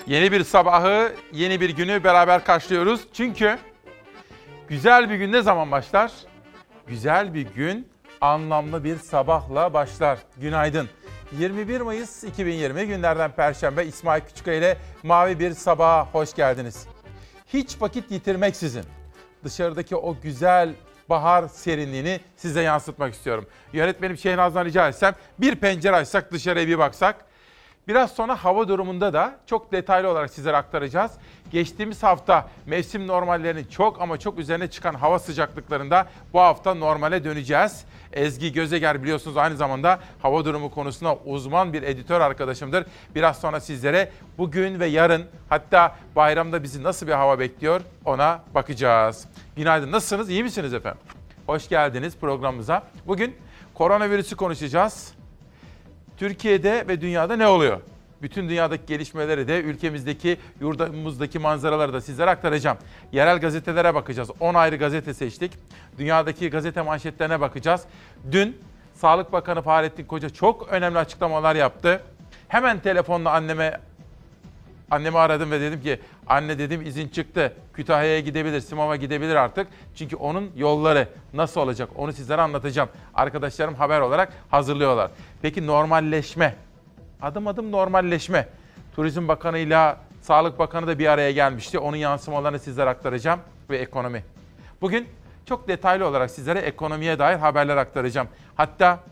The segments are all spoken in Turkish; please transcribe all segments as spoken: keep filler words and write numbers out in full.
Yeni bir sabahı, yeni bir günü beraber karşılıyoruz. Çünkü güzel bir gün ne zaman başlar? Güzel bir gün anlamlı bir sabahla başlar. Günaydın. yirmi bir Mayıs iki bin yirmi günlerden Perşembe, İsmail Küçüköy ile mavi bir sabaha hoş geldiniz. Hiç vakit yitirmeksizin dışarıdaki o güzel bahar serinliğini size yansıtmak istiyorum. Yönetmenim Şehnaz'dan rica etsem bir pencere açsak, dışarıya bir baksak. Biraz sonra hava durumunda da çok detaylı olarak sizlere aktaracağız. Geçtiğimiz hafta mevsim normallerinin çok ama çok üzerine çıkan hava sıcaklıklarında bu hafta normale döneceğiz. Ezgi Gözeger biliyorsunuz aynı zamanda hava durumu konusunda uzman bir editör arkadaşımdır. Biraz sonra sizlere bugün ve yarın, hatta bayramda bizi nasıl bir hava bekliyor ona bakacağız. Günaydın, nasılsınız? İyi misiniz efendim? Hoş geldiniz programımıza. Bugün koronavirüsü konuşacağız. Türkiye'de ve dünyada ne oluyor? Bütün dünyadaki gelişmeleri de, ülkemizdeki, yurdumuzdaki manzaraları da sizlere aktaracağım. Yerel gazetelere bakacağız. on ayrı gazete seçtik. Dünyadaki gazete manşetlerine bakacağız. Dün Sağlık Bakanı Fahrettin Koca çok önemli açıklamalar yaptı. Hemen telefonla anneme annemi aradım ve dedim ki, anne dedim izin çıktı. Kütahya'ya gidebilir, Simav'a gidebilir artık. Çünkü onun yolları nasıl olacak onu sizlere anlatacağım. Arkadaşlarım haber olarak hazırlıyorlar. Peki normalleşme, adım adım normalleşme. Turizm Bakanı ile Sağlık Bakanı da bir araya gelmişti. Onun yansımalarını sizlere aktaracağım ve ekonomi. Bugün çok detaylı olarak sizlere ekonomiye dair haberler aktaracağım. Hatta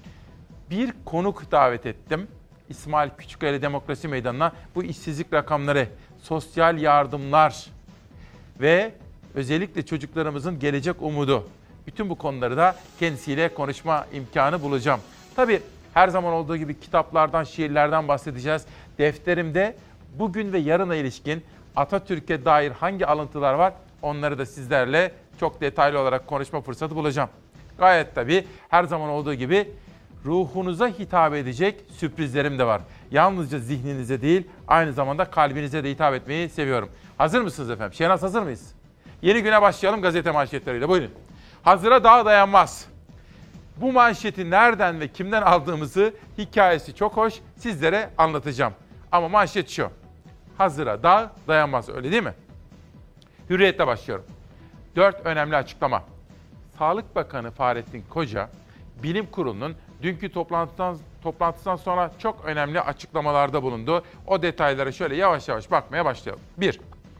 bir konuk davet ettim. İsmail Küçüköy Demokrasi Meydanı'na bu işsizlik rakamları, sosyal yardımlar ve özellikle çocuklarımızın gelecek umudu. Bütün bu konuları da kendisiyle konuşma imkanı bulacağım. Tabii her zaman olduğu gibi kitaplardan, şiirlerden bahsedeceğiz. Defterimde bugün ve yarına ilişkin Atatürk'e dair hangi alıntılar var onları da sizlerle çok detaylı olarak konuşma fırsatı bulacağım. Gayet tabii her zaman olduğu gibi ruhunuza hitap edecek sürprizlerim de var. Yalnızca zihninize değil, aynı zamanda kalbinize de hitap etmeyi seviyorum. Hazır mısınız efendim? Şehnaz, hazır mıyız? Yeni güne başlayalım gazete manşetleriyle. Buyurun. Hazıra daha dayanmaz. Bu manşeti nereden ve kimden aldığımızı, hikayesi çok hoş, sizlere anlatacağım. Ama manşet şu. Hazıra daha dayanmaz, öyle değil mi? Hürriyet'le başlıyorum. Dört önemli açıklama. Sağlık Bakanı Fahrettin Koca, Bilim Kurulu'nun dünkü toplantıdan, toplantısından sonra çok önemli açıklamalarda bulundu. O detaylara şöyle yavaş yavaş bakmaya başlayalım. bir.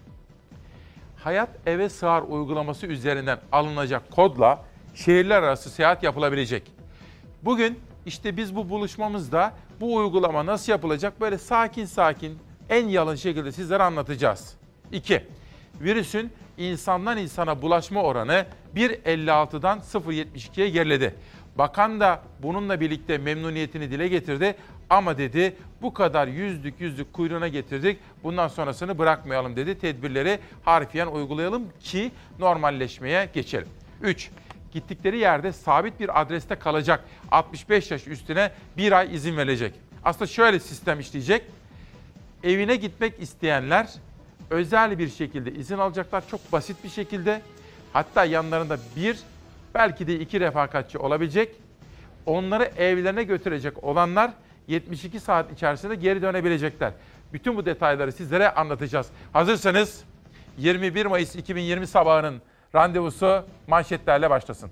Hayat Eve Sığar uygulaması üzerinden alınacak kodla şehirler arası seyahat yapılabilecek. Bugün işte biz bu buluşmamızda bu uygulama nasıl yapılacak böyle sakin sakin en yalın şekilde sizlere anlatacağız. iki. Virüsün insandan insana bulaşma oranı bir virgül elli altıdan sıfır virgül yetmiş ikiye geriledi. Bakan da bununla birlikte memnuniyetini dile getirdi ama dedi bu kadar yüzlük yüzlük kuyruğuna getirdik, bundan sonrasını bırakmayalım dedi. Tedbirleri harfiyen uygulayalım ki normalleşmeye geçelim. üç. Gittikleri yerde sabit bir adreste kalacak altmış beş yaş üstüne bir ay izin verilecek. Aslında şöyle sistem işleyecek. Evine gitmek isteyenler özel bir şekilde izin alacaklar, çok basit bir şekilde. Hatta yanlarında bir, belki de iki refakatçi olabilecek. Onları evlerine götürecek olanlar yetmiş iki saat içerisinde geri dönebilecekler. Bütün bu detayları sizlere anlatacağız. Hazırsanız yirmi bir Mayıs iki bin yirmi sabahının randevusu manşetlerle başlasın.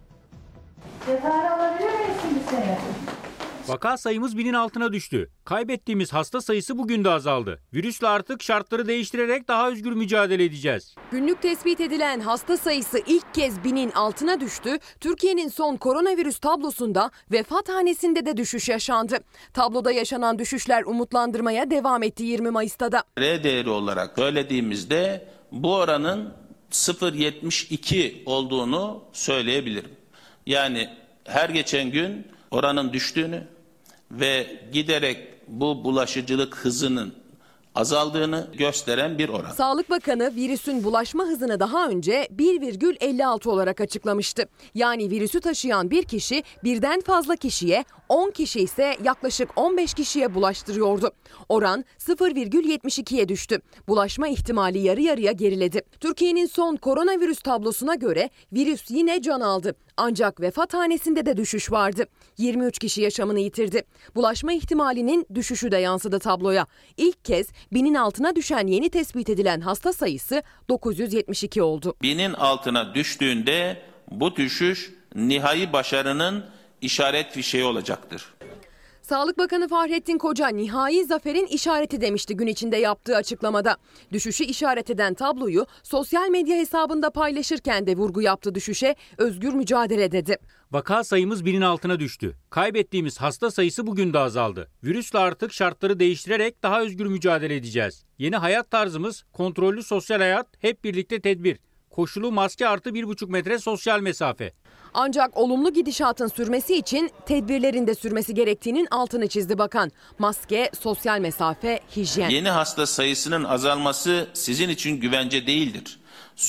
Detaylı alabilir miyiz şimdi seni? Vaka sayımız binin altına düştü. Kaybettiğimiz hasta sayısı bugün de azaldı. Virüsle artık şartları değiştirerek daha özgür mücadele edeceğiz. Günlük tespit edilen hasta sayısı ilk kez binin altına düştü. Türkiye'nin son koronavirüs tablosunda vefat hanesinde de düşüş yaşandı. Tabloda yaşanan düşüşler umutlandırmaya devam etti yirmi Mayıs'ta da. R değeri olarak söylediğimizde bu oranın sıfır virgül yetmiş iki olduğunu söyleyebilirim. Yani her geçen gün oranın düştüğünü ve giderek bu bulaşıcılık hızının azaldığını gösteren bir oran. Sağlık Bakanı virüsün bulaşma hızını daha önce bir virgül elli altı olarak açıklamıştı. Yani virüsü taşıyan bir kişi birden fazla kişiye on kişi ise yaklaşık on beş kişiye bulaştırıyordu. Oran sıfır virgül yetmiş ikiye düştü. Bulaşma ihtimali yarı yarıya geriledi. Türkiye'nin son koronavirüs tablosuna göre virüs yine can aldı. Ancak vefat hanesinde de düşüş vardı. yirmi üç kişi yaşamını yitirdi. Bulaşma ihtimalinin düşüşü de yansıdı tabloya. İlk kez binin altına düşen yeni tespit edilen hasta sayısı dokuz yüz yetmiş iki oldu. Binin altına düştüğünde bu düşüş nihai başarının işaret fişeği olacaktır. Sağlık Bakanı Fahrettin Koca nihai zaferin işareti demişti gün içinde yaptığı açıklamada. Düşüşü işaret eden tabloyu sosyal medya hesabında paylaşırken de vurgu yaptı düşüşe, özgür mücadele dedi. Vaka sayımız binin altına düştü. Kaybettiğimiz hasta sayısı bugün de azaldı. Virüsle artık şartları değiştirerek daha özgür mücadele edeceğiz. Yeni hayat tarzımız kontrollü sosyal hayat, hep birlikte tedbir. Koşulu maske artı bir buçuk metre sosyal mesafe. Ancak olumlu gidişatın sürmesi için tedbirlerin de sürmesi gerektiğinin altını çizdi bakan. Maske, sosyal mesafe, hijyen. Yeni hasta sayısının azalması sizin için güvence değildir.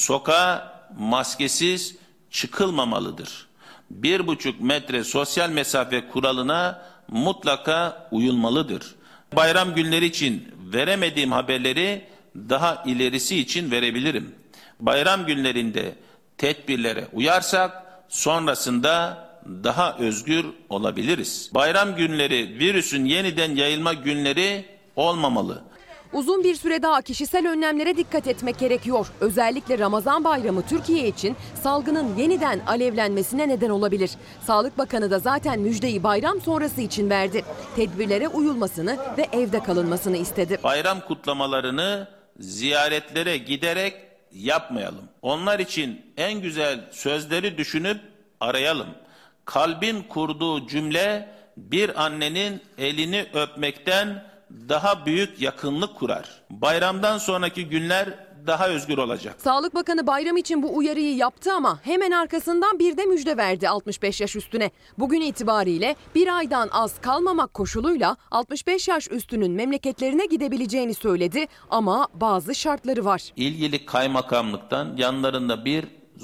Sokağa maskesiz çıkılmamalıdır. Bir buçuk metre sosyal mesafe kuralına mutlaka uyulmalıdır. Bayram günleri için veremediğim haberleri daha ilerisi için verebilirim. Bayram günlerinde tedbirlere uyarsak sonrasında daha özgür olabiliriz. Bayram günleri virüsün yeniden yayılma günleri olmamalı. Uzun bir süre daha kişisel önlemlere dikkat etmek gerekiyor. Özellikle Ramazan bayramı Türkiye için salgının yeniden alevlenmesine neden olabilir. Sağlık Bakanı da zaten müjdeyi bayram sonrası için verdi. Tedbirlere uyulmasını ve evde kalınmasını istedi. Bayram kutlamalarını ziyaretlere giderek yapmayalım. Onlar için en güzel sözleri düşünüp arayalım. Kalbin kurduğu cümle bir annenin elini öpmekten daha büyük yakınlık kurar. Bayramdan sonraki günler daha özgür olacak. Sağlık Bakanı bayram için bu uyarıyı yaptı ama hemen arkasından bir de müjde verdi altmış beş yaş üstüne. Bugün itibariyle bir aydan az kalmamak koşuluyla altmış beş yaş üstünün memleketlerine gidebileceğini söyledi ama bazı şartları var. İlgili kaymakamlıktan yanlarında bir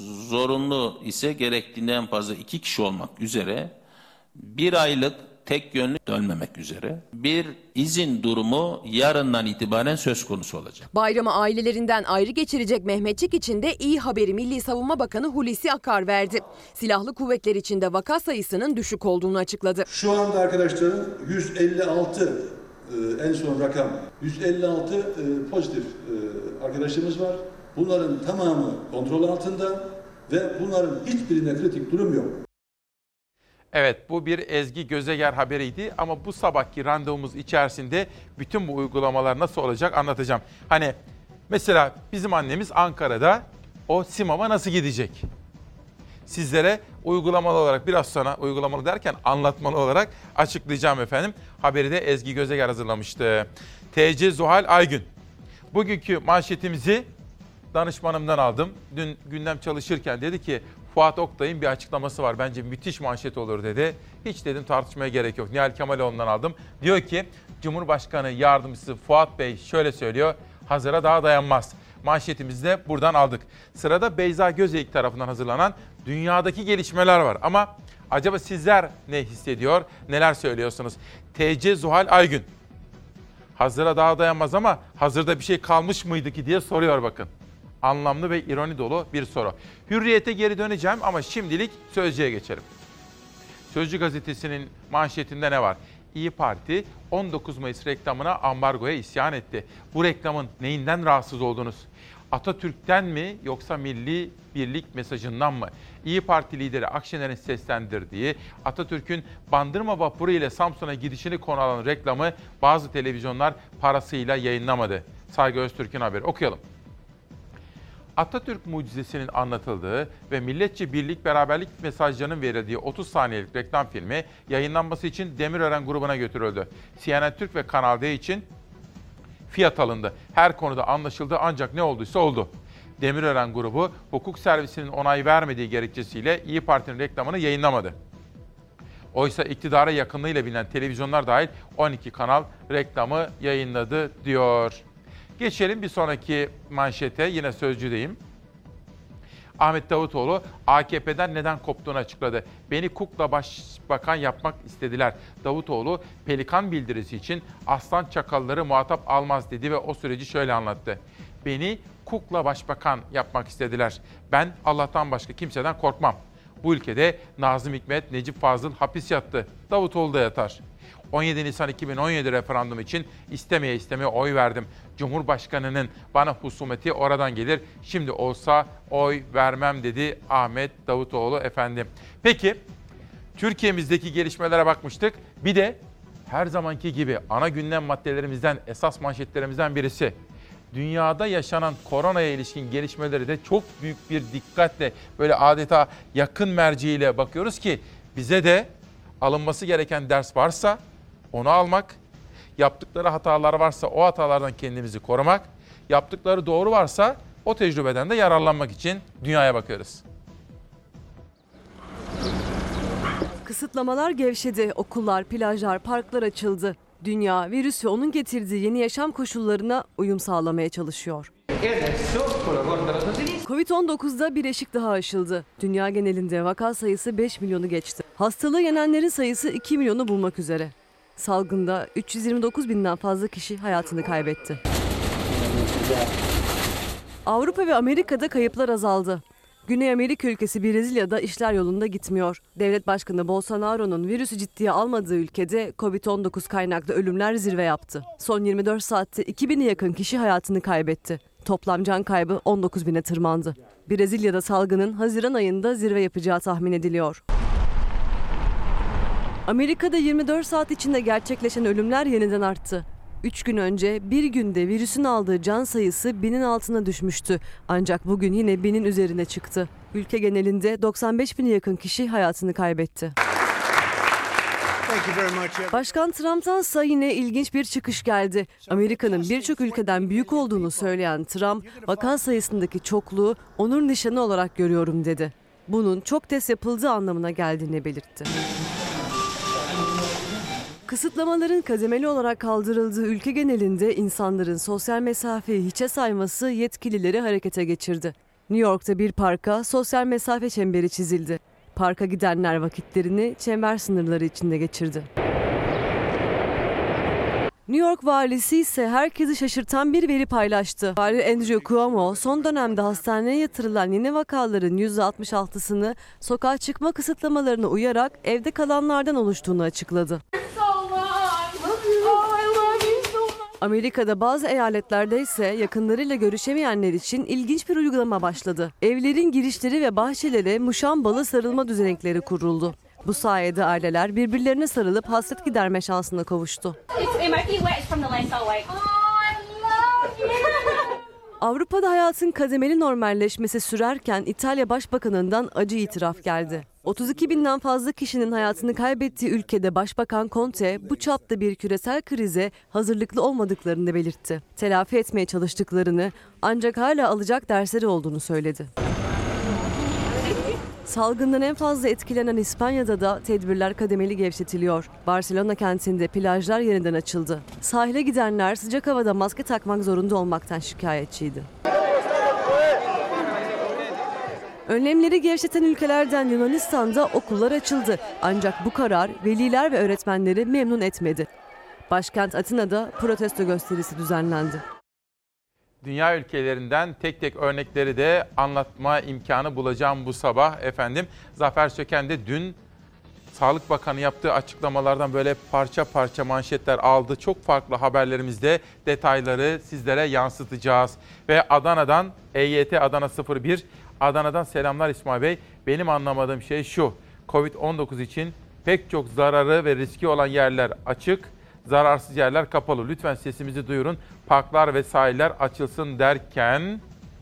zorunlu ise gerektiğinde en fazla iki kişi olmak üzere bir aylık tek yönlü dönmemek üzere bir izin durumu yarından itibaren söz konusu olacak. Bayramı ailelerinden ayrı geçirecek Mehmetçik için de iyi haberi Milli Savunma Bakanı Hulusi Akar verdi. Silahlı kuvvetler içinde vaka sayısının düşük olduğunu açıkladı. Şu anda arkadaşların yüz elli altı e, en son rakam yüz elli altı e, pozitif e, arkadaşımız var. Bunların tamamı kontrol altında ve bunların hiçbirine kritik durum yok. Evet, bu bir Ezgi Gözeger haberiydi ama bu sabahki randevumuz içerisinde bütün bu uygulamalar nasıl olacak anlatacağım. Hani mesela bizim annemiz Ankara'da, o Simav'a nasıl gidecek? Sizlere uygulamalı olarak biraz sonra, uygulamalı derken anlatmalı olarak açıklayacağım efendim. Haberi de Ezgi Gözeger hazırlamıştı. T C Zuhal Aygün. Bugünkü manşetimizi danışmanımdan aldım. Dün gündem çalışırken dedi ki Fuat Oktay'ın bir açıklaması var. Bence müthiş manşet olur dedi. Hiç dedim tartışmaya gerek yok. Nihal Kemaloğlu'ndan aldım. Diyor ki Cumhurbaşkanı Yardımcısı Fuat Bey şöyle söylüyor. Hazıra daha dayanmaz. Manşetimizi de buradan aldık. Sırada Beyza Gözeyik tarafından hazırlanan dünyadaki gelişmeler var. Ama acaba sizler ne hissediyor? Neler söylüyorsunuz? T C Zuhal Aygün. Hazıra daha dayanmaz ama hazırda bir şey kalmış mıydı ki diye soruyor bakın. Anlamlı ve ironi dolu bir soru. Hürriyet'e geri döneceğim ama şimdilik Sözcü'ye geçelim. Sözcü gazetesinin manşetinde ne var? İyi Parti on dokuz Mayıs reklamına ambargoya isyan etti. Bu reklamın neyinden rahatsız oldunuz? Atatürk'ten mi yoksa milli birlik mesajından mı? İyi Parti lideri Akşener'in seslendirdiği Atatürk'ün Bandırma vapuru ile Samsun'a gidişini konu alan reklamı bazı televizyonlar parasıyla yayınlamadı. Saygı Öztürk'ün haberi. Okuyalım. Atatürk mucizesinin anlatıldığı ve milletçe birlik beraberlik mesajlarının verildiği otuz saniyelik reklam filmi yayınlanması için Demirören grubuna götürüldü. C N N Türk ve Kanal D için fiyat alındı. Her konuda anlaşıldı ancak ne olduysa oldu. Demirören grubu hukuk servisinin onay vermediği gerekçesiyle İyi Parti'nin reklamını yayınlamadı. Oysa iktidara yakınlığıyla bilinen televizyonlar dahil on iki kanal reklamı yayınladı diyor. Geçelim bir sonraki manşete, yine Sözcü'deyim. Ahmet Davutoğlu A K P'den neden koptuğunu açıkladı. Beni kukla başbakan yapmak istediler. Davutoğlu pelikan bildirisi için aslan çakalları muhatap almaz dedi ve o süreci şöyle anlattı. Beni kukla başbakan yapmak istediler. Ben Allah'tan başka kimseden korkmam. Bu ülkede Nazım Hikmet, Necip Fazıl hapis yattı. Davutoğlu da yatar. on yedi Nisan iki bin on yedi referandum için istemeye istemeye oy verdim. Cumhurbaşkanının bana husumeti oradan gelir. Şimdi olsa oy vermem dedi Ahmet Davutoğlu efendim. Peki Türkiye'mizdeki gelişmelere bakmıştık. Bir de her zamanki gibi ana gündem maddelerimizden, esas manşetlerimizden birisi. Dünyada yaşanan koronaya ilişkin gelişmeleri de çok büyük bir dikkatle böyle adeta yakın merciyle bakıyoruz ki bize de alınması gereken ders varsa onu almak, yaptıkları hatalar varsa o hatalardan kendimizi korumak, yaptıkları doğru varsa o tecrübeden de yararlanmak için dünyaya bakıyoruz. Kısıtlamalar gevşedi, okullar, plajlar, parklar açıldı. Dünya, virüs ve onun getirdiği yeni yaşam koşullarına uyum sağlamaya çalışıyor. covid on dokuzda bir eşik daha aşıldı. Dünya genelinde vaka sayısı beş milyonu geçti. Hastalığı yenenlerin sayısı iki milyonu bulmak üzere. Salgında üç yüz yirmi dokuz binden fazla kişi hayatını kaybetti. Avrupa ve Amerika'da kayıplar azaldı. Güney Amerika ülkesi Brezilya'da işler yolunda gitmiyor. Devlet Başkanı Bolsonaro'nun virüsü ciddiye almadığı ülkede covid on dokuz kaynaklı ölümler zirve yaptı. Son yirmi dört saatte iki bine yakın kişi hayatını kaybetti. Toplam can kaybı on dokuz bine tırmandı. Brezilya'da salgının Haziran ayında zirve yapacağı tahmin ediliyor. Amerika'da yirmi dört saat içinde gerçekleşen ölümler yeniden arttı. Üç gün önce bir günde virüsün aldığı can sayısı binin altına düşmüştü. Ancak bugün yine binin üzerine çıktı. Ülke genelinde doksan beş bine yakın kişi hayatını kaybetti. Başkan Trump'tansa yine ilginç bir çıkış geldi. Amerika'nın birçok ülkeden büyük olduğunu söyleyen Trump, vaka sayısındaki çokluğu onur nişanı olarak görüyorum dedi. Bunun çok test yapıldığı anlamına geldiğini belirtti. Kısıtlamaların kademeli olarak kaldırıldığı ülke genelinde insanların sosyal mesafeyi hiçe sayması yetkilileri harekete geçirdi. New York'ta bir parka sosyal mesafe çemberi çizildi. Parka gidenler vakitlerini çember sınırları içinde geçirdi. New York valisi ise herkesi şaşırtan bir veri paylaştı. Vali Andrew Cuomo son dönemde hastaneye yatırılan yeni vakaların yüzde altmış altısını sokağa çıkma kısıtlamalarına uyarak evde kalanlardan oluştuğunu açıkladı. Amerika'da bazı eyaletlerde ise yakınlarıyla görüşemeyenler için ilginç bir uygulama başladı. Evlerin girişleri ve bahçelere muşambalı sarılma düzenekleri kuruldu. Bu sayede aileler birbirlerine sarılıp hasret giderme şansına kavuştu. Avrupa'da hayatın kademeli normalleşmesi sürerken İtalya Başbakanı'ndan acı itiraf geldi. otuz iki binden fazla kişinin hayatını kaybettiği ülkede Başbakan Conte bu çapta bir küresel krize hazırlıklı olmadıklarını belirtti. Telafi etmeye çalıştıklarını ancak hala alacak dersleri olduğunu söyledi. Salgından en fazla etkilenen İspanya'da da tedbirler kademeli gevşetiliyor. Barcelona kentinde plajlar yeniden açıldı. Sahile gidenler sıcak havada maske takmak zorunda olmaktan şikayetçiydi. Önlemleri gevşeten ülkelerden Yunanistan'da okullar açıldı. Ancak bu karar veliler ve öğretmenleri memnun etmedi. Başkent Atina'da protesto gösterisi düzenlendi. Dünya ülkelerinden tek tek örnekleri de anlatma imkanı bulacağım bu sabah efendim. Zafer Söken de dün Sağlık Bakanı yaptığı açıklamalardan böyle parça parça manşetler aldı. Çok farklı haberlerimizde detayları sizlere yansıtacağız. Ve Adana'dan E Y T Adana sıfır bir, Adana'dan selamlar İsmail Bey. Benim anlamadığım şey şu: covid on dokuz için pek çok zararı ve riski olan yerler açık, zararsız yerler kapalı. Lütfen sesimizi duyurun. Parklar ve sahiller açılsın derken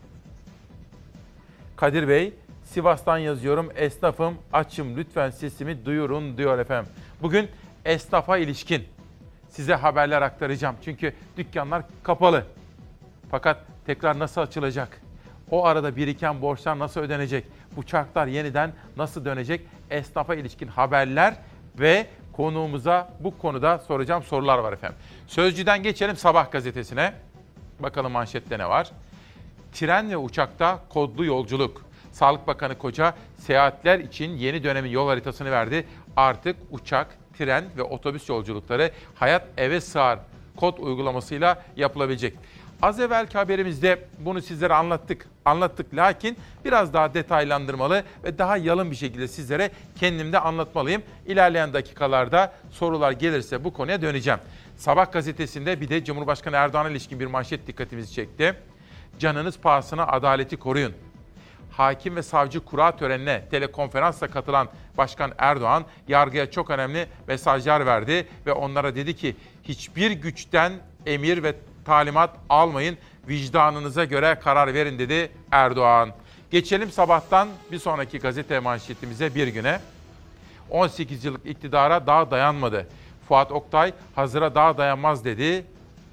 Kadir Bey, Sivas'tan yazıyorum. Esnafım, açım, lütfen sesimi duyurun diyor efendim. Bugün esnafa ilişkin size haberler aktaracağım. Çünkü dükkanlar kapalı. Fakat tekrar nasıl açılacak? O arada biriken borçlar nasıl ödenecek? Bu çarklar yeniden nasıl dönecek? Esnafa ilişkin haberler ve konuğumuza bu konuda soracağım sorular var efendim. Sözcü'den geçelim Sabah gazetesine. Bakalım manşette ne var? Tren ve uçakta kodlu yolculuk. Sağlık Bakanı Koca seyahatler için yeni dönemin yol haritasını verdi. Artık uçak, tren ve otobüs yolculukları Hayat Eve Sığar kod uygulamasıyla yapılabilecek. Az evvelki haberimizde bunu sizlere anlattık. Anlattık lakin biraz daha detaylandırmalı ve daha yalın bir şekilde sizlere kendim de anlatmalıyım. İlerleyen dakikalarda sorular gelirse bu konuya döneceğim. Sabah gazetesinde bir de Cumhurbaşkanı Erdoğan'a ilişkin bir manşet dikkatimizi çekti. Canınız pahasına adaleti koruyun. Hakim ve savcı kura törenine telekonferansla katılan Başkan Erdoğan yargıya çok önemli mesajlar verdi ve onlara dedi ki hiçbir güçten emir ve talimat almayın, vicdanınıza göre karar verin dedi Erdoğan. Geçelim sabahtan bir sonraki gazete manşetimize bir güne. on sekiz yıllık iktidara daha dayanmadı. Fuat Oktay hazıra daha dayanmaz dedi.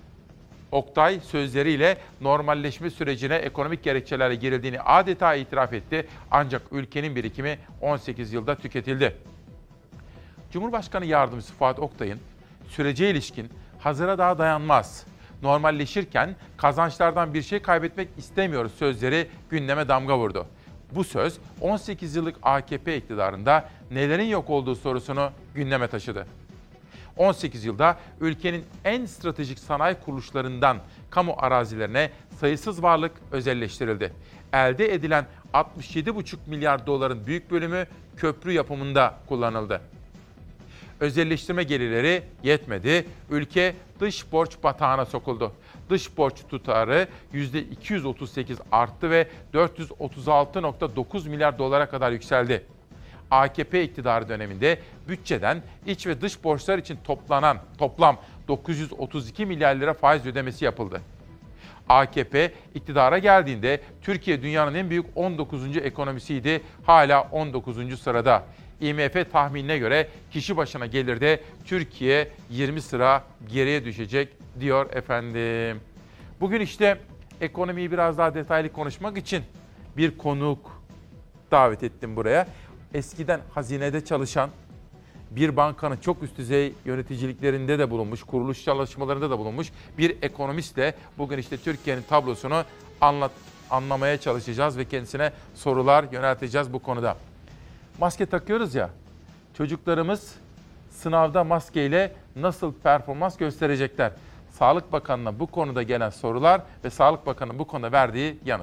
Oktay sözleriyle normalleşme sürecine ekonomik gerekçelerle girildiğini adeta itiraf etti. Ancak ülkenin birikimi on sekiz yılda tüketildi. Cumhurbaşkanı Yardımcısı Fuat Oktay'ın sürece ilişkin hazıra daha dayanmaz, normalleşirken kazançlardan bir şey kaybetmek istemiyoruz sözleri gündeme damga vurdu. Bu söz on sekiz yıllık A K P iktidarında nelerin yok olduğu sorusunu gündeme taşıdı. on sekiz yılda ülkenin en stratejik sanayi kuruluşlarından kamu arazilerine sayısız varlık özelleştirildi. Elde edilen altmış yedi buçuk milyar doların büyük bölümü köprü yapımında kullanıldı. Özelleştirme gelirleri yetmedi. Ülke dış borç batağına sokuldu. Dış borç tutarı yüzde iki yüz otuz sekiz arttı ve dört yüz otuz altı virgül dokuz milyar dolara kadar yükseldi. A K P iktidarı döneminde bütçeden iç ve dış borçlar için toplanan toplam dokuz yüz otuz iki milyar lira faiz ödemesi yapıldı. A K P iktidara geldiğinde Türkiye dünyanın en büyük on dokuzuncu ekonomisiydi. Hala on dokuzuncu sırada. I M F tahminine göre kişi başına gelirde Türkiye yirmi sıra geriye düşecek diyor efendim. Bugün işte ekonomiyi biraz daha detaylı konuşmak için bir konuk davet ettim buraya. Eskiden hazinede çalışan, bir bankanın çok üst düzey yöneticiliklerinde de bulunmuş, kuruluş çalışmalarında da bulunmuş bir ekonomistle bugün işte Türkiye'nin tablosunu anlat, anlamaya çalışacağız ve kendisine sorular yönelteceğiz bu konuda. Maske takıyoruz ya, çocuklarımız sınavda maskeyle nasıl performans gösterecekler? Sağlık Bakanı'na bu konuda gelen sorular ve Sağlık Bakanı'nın bu konuda verdiği yanıt.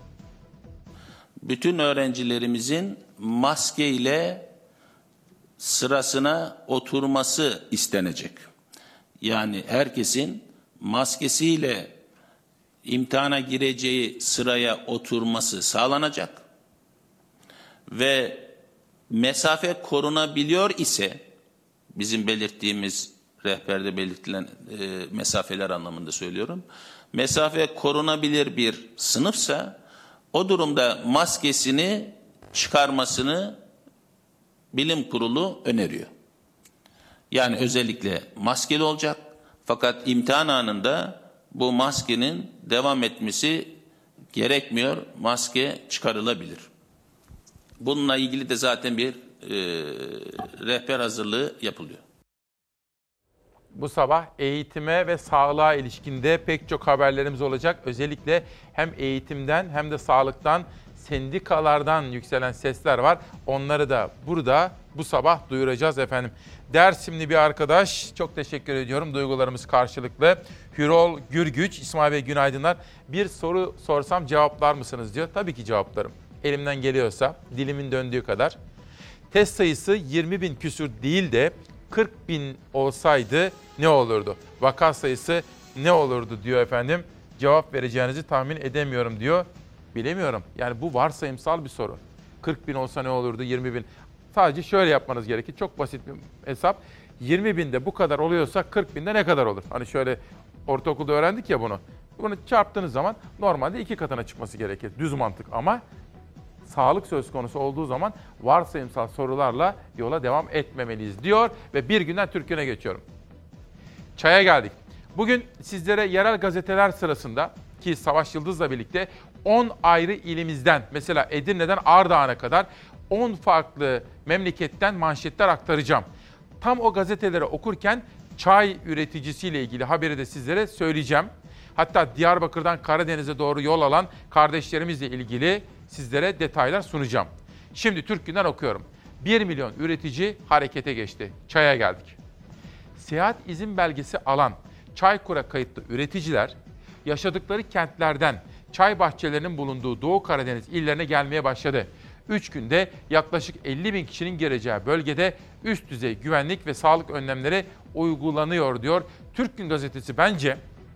Bütün öğrencilerimizin maske ile sırasına oturması istenecek. Yani herkesin maskesiyle imtihana gireceği sıraya oturması sağlanacak. Ve mesafe korunabiliyor ise, bizim belirttiğimiz rehberde belirtilen e, mesafeler anlamında söylüyorum. Mesafe korunabilir bir sınıfsa, o durumda maskesini çıkarmasını bilim kurulu öneriyor. Yani özellikle maskeli olacak. Fakat imtihan anında bu maskenin devam etmesi gerekmiyor. Maske çıkarılabilir. Bununla ilgili de zaten bir e, rehber hazırlığı yapılıyor. Bu sabah eğitime ve sağlığa ilişkinde pek çok haberlerimiz olacak. Özellikle hem eğitimden hem de sağlıktan, sendikalardan yükselen sesler var. Onları da burada bu sabah duyuracağız efendim. Dersimli bir arkadaş, çok teşekkür ediyorum. Duygularımız karşılıklı. Hürol Gürgüç, İsmail Bey günaydınlar. Bir soru sorsam cevaplar mısınız diyor. Tabii ki cevaplarım. Elimden geliyorsa, dilimin döndüğü kadar. Test sayısı yirmi bin küsur değil de kırk bin olsaydı ne olurdu? Vaka sayısı ne olurdu diyor efendim. Cevap vereceğinizi tahmin edemiyorum diyor. Bilemiyorum. Yani bu varsayımsal bir soru. kırk bin olsa ne olurdu? yirmi bin. Sadece şöyle yapmanız gerekir. Çok basit bir hesap. yirmi binde bu kadar oluyorsa kırk binde ne kadar olur? Hani şöyle ortaokulda öğrendik ya bunu. Bunu çarptığınız zaman normalde iki katına çıkması gerekir. Düz mantık ama sağlık söz konusu olduğu zaman varsayımsal sorularla yola devam etmemeliyiz diyor ve bir günden Türkiye'ne geçiyorum. Çay'a geldik. Bugün sizlere yerel gazeteler sırasında ki Savaş Yıldız'la birlikte on ayrı ilimizden, mesela Edirne'den Ardahan'a kadar on farklı memleketten manşetler aktaracağım. Tam o gazeteleri okurken çay üreticisiyle ilgili haberi de sizlere söyleyeceğim. Hatta Diyarbakır'dan Karadeniz'e doğru yol alan kardeşlerimizle ilgili sizlere detaylar sunacağım. Şimdi Türk Gün'den okuyorum. bir milyon üretici harekete geçti. Çay'a geldik. Seyahat izin belgesi alan Çaykur'a kayıtlı üreticiler yaşadıkları kentlerden çay bahçelerinin bulunduğu Doğu Karadeniz illerine gelmeye başladı. üç günde yaklaşık elli bin kişinin geleceği bölgede üst düzey güvenlik ve sağlık önlemleri uygulanıyor diyor. Türk Gün gazetesi bence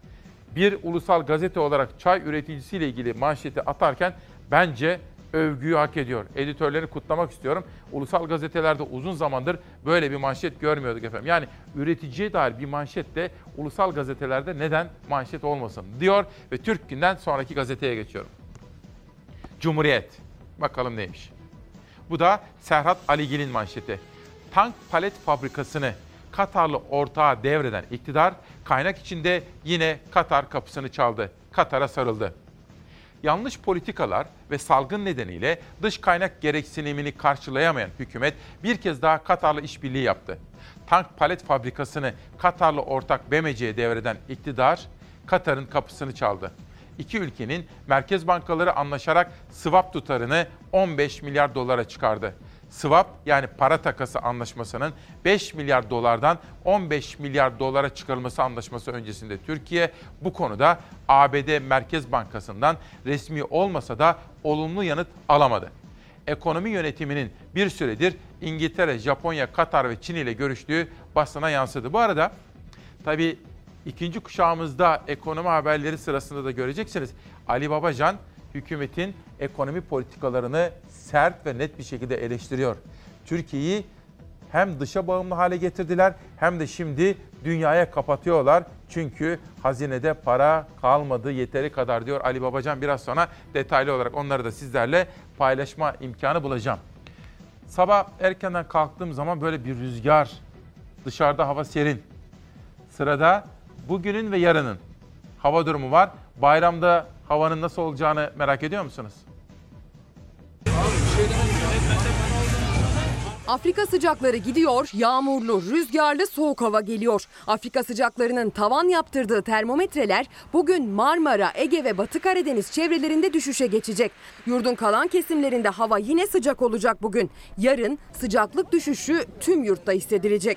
bir ulusal gazete olarak çay üreticisiyle ilgili manşeti atarken bence övgüyü hak ediyor. Editörlerini kutlamak istiyorum. Ulusal gazetelerde uzun zamandır böyle bir manşet görmüyorduk efendim. Yani üreticiye dair bir manşet de ulusal gazetelerde neden manşet olmasın diyor ve Türk Gün'den sonraki gazeteye geçiyorum. Cumhuriyet. Bakalım neymiş. Bu da Serhat Aligil'in manşeti. Tank palet fabrikasını Katarlı ortağa devreden iktidar, kaynak içinde yine Katar kapısını çaldı. Katar'a sarıldı. Yanlış politikalar ve salgın nedeniyle dış kaynak gereksinimini karşılayamayan hükümet bir kez daha Katar'la işbirliği yaptı. Tank palet fabrikasını Katarlı ortak B M C'ye devreden iktidar, Katar'ın kapısını çaldı. İki ülkenin merkez bankaları anlaşarak swap tutarını on beş milyar dolara çıkardı. Swap yani para takası anlaşmasının beş milyar dolardan on beş milyar dolara çıkarılması anlaşması öncesinde Türkiye bu konuda A B D Merkez Bankası'ndan resmi olmasa da olumlu yanıt alamadı. Ekonomi yönetiminin bir süredir İngiltere, Japonya, Katar ve Çin ile görüştüğü basına yansıdı. Bu arada tabii ikinci kuşağımızda ekonomi haberleri sırasında da göreceksiniz. Ali Babacan hükümetin ekonomi politikalarını sert ve net bir şekilde eleştiriyor. Türkiye'yi hem dışa bağımlı hale getirdiler hem de şimdi dünyaya kapatıyorlar. Çünkü hazinede para kalmadı yeteri kadar diyor Ali Babacan. Biraz sonra detaylı olarak onları da sizlerle paylaşma imkanı bulacağım. Sabah erkenden kalktığım zaman böyle bir rüzgar, dışarıda hava serin. Sırada bugünün ve yarının hava durumu var. Bayramda havanın nasıl olacağını merak ediyor musunuz? Afrika sıcakları gidiyor, yağmurlu, rüzgarlı, soğuk hava geliyor. Afrika sıcaklarının tavan yaptırdığı termometreler bugün Marmara, Ege ve Batı Karadeniz çevrelerinde düşüşe geçecek. Yurdun kalan kesimlerinde hava yine sıcak olacak bugün. Yarın sıcaklık düşüşü tüm yurtta hissedilecek.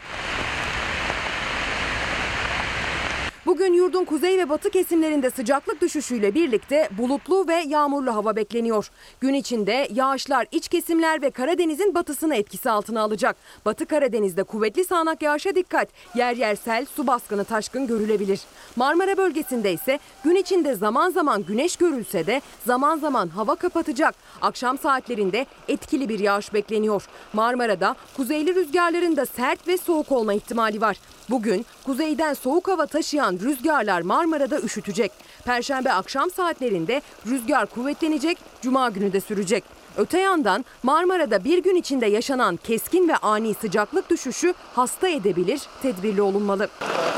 Bugün yurdun kuzey ve batı kesimlerinde sıcaklık düşüşüyle birlikte bulutlu ve yağmurlu hava bekleniyor. Gün içinde yağışlar iç kesimler ve Karadeniz'in batısını etkisi altına alacak. Batı Karadeniz'de kuvvetli sağanak yağışa dikkat. Yer yer sel, su baskını, taşkın görülebilir. Marmara bölgesinde ise gün içinde zaman zaman güneş görülse de zaman zaman hava kapatacak. Akşam saatlerinde etkili bir yağış bekleniyor. Marmara'da kuzeyli rüzgarların da sert ve soğuk olma ihtimali var. Bugün kuzeyden soğuk hava taşıyan rüzgarlar Marmara'da üşütecek. Perşembe akşam saatlerinde rüzgar kuvvetlenecek, cuma günü de sürecek. Öte yandan Marmara'da bir gün içinde yaşanan keskin ve ani sıcaklık düşüşü hasta edebilir, tedbirli olunmalı.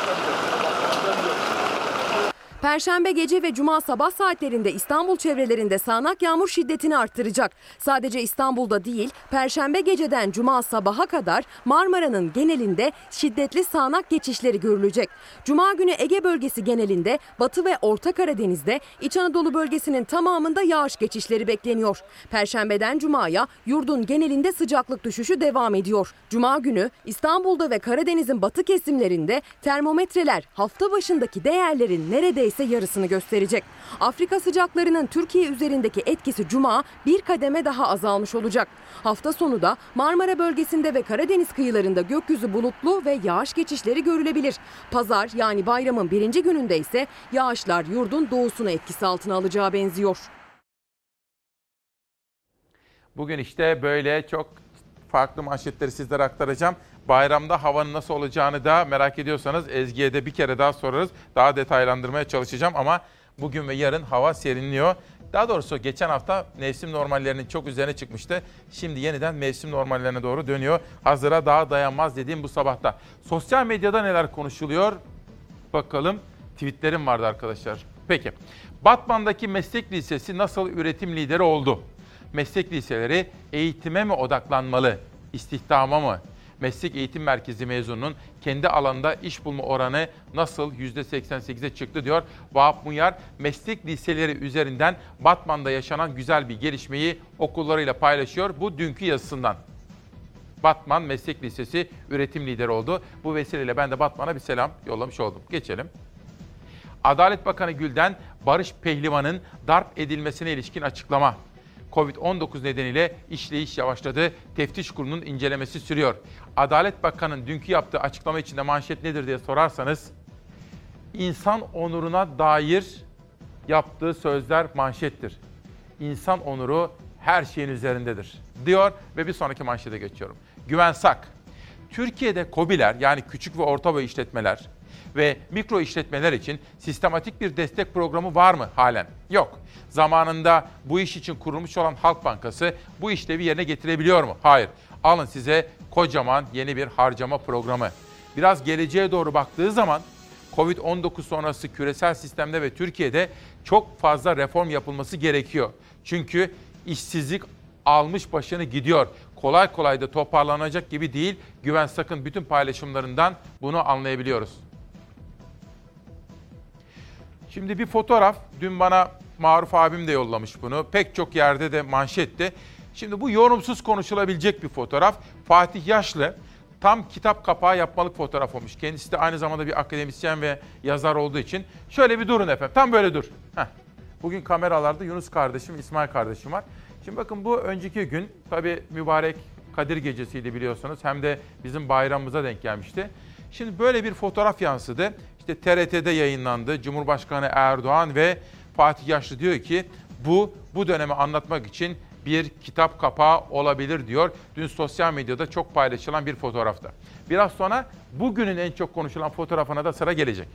Perşembe gece ve cuma sabah saatlerinde İstanbul çevrelerinde sağanak yağmur şiddetini arttıracak. Sadece İstanbul'da değil, Perşembe geceden cuma sabaha kadar Marmara'nın genelinde şiddetli sağanak geçişleri görülecek. Cuma günü Ege bölgesi genelinde, Batı ve Orta Karadeniz'de, İç Anadolu bölgesinin tamamında yağış geçişleri bekleniyor. Perşembeden cumaya yurdun genelinde sıcaklık düşüşü devam ediyor. Cuma günü İstanbul'da ve Karadeniz'in batı kesimlerinde termometreler hafta başındaki değerlerin neredeyse ise yarısını gösterecek. Afrika sıcaklarının Türkiye üzerindeki etkisi cuma bir kademe daha azalmış olacak. Hafta sonu da Marmara bölgesinde ve Karadeniz kıyılarında gökyüzü bulutlu ve yağış geçişleri görülebilir. Pazar yani bayramın birinci gününde ise yağışlar yurdun doğusunu etkisi altına alacağı benziyor. Bugün işte böyle çok farklı manşetleri sizlere aktaracağım. Bayramda havanın nasıl olacağını da merak ediyorsanız Ezgi'ye de bir kere daha sorarız. Daha detaylandırmaya çalışacağım ama bugün ve yarın hava serinliyor. Daha doğrusu geçen hafta mevsim normallerinin çok üzerine çıkmıştı. Şimdi yeniden mevsim normallerine doğru dönüyor. Hazıra daha dayanmaz dediğim bu sabahta. Sosyal medyada neler konuşuluyor? Bakalım, tweetlerim vardı arkadaşlar. Peki, Batman'daki meslek lisesi nasıl üretim lideri oldu? Meslek liseleri eğitime mi odaklanmalı, istihdama mı? Meslek Eğitim Merkezi mezununun kendi alanında iş bulma oranı nasıl yüzde seksen sekize çıktı diyor. Vahap Munyar, meslek liseleri üzerinden Batman'da yaşanan güzel bir gelişmeyi okullarıyla paylaşıyor. Bu dünkü yazısından. Batman Meslek Lisesi üretim lideri oldu. Bu vesileyle ben de Batman'a bir selam yollamış oldum. Geçelim. Adalet Bakanı Gül'den Barış Pehlivan'ın darp edilmesine ilişkin açıklama. kovid on dokuz nedeniyle işleyiş yavaşladı. Teftiş Kurulu'nun incelemesi sürüyor. Adalet Bakanı'nın dünkü yaptığı açıklama içinde manşet nedir diye sorarsanız, insan onuruna dair yaptığı sözler manşettir. İnsan onuru her şeyin üzerindedir diyor ve bir sonraki manşete geçiyorum. Güven Sak, Türkiye'de KOBİ'ler yani küçük ve orta boy işletmeler ve mikro işletmeler için sistematik bir destek programı var mı halen? Yok. Zamanında bu iş için kurulmuş olan Halk Bankası bu işlevi yerine getirebiliyor mu? Hayır. Alın size kocaman yeni bir harcama programı. Biraz geleceğe doğru baktığı zaman kovid on dokuz sonrası küresel sistemde ve Türkiye'de çok fazla reform yapılması gerekiyor. Çünkü işsizlik almış başını gidiyor. Kolay kolay da toparlanacak gibi değil. Güven Sak'ın bütün paylaşımlarından bunu anlayabiliyoruz. Şimdi bir fotoğraf, dün bana Maruf abim de yollamış bunu. Pek çok yerde de manşetti. Şimdi bu yorumsuz konuşulabilecek bir fotoğraf. Fatih Yaşlı tam kitap kapağı yapmalık fotoğraf olmuş. Kendisi de aynı zamanda bir akademisyen ve yazar olduğu için. Şöyle bir durun efendim, tam böyle dur. Heh. Bugün kameralarda Yunus kardeşim, İsmail kardeşim var. Şimdi bakın bu önceki gün tabii mübarek Kadir Gecesi'ydi biliyorsunuz. Hem de bizim bayramımıza denk gelmişti. Şimdi böyle bir fotoğraf yansıdı. İşte T R T'de yayınlandı. Cumhurbaşkanı Erdoğan ve Fatih Yaşlı diyor ki bu bu dönemi anlatmak için bir kitap kapağı olabilir diyor. Dün sosyal medyada çok paylaşılan bir fotoğrafta. Biraz sonra bugünün en çok konuşulan fotoğrafına da sıra gelecek.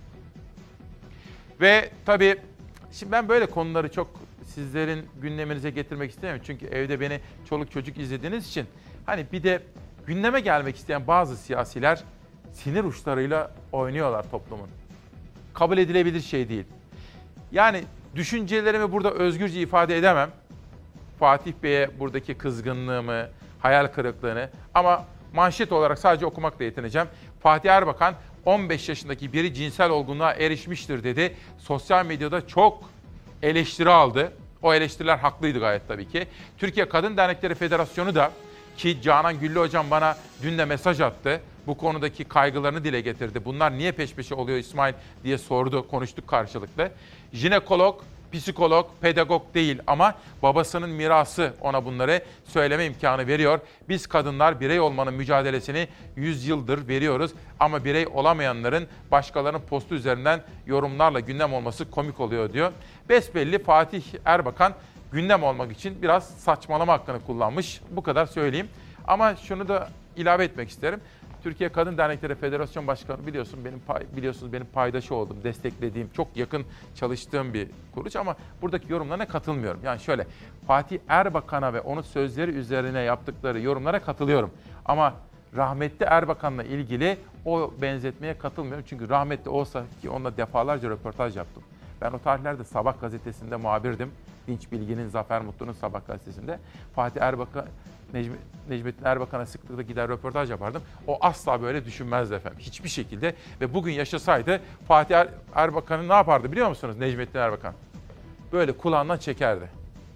Ve tabii şimdi ben böyle konuları çok sizlerin gündeminize getirmek istemiyorum. Çünkü evde beni çoluk çocuk izlediğiniz için hani bir de gündeme gelmek isteyen bazı siyasiler sinir uçlarıyla oynuyorlar toplumun. Kabul edilebilir şey değil. Yani düşüncelerimi burada özgürce ifade edemem. Fatih Bey'e buradaki kızgınlığımı, hayal kırıklığını ama manşet olarak sadece okumakla yetineceğim. Fatih Erbakan on beş yaşındaki biri cinsel olgunluğa erişmiştir dedi. Sosyal medyada çok eleştiri aldı. O eleştiriler haklıydı gayet tabii ki. Türkiye Kadın Dernekleri Federasyonu da ki Canan Güllü hocam bana dün de mesaj attı. Bu konudaki kaygılarını dile getirdi. Bunlar niye peş peşe oluyor İsmail diye sordu, konuştuk karşılıklı. Jinekolog, psikolog, pedagog değil ama babasının mirası ona bunları söyleme imkanı veriyor. Biz kadınlar birey olmanın mücadelesini yüz yıldır veriyoruz. Ama birey olamayanların başkalarının postu üzerinden yorumlarla gündem olması komik oluyor diyor. Besbelli Fatih Erbakan gündem olmak için biraz saçmalama hakkını kullanmış. Bu kadar söyleyeyim. Ama şunu da ilave etmek isterim. Türkiye Kadın Dernekleri Federasyon Başkanı biliyorsun benim biliyorsunuz benim paydaşı oldum, desteklediğim, çok yakın çalıştığım bir kuruluş ama buradaki yorumlarına katılmıyorum. Yani şöyle Fatih Erbakan'a ve onun sözleri üzerine yaptıkları yorumlara katılıyorum. Ama rahmetli Erbakan'la ilgili o benzetmeye katılmıyorum. Çünkü rahmetli olsa ki onunla defalarca röportaj yaptım. Ben o tarihlerde Sabah gazetesinde muhabirdim. Dinç Bilgin'in, Zafer Mutlu'nun Sabah gazetesinde. Fatih Erbakan, Necmi, Necmettin Erbakan'a sıklıkla gider röportaj yapardım. O asla böyle düşünmezdi efendim. Hiçbir şekilde. Ve bugün yaşasaydı Fatih er, Erbakan'ı ne yapardı biliyor musunuz Necmettin Erbakan? Böyle kulağından çekerdi.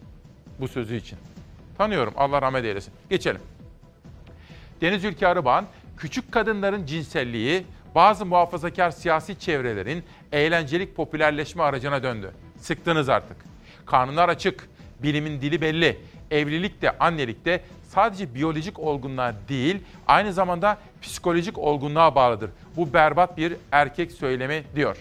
Bu sözü için. Tanıyorum. Allah rahmet eylesin. Geçelim. Deniz Ülke Arıbağan, küçük kadınların cinselliği bazı muhafazakar siyasi çevrelerin eğlencelik popülerleşme aracına döndü. Sıktınız artık. Kanunlar açık, bilimin dili belli. Evlilik de annelik de sadece biyolojik olgunluğa değil, aynı zamanda psikolojik olgunluğa bağlıdır. Bu berbat bir erkek söylemi diyor.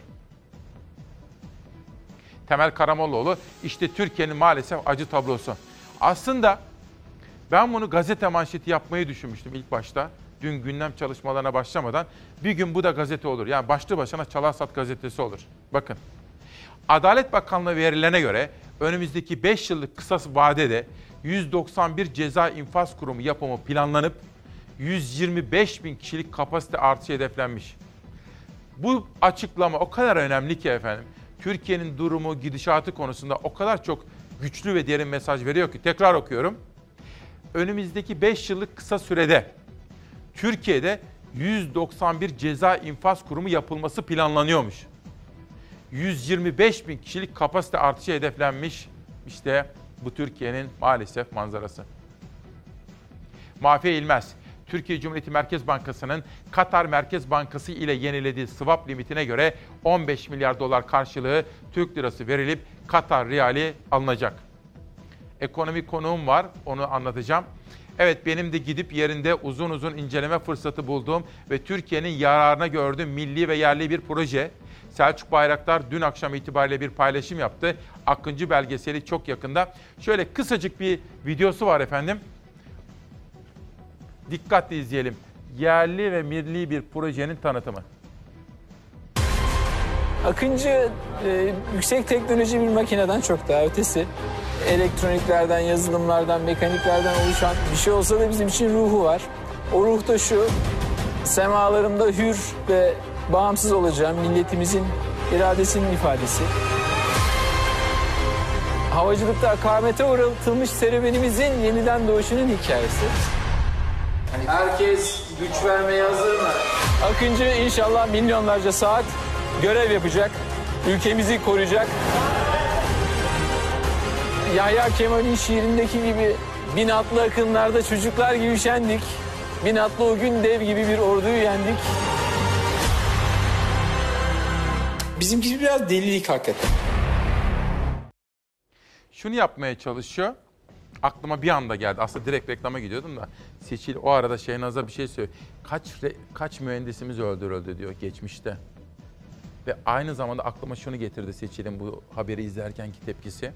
Temel Karamollaoğlu, işte Türkiye'nin maalesef acı tablosu. Aslında ben bunu gazete manşeti yapmayı düşünmüştüm ilk başta. Dün gündem çalışmalarına başlamadan bir gün bu da gazete olur. Yani başlı başına Çalarsat gazetesi olur. Bakın, Adalet Bakanlığı verilerine göre önümüzdeki beş yıllık kısa vadede yüz doksan bir ceza infaz kurumu yapımı planlanıp yüz yirmi beş bin kişilik kapasite artışı hedeflenmiş. Bu açıklama o kadar önemli ki efendim. Türkiye'nin durumu, gidişatı konusunda o kadar çok güçlü ve derin mesaj veriyor ki tekrar okuyorum. Önümüzdeki beş yıllık kısa sürede Türkiye'de yüz doksan bir ceza infaz kurumu yapılması planlanıyormuş. yüz yirmi beş bin kişilik kapasite artışı hedeflenmiş. İşte bu Türkiye'nin maalesef manzarası. Mahfiye İlmez, Türkiye Cumhuriyeti Merkez Bankası'nın Katar Merkez Bankası ile yenilediği swap limitine göre on beş milyar dolar karşılığı Türk lirası verilip Katar riyali alınacak. Ekonomik konuğum var, onu anlatacağım. Evet, benim de gidip yerinde uzun uzun inceleme fırsatı bulduğum ve Türkiye'nin yararına gördüğüm milli ve yerli bir proje. Selçuk Bayraktar dün akşam itibariyle bir paylaşım yaptı. Akıncı belgeseli çok yakında. Şöyle kısacık bir videosu var efendim. Dikkatle izleyelim. Yerli ve milli bir projenin tanıtımı. Akıncı e, yüksek teknoloji bir makineden çok daha ötesi. Elektroniklerden, yazılımlardan, mekaniklerden oluşan bir şey olsa da bizim için ruhu var. O ruh da şu, semalarımda hür ve bağımsız olacağım milletimizin iradesinin ifadesi. Havacılıkta akamete uğratılmış serüvenimizin yeniden doğuşunun hikayesi. Herkes güç vermeye hazır mı? Akıncı inşallah milyonlarca saat görev yapacak, ülkemizi koruyacak. Yahya Kemal'in şiirindeki gibi bin atlı akınlarda çocuklar gibi şendik. Bin atlı o gün dev gibi bir orduyu yendik. Bizimki biraz delilik hakikaten. Şunu yapmaya çalışıyor. Aklıma bir anda geldi. Aslında direkt reklama gidiyordum da. Seçil o arada Şehnaz'a bir şey söylüyor. Kaç kaç mühendisimiz öldürüldü diyor geçmişte. Ve aynı zamanda aklıma şunu getirdi Seçil'in bu haberi izlerkenki tepkisi.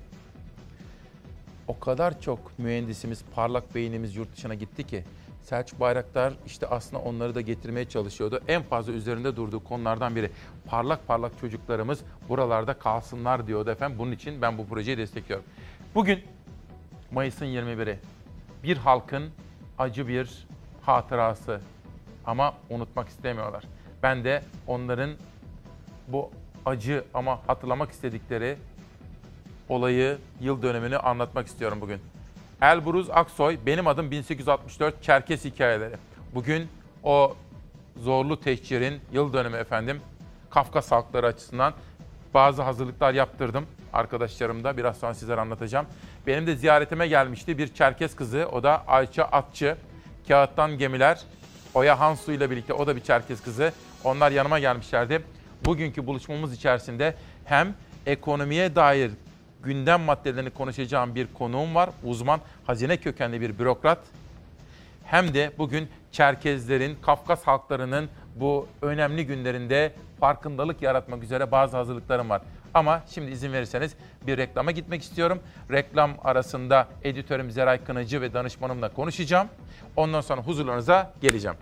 O kadar çok mühendisimiz, parlak beynimiz yurt dışına gitti ki Selçuk Bayraktar işte aslında onları da getirmeye çalışıyordu. En fazla üzerinde durduğu konulardan biri. Parlak parlak çocuklarımız buralarda kalsınlar diyordu efendim. Bunun için ben bu projeyi destekliyorum. Bugün Mayıs'ın yirmi biri. Bir halkın acı bir hatırası ama unutmak istemiyorlar. Ben de onların bu acı ama hatırlamak istedikleri olayı, yıl dönümünü anlatmak istiyorum bugün. Elbruz Aksoy, benim adım bin sekiz yüz altmış dört Çerkes hikayeleri. Bugün o zorlu tehcirin yıl dönümü efendim. Kafkas halkları açısından bazı hazırlıklar yaptırdım arkadaşlarımda. Biraz sonra sizlere anlatacağım. Benim de ziyaretime gelmişti bir Çerkes kızı. O da Ayça Atçı. Kağıttan Gemiler. Oya Hansu ile birlikte o da bir Çerkes kızı. Onlar yanıma gelmişlerdi. Bugünkü buluşmamız içerisinde hem ekonomiye dair gündem maddelerini konuşacağım bir konuğum var. Uzman, hazine kökenli bir bürokrat. Hem de bugün Çerkezlerin, Kafkas halklarının bu önemli günlerinde farkındalık yaratmak üzere bazı hazırlıklarım var. Ama şimdi izin verirseniz bir reklama gitmek istiyorum. Reklam arasında editörüm Zeray Kınıcı ve danışmanımla konuşacağım. Ondan sonra huzurlarınıza geleceğim.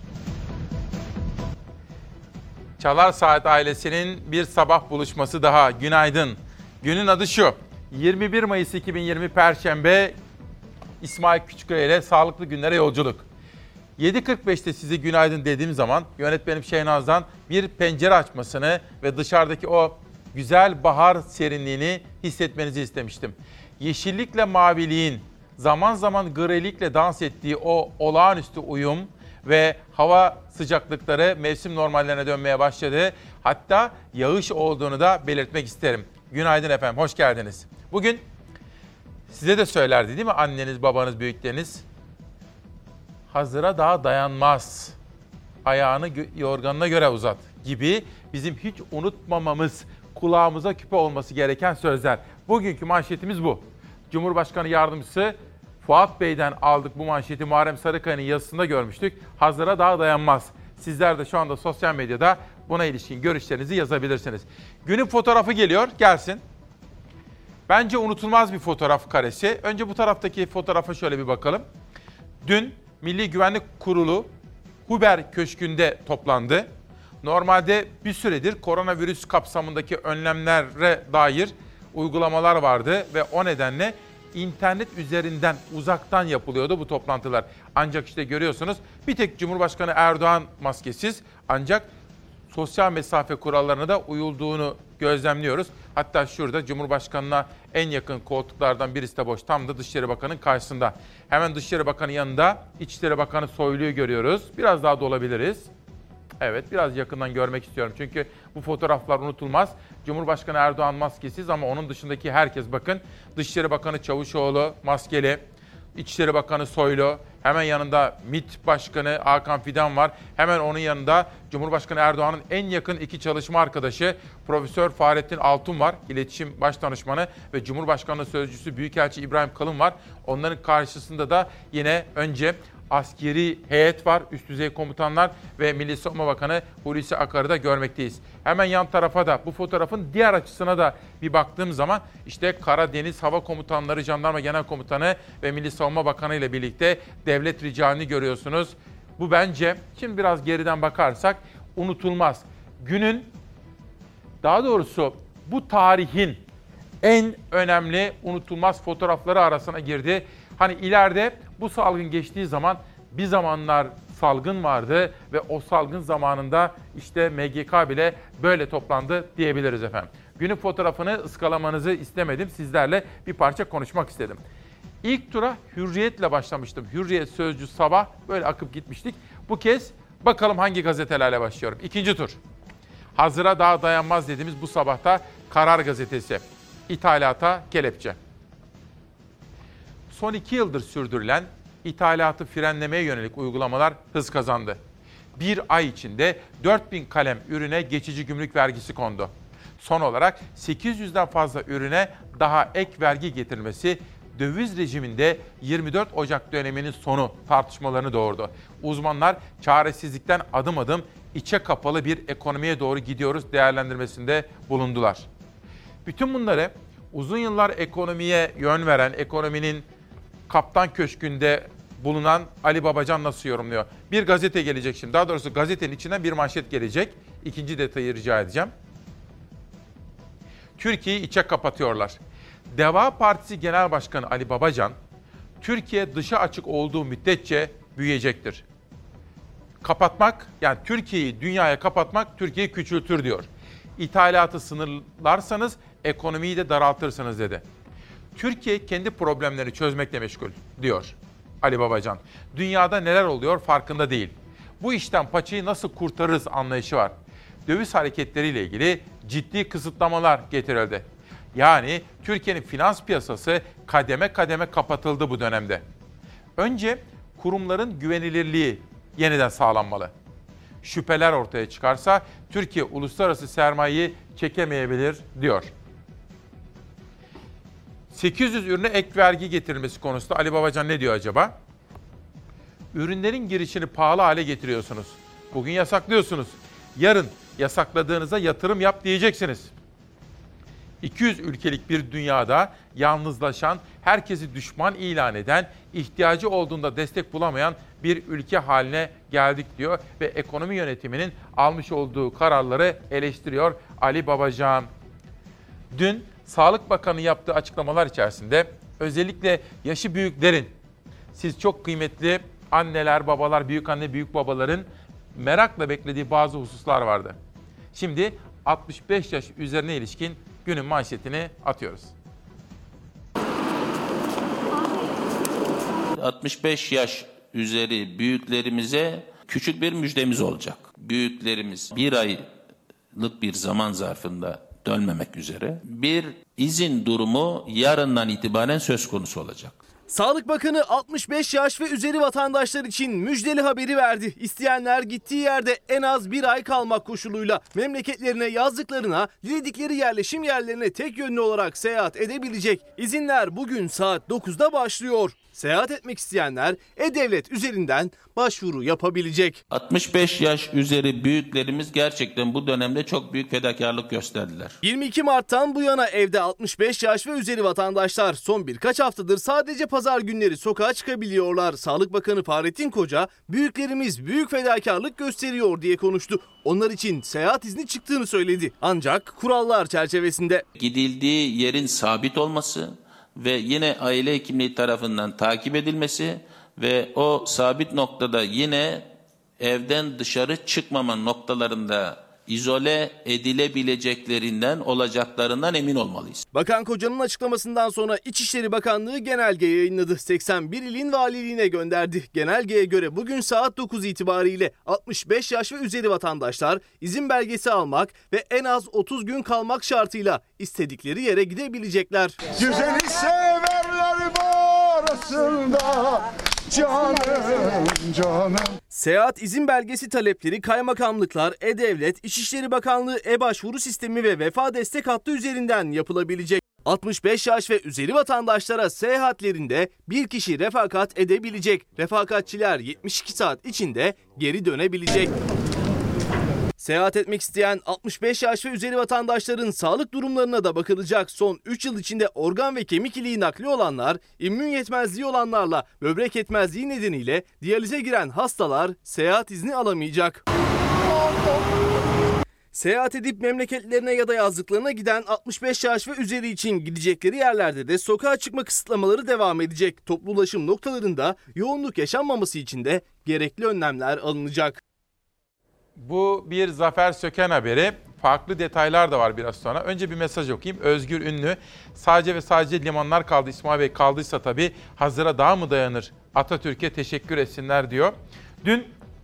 Çalar Saat ailesinin bir sabah buluşması daha. Günaydın. Günün adı şu. yirmi bir Mayıs iki bin yirmi Perşembe, İsmail Küçükkaya ile Sağlıklı Günlere Yolculuk. yedi kırk beşte size günaydın dediğim zaman yönetmenim Şehnaz'dan bir pencere açmasını ve dışarıdaki o güzel bahar serinliğini hissetmenizi istemiştim. Yeşillikle maviliğin zaman zaman grilikle dans ettiği o olağanüstü uyum ve hava sıcaklıkları mevsim normallerine dönmeye başladı. Hatta yağış olduğunu da belirtmek isterim. Günaydın efendim, hoş geldiniz. Bugün size de söylerdi değil mi anneniz, babanız, büyükleriniz? Hazıra daha dayanmaz, ayağını yorganına göre uzat gibi bizim hiç unutmamamız, kulağımıza küpe olması gereken sözler. Bugünkü manşetimiz bu. Cumhurbaşkanı Yardımcısı Fuat Bey'den aldık bu manşeti, Muharrem Sarıkaya'nın yazısında görmüştük. Hazıra daha dayanmaz. Sizler de şu anda sosyal medyada buna ilişkin görüşlerinizi yazabilirsiniz. Günün fotoğrafı geliyor, gelsin. Bence unutulmaz bir fotoğraf karesi. Önce bu taraftaki fotoğrafa şöyle bir bakalım. Dün Milli Güvenlik Kurulu Huber Köşkü'nde toplandı. Normalde bir süredir koronavirüs kapsamındaki önlemlere dair uygulamalar vardı ve o nedenle internet üzerinden uzaktan yapılıyordu bu toplantılar. Ancak işte görüyorsunuz bir tek Cumhurbaşkanı Erdoğan maskesiz, ancak sosyal mesafe kurallarına da uyulduğunu gözlemliyoruz. Hatta şurada Cumhurbaşkanı'na en yakın koltuklardan birisi de boş. Tam da Dışişleri Bakanı'nın karşısında. Hemen Dışişleri Bakanı yanında İçişleri Bakanı Soylu'yu görüyoruz. Biraz daha dolabiliriz. Evet, biraz yakından görmek istiyorum. Çünkü bu fotoğraflar unutulmaz. Cumhurbaşkanı Erdoğan maskesiz ama onun dışındaki herkes bakın. Dışişleri Bakanı Çavuşoğlu maskeli. İçişleri Bakanı Soylu, hemen yanında MİT Başkanı Hakan Fidan var. Hemen onun yanında Cumhurbaşkanı Erdoğan'ın en yakın iki çalışma arkadaşı Profesör Fahrettin Altun var. İletişim Başdanışmanı ve Cumhurbaşkanlığı Sözcüsü Büyükelçi İbrahim Kalın var. Onların karşısında da yine önce askeri heyet var, üst düzey komutanlar ve Milli Savunma Bakanı Hulusi Akar'ı da görmekteyiz. Hemen yan tarafa da bu fotoğrafın diğer açısına da bir baktığım zaman işte Karadeniz Hava Komutanları, Jandarma Genel Komutanı ve Milli Savunma Bakanı ile birlikte devlet ricalini görüyorsunuz. Bu bence şimdi biraz geriden bakarsak unutulmaz. Günün, daha doğrusu bu tarihin en önemli unutulmaz fotoğrafları arasına girdi. Hani ileride bu salgın geçtiği zaman bir zamanlar salgın vardı ve o salgın zamanında işte M G K bile böyle toplandı diyebiliriz efendim. Günün fotoğrafını ıskalamanızı istemedim. Sizlerle bir parça konuşmak istedim. İlk tura Hürriyet'le başlamıştım. Hürriyet, Sözcü, Sabah böyle akıp gitmiştik. Bu kez bakalım hangi gazetelerle başlıyorum. İkinci tur. Hazıra daha dayanmaz dediğimiz bu sabahta Karar Gazetesi. İthalata kelepçe. Son iki yıldır sürdürülen ithalatı frenlemeye yönelik uygulamalar hız kazandı. Bir ay içinde dört bin kalem ürüne geçici gümrük vergisi kondu. Son olarak sekiz yüzden fazla ürüne daha ek vergi getirilmesi döviz rejiminde yirmi dört Ocak döneminin sonu tartışmalarını doğurdu. Uzmanlar çaresizlikten adım adım içe kapalı bir ekonomiye doğru gidiyoruz değerlendirmesinde bulundular. Bütün bunları uzun yıllar ekonomiye yön veren, ekonominin Kaptan Köşkü'nde bulunan Ali Babacan nasıl yorumluyor? Bir gazete gelecek şimdi. Daha doğrusu gazetenin içinden bir manşet gelecek. İkinci detayı rica edeceğim. Türkiye'yi içe kapatıyorlar. Deva Partisi Genel Başkanı Ali Babacan, Türkiye dışa açık olduğu müddetçe büyüyecektir. Kapatmak, yani Türkiye'yi dünyaya kapatmak Türkiye'yi küçültür diyor. İthalatı sınırlarsanız ekonomiyi de daraltırsınız dedi. Türkiye kendi problemlerini çözmekle meşgul diyor Ali Babacan. Dünyada neler oluyor farkında değil. Bu işten paçayı nasıl kurtarırız anlayışı var. Döviz hareketleriyle ilgili ciddi kısıtlamalar getirildi. Yani Türkiye'nin finans piyasası kademe kademe kapatıldı bu dönemde. Önce kurumların güvenilirliği yeniden sağlanmalı. Şüpheler ortaya çıkarsa Türkiye uluslararası sermayeyi çekemeyebilir diyor. sekiz yüz ürüne ek vergi getirilmesi konusunda Ali Babacan ne diyor acaba? Ürünlerin girişini pahalı hale getiriyorsunuz. Bugün yasaklıyorsunuz. Yarın yasakladığınıza yatırım yap diyeceksiniz. iki yüz ülkelik bir dünyada yalnızlaşan, herkesi düşman ilan eden, ihtiyacı olduğunda destek bulamayan bir ülke haline geldik diyor ve ekonomi yönetiminin almış olduğu kararları eleştiriyor Ali Babacan. Dün Sağlık Bakanı yaptığı açıklamalar içerisinde özellikle yaşı büyüklerin, siz çok kıymetli anneler, babalar, büyükanne, büyük babaların merakla beklediği bazı hususlar vardı. Şimdi altmış beş yaş üzerine ilişkin günün manşetini atıyoruz. altmış beş yaş üzeri büyüklerimize küçük bir müjdemiz olacak. Büyüklerimiz bir aylık bir zaman zarfında dönmemek üzere bir izin durumu yarından itibaren söz konusu olacak. Sağlık Bakanı altmış beş yaş ve üzeri vatandaşlar için müjdeli haberi verdi. İsteyenler gittiği yerde en az bir ay kalmak koşuluyla memleketlerine, yazlıklarına, diledikleri yerleşim yerlerine tek yönlü olarak seyahat edebilecek. İzinler bugün saat dokuzda başlıyor. Seyahat etmek isteyenler E-Devlet üzerinden başvuru yapabilecek. altmış beş yaş üzeri büyüklerimiz gerçekten bu dönemde çok büyük fedakarlık gösterdiler. yirmi iki Mart'tan bu yana evde altmış beş yaş ve üzeri vatandaşlar son birkaç haftadır sadece pazar günleri sokağa çıkabiliyorlar. Sağlık Bakanı Fahrettin Koca, büyüklerimiz büyük fedakarlık gösteriyor diye konuştu. Onlar için seyahat izni çıktığını söyledi. Ancak kurallar çerçevesinde. Gidildiği yerin sabit olması ve yine aile hekimliği tarafından takip edilmesi ve o sabit noktada yine evden dışarı çıkmama noktalarında izole edilebileceklerinden, olacaklarından emin olmalıyız. Bakan Koca'nın açıklamasından sonra İçişleri Bakanlığı genelge yayınladı. seksen bir ilin valiliğine gönderdi. Genelgeye göre bugün saat dokuz itibariyle altmış beş yaş ve üzeri vatandaşlar izin belgesi almak ve en az otuz gün kalmak şartıyla istedikleri yere gidebilecekler. Güzeli severler arasında canım canım. Seyahat izin belgesi talepleri kaymakamlıklar, E-Devlet, İçişleri Bakanlığı e-başvuru sistemi ve Vefa destek hattı üzerinden yapılabilecek. altmış beş yaş ve üzeri vatandaşlara seyahatlerinde bir kişi refakat edebilecek. Refakatçiler yetmiş iki saat içinde geri dönebilecek. Seyahat etmek isteyen altmış beş yaş ve üzeri vatandaşların sağlık durumlarına da bakılacak. Son üç yıl içinde organ ve kemik iliği nakli olanlar, immün yetmezliği olanlarla böbrek yetmezliği nedeniyle diyalize giren hastalar seyahat izni alamayacak. Seyahat edip memleketlerine ya da yazlıklarına giden altmış beş yaş ve üzeri için gidecekleri yerlerde de sokağa çıkma kısıtlamaları devam edecek. Toplu ulaşım noktalarında yoğunluk yaşanmaması için de gerekli önlemler alınacak. Bu bir Zafer Söken haberi. Farklı detaylar da var biraz sonra. Önce bir mesaj okuyayım. Özgür Ünlü, sadece ve sadece limanlar kaldı. İsmail Bey, kaldıysa tabii hazıra daha mı dayanır? Atatürk'e teşekkür etsinler diyor. Dün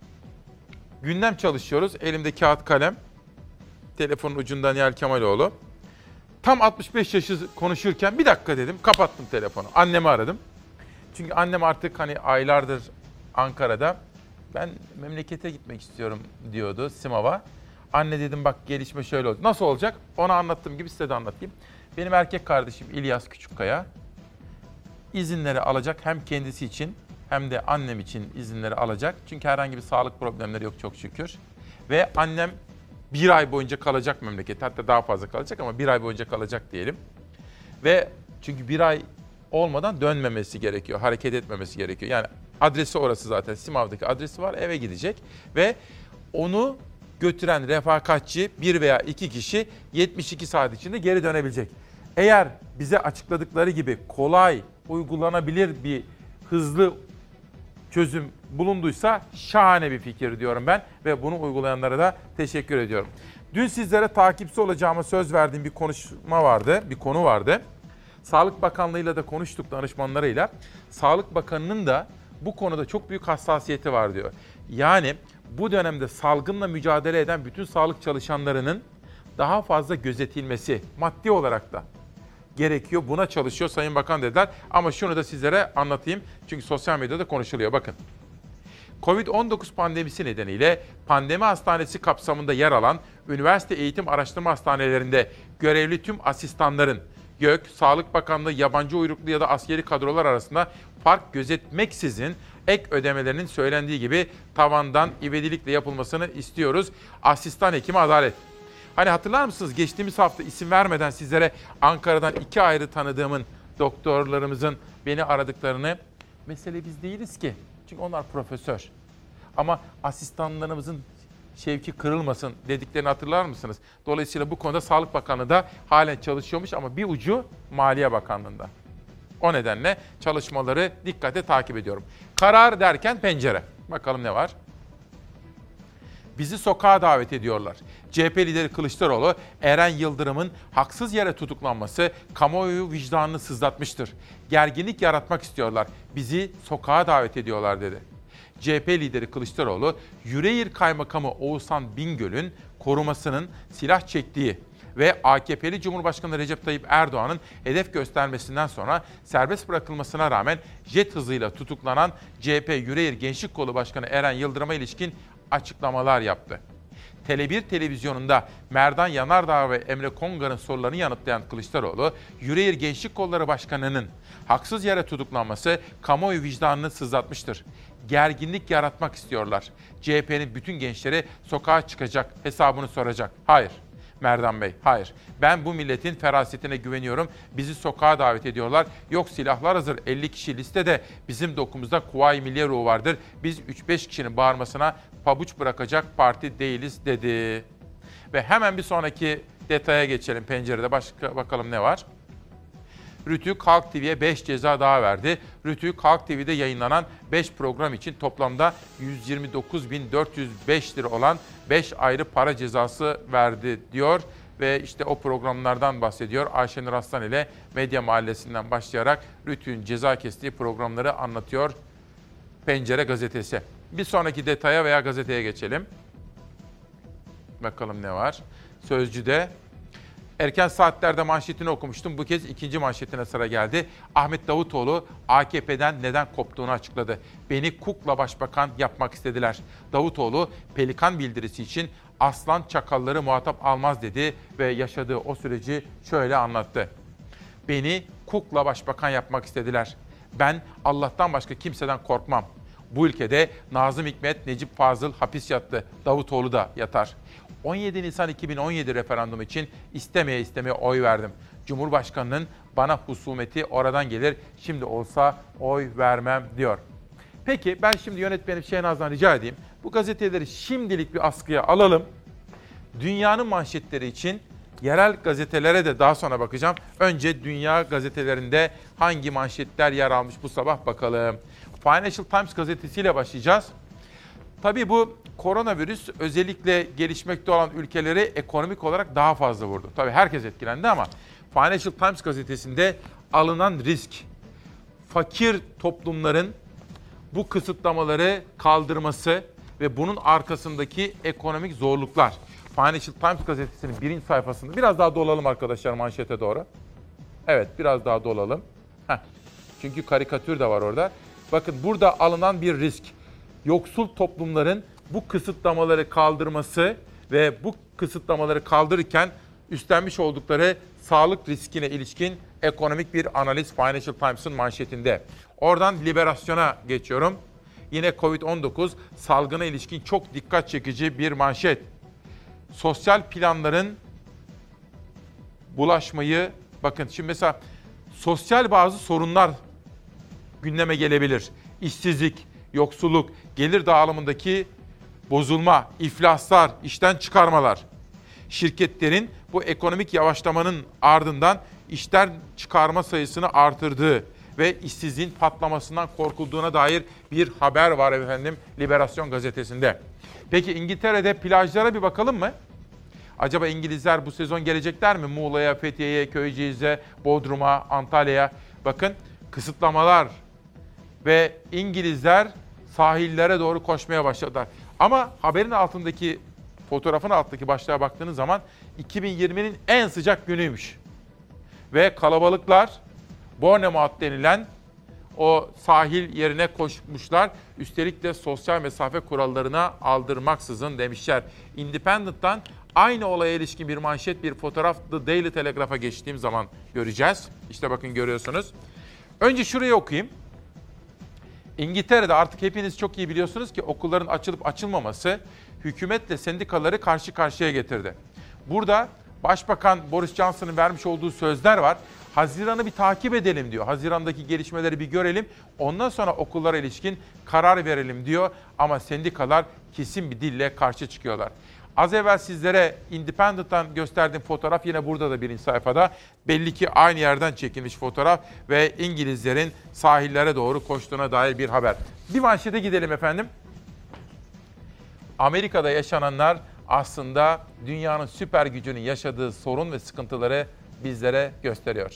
gündem çalışıyoruz. Elimde kağıt kalem. Telefonun ucunda Nihal Kemaloğlu. Tam altmış beş yaşı konuşurken bir dakika dedim. Kapattım telefonu. Annemi aradım. Çünkü annem artık hani aylardır Ankara'da. Ben memlekete gitmek istiyorum diyordu Simav'a. Anne dedim bak gelişme şöyle oldu. Nasıl olacak? Ona anlattığım gibi size de anlatayım. Benim erkek kardeşim İlyas Küçükkaya izinleri alacak. Hem kendisi için hem de annem için izinleri alacak. Çünkü herhangi bir sağlık problemleri yok çok şükür. Ve annem bir ay boyunca kalacak memlekette. Hatta daha fazla kalacak ama bir ay boyunca kalacak diyelim. Ve çünkü bir ay olmadan dönmemesi gerekiyor. Hareket etmemesi gerekiyor. Yani adresi orası zaten. Simav'daki adresi var. Eve gidecek. Ve onu götüren refakatçi bir veya iki kişi yetmiş iki saat içinde geri dönebilecek. Eğer bize açıkladıkları gibi kolay, uygulanabilir bir hızlı çözüm bulunduysa şahane bir fikir diyorum ben ve bunu uygulayanlara da teşekkür ediyorum. Dün sizlere takipçi olacağıma söz verdiğim bir konuşma vardı, bir konu vardı. Sağlık Bakanlığı'yla da konuştuk danışmanlarıyla. Sağlık Bakanı'nın da bu konuda çok büyük hassasiyeti var diyor. Yani bu dönemde salgınla mücadele eden bütün sağlık çalışanlarının daha fazla gözetilmesi, maddi olarak da gerekiyor. Buna çalışıyor Sayın Bakan dediler. Ama şunu da sizlere anlatayım. Çünkü sosyal medyada konuşuluyor. Bakın. kovid on dokuz pandemisi nedeniyle pandemi hastanesi kapsamında yer alan üniversite eğitim araştırma hastanelerinde görevli tüm asistanların GÖK, Sağlık Bakanlığı, yabancı uyruklu ya da askeri kadrolar arasında fark gözetmeksizin ek ödemelerinin söylendiği gibi tavandan ivedilikle yapılmasını istiyoruz. Asistan hekimi adalet. Hani hatırlar mısınız? Geçtiğimiz hafta isim vermeden sizlere Ankara'dan iki ayrı tanıdığımın, doktorlarımızın beni aradıklarını, mesele biz değiliz ki. Çünkü onlar profesör. Ama asistanlarımızın şevki kırılmasın dediklerini hatırlar mısınız? Dolayısıyla bu konuda Sağlık Bakanlığı da halen çalışıyormuş ama bir ucu Maliye Bakanlığı'nda. O nedenle çalışmaları dikkate takip ediyorum. Karar derken pencere. Bakalım ne var? Bizi sokağa davet ediyorlar. C H P lideri Kılıçdaroğlu, Eren Yıldırım'ın haksız yere tutuklanması kamuoyu vicdanını sızlatmıştır. Gerginlik yaratmak istiyorlar. Bizi sokağa davet ediyorlar dedi. C H P lideri Kılıçdaroğlu, Yüreğir Kaymakamı Oğuzhan Bingöl'ün korumasının silah çektiği ve A K P'li Cumhurbaşkanı Recep Tayyip Erdoğan'ın hedef göstermesinden sonra serbest bırakılmasına rağmen jet hızıyla tutuklanan C H P Yüreğir Gençlik Kolu Başkanı Eren Yıldırım'a ilişkin açıklamalar yaptı. Tele bir televizyonunda Merdan Yanardağ ve Emre Kongar'ın sorularını yanıtlayan Kılıçdaroğlu, Yüreğir Gençlik Kolları Başkanı'nın haksız yere tutuklanması kamuoyu vicdanını sızlatmıştır. Gerginlik yaratmak istiyorlar. C H P'nin bütün gençleri sokağa çıkacak, hesabını soracak. Hayır. Merdan Bey, hayır. Ben bu milletin ferasetine güveniyorum. Bizi sokağa davet ediyorlar. Yok silahlar hazır, elli kişi listede. Bizim dokumuzda Kuvayi Milliye ruhu vardır. Biz üç beş kişinin bağırmasına pabuç bırakacak parti değiliz dedi. Ve hemen bir sonraki detaya geçelim pencerede. Başka bakalım ne var? Rütük Halk T V'ye beş ceza daha verdi. Rütük Halk T V'de yayınlanan beş program için toplamda yüz yirmi dokuz bin dört yüz beş lira olan beş ayrı para cezası verdi diyor. Ve işte o programlardan bahsediyor. Ayşenur Aslan ile Medya Mahallesi'nden başlayarak Rütük'ün ceza kestiği programları anlatıyor Pencere gazetesi. Bir sonraki detaya veya gazeteye geçelim. Bakalım ne var. Sözcü'de erken saatlerde manşetini okumuştum. Bu kez ikinci manşetine sıra geldi. Ahmet Davutoğlu A K P'den neden koptuğunu açıkladı. Beni kukla başbakan yapmak istediler. Davutoğlu Pelikan bildirisi için aslan çakalları muhatap almaz dedi ve yaşadığı o süreci şöyle anlattı. Beni kukla başbakan yapmak istediler. Ben Allah'tan başka kimseden korkmam. Bu ülkede Nazım Hikmet, Necip Fazıl hapis yattı. Davutoğlu da yatar. on yedi Nisan iki bin on yedi referandum için istemeye istemeye oy verdim. Cumhurbaşkanının bana husumeti oradan gelir. Şimdi olsa oy vermem diyor. Peki ben şimdi yönetmenim Şehnaz'dan rica edeyim. Bu gazeteleri şimdilik bir askıya alalım. Dünyanın manşetleri için yerel gazetelere de daha sonra bakacağım. Önce dünya gazetelerinde hangi manşetler yer almış bu sabah bakalım. Financial Times gazetesiyle başlayacağız. Tabii bu koronavirüs özellikle gelişmekte olan ülkeleri ekonomik olarak daha fazla vurdu. Tabii herkes etkilendi ama Financial Times gazetesinde alınan risk, fakir toplumların bu kısıtlamaları kaldırması ve bunun arkasındaki ekonomik zorluklar. Financial Times gazetesinin birinci sayfasında biraz daha dolalım arkadaşlar manşete doğru. Evet biraz daha dolalım. Heh. Çünkü karikatür de var orada. Bakın burada alınan bir risk. Yoksul toplumların bu kısıtlamaları kaldırması ve bu kısıtlamaları kaldırırken üstlenmiş oldukları sağlık riskine ilişkin ekonomik bir analiz Financial Times'ın manşetinde. Oradan Liberasyon'a geçiyorum. Yine kovid on dokuz salgına ilişkin çok dikkat çekici bir manşet. Sosyal planların bulaşmayı, bakın şimdi mesela sosyal bazı sorunlar gündeme gelebilir. İşsizlik, yoksulluk, gelir dağılımındaki bozulma, iflaslar, işten çıkarmalar. Şirketlerin bu ekonomik yavaşlamanın ardından işten çıkarma sayısını artırdığı ve işsizliğin patlamasından korkulduğuna dair bir haber var efendim Liberasyon gazetesinde. Peki İngiltere'de plajlara bir bakalım mı? Acaba İngilizler bu sezon gelecekler mi? Muğla'ya, Fethiye'ye, Köyceğiz'e, Bodrum'a, Antalya'ya. Bakın kısıtlamalar ve İngilizler sahillere doğru koşmaya başladılar. Ama haberin altındaki, fotoğrafın altındaki başlığa baktığınız zaman iki bin yirminin en sıcak günüymüş. Ve kalabalıklar Bournemouth denilen o sahil yerine koşmuşlar. Üstelik de sosyal mesafe kurallarına aldırmaksızın demişler. Independent'tan aynı olaya ilişkin bir manşet, bir fotoğraf The Daily Telegraph'a geçtiğim zaman göreceğiz. İşte bakın görüyorsunuz. Önce şurayı okuyayım. İngiltere'de artık hepiniz çok iyi biliyorsunuz ki okulların açılıp açılmaması hükümetle sendikaları karşı karşıya getirdi. Burada Başbakan Boris Johnson'ın vermiş olduğu sözler var. Haziran'ı bir takip edelim diyor. Haziran'daki gelişmeleri bir görelim. Ondan sonra okullara ilişkin karar verelim diyor. Ama sendikalar kesin bir dille karşı çıkıyorlar. Az evvel sizlere Independent'tan gösterdiğim fotoğraf yine burada da birinci sayfada. Belli ki aynı yerden çekilmiş fotoğraf ve İngilizlerin sahillere doğru koştuğuna dair bir haber. Bir manşete gidelim efendim. Amerika'da yaşananlar aslında dünyanın süper gücünün yaşadığı sorun ve sıkıntıları bizlere gösteriyor.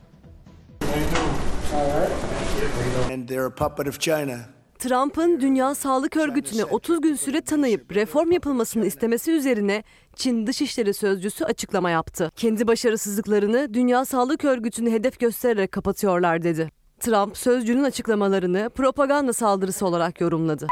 And they're a puppet of China. Trump'ın Dünya Sağlık Örgütü'ne otuz gün süre tanıyıp reform yapılmasını istemesi üzerine Çin Dışişleri Sözcüsü açıklama yaptı. Kendi başarısızlıklarını Dünya Sağlık Örgütü'nü hedef göstererek kapatıyorlar dedi. Trump sözcünün açıklamalarını propaganda saldırısı olarak yorumladı.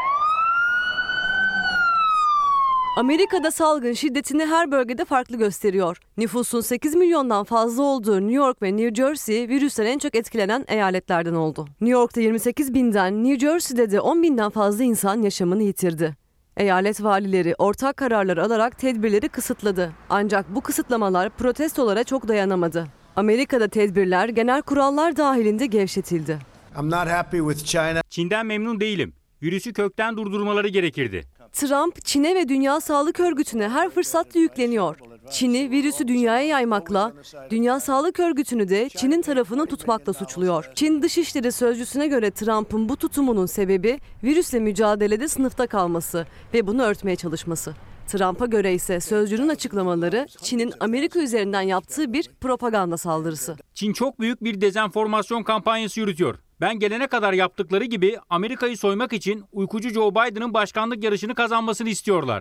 Amerika'da salgın şiddetini her bölgede farklı gösteriyor. Nüfusun sekiz milyondan fazla olduğu New York ve New Jersey virüsten en çok etkilenen eyaletlerden oldu. New York'ta yirmi sekiz binden, New Jersey'de de on binden fazla insan yaşamını yitirdi. Eyalet valileri ortak kararlar alarak tedbirleri kısıtladı. Ancak bu kısıtlamalar protestolara çok dayanamadı. Amerika'da tedbirler genel kurallar dahilinde gevşetildi. I'm not happy with China. Çin'den memnun değilim. Virüsü kökten durdurmaları gerekirdi. Trump, Çin'e ve Dünya Sağlık Örgütü'ne her fırsatta yükleniyor. Çin'i virüsü dünyaya yaymakla, Dünya Sağlık Örgütü'nü de Çin'in tarafını tutmakla suçluyor. Çin Dışişleri Sözcüsü'ne göre Trump'ın bu tutumunun sebebi virüsle mücadelede sınıfta kalması ve bunu örtmeye çalışması. Trump'a göre ise sözcünün açıklamaları Çin'in Amerika üzerinden yaptığı bir propaganda saldırısı. Çin çok büyük bir dezenformasyon kampanyası yürütüyor. Ben gelene kadar yaptıkları gibi Amerika'yı soymak için uykucu Joe Biden'ın başkanlık yarışını kazanmasını istiyorlar.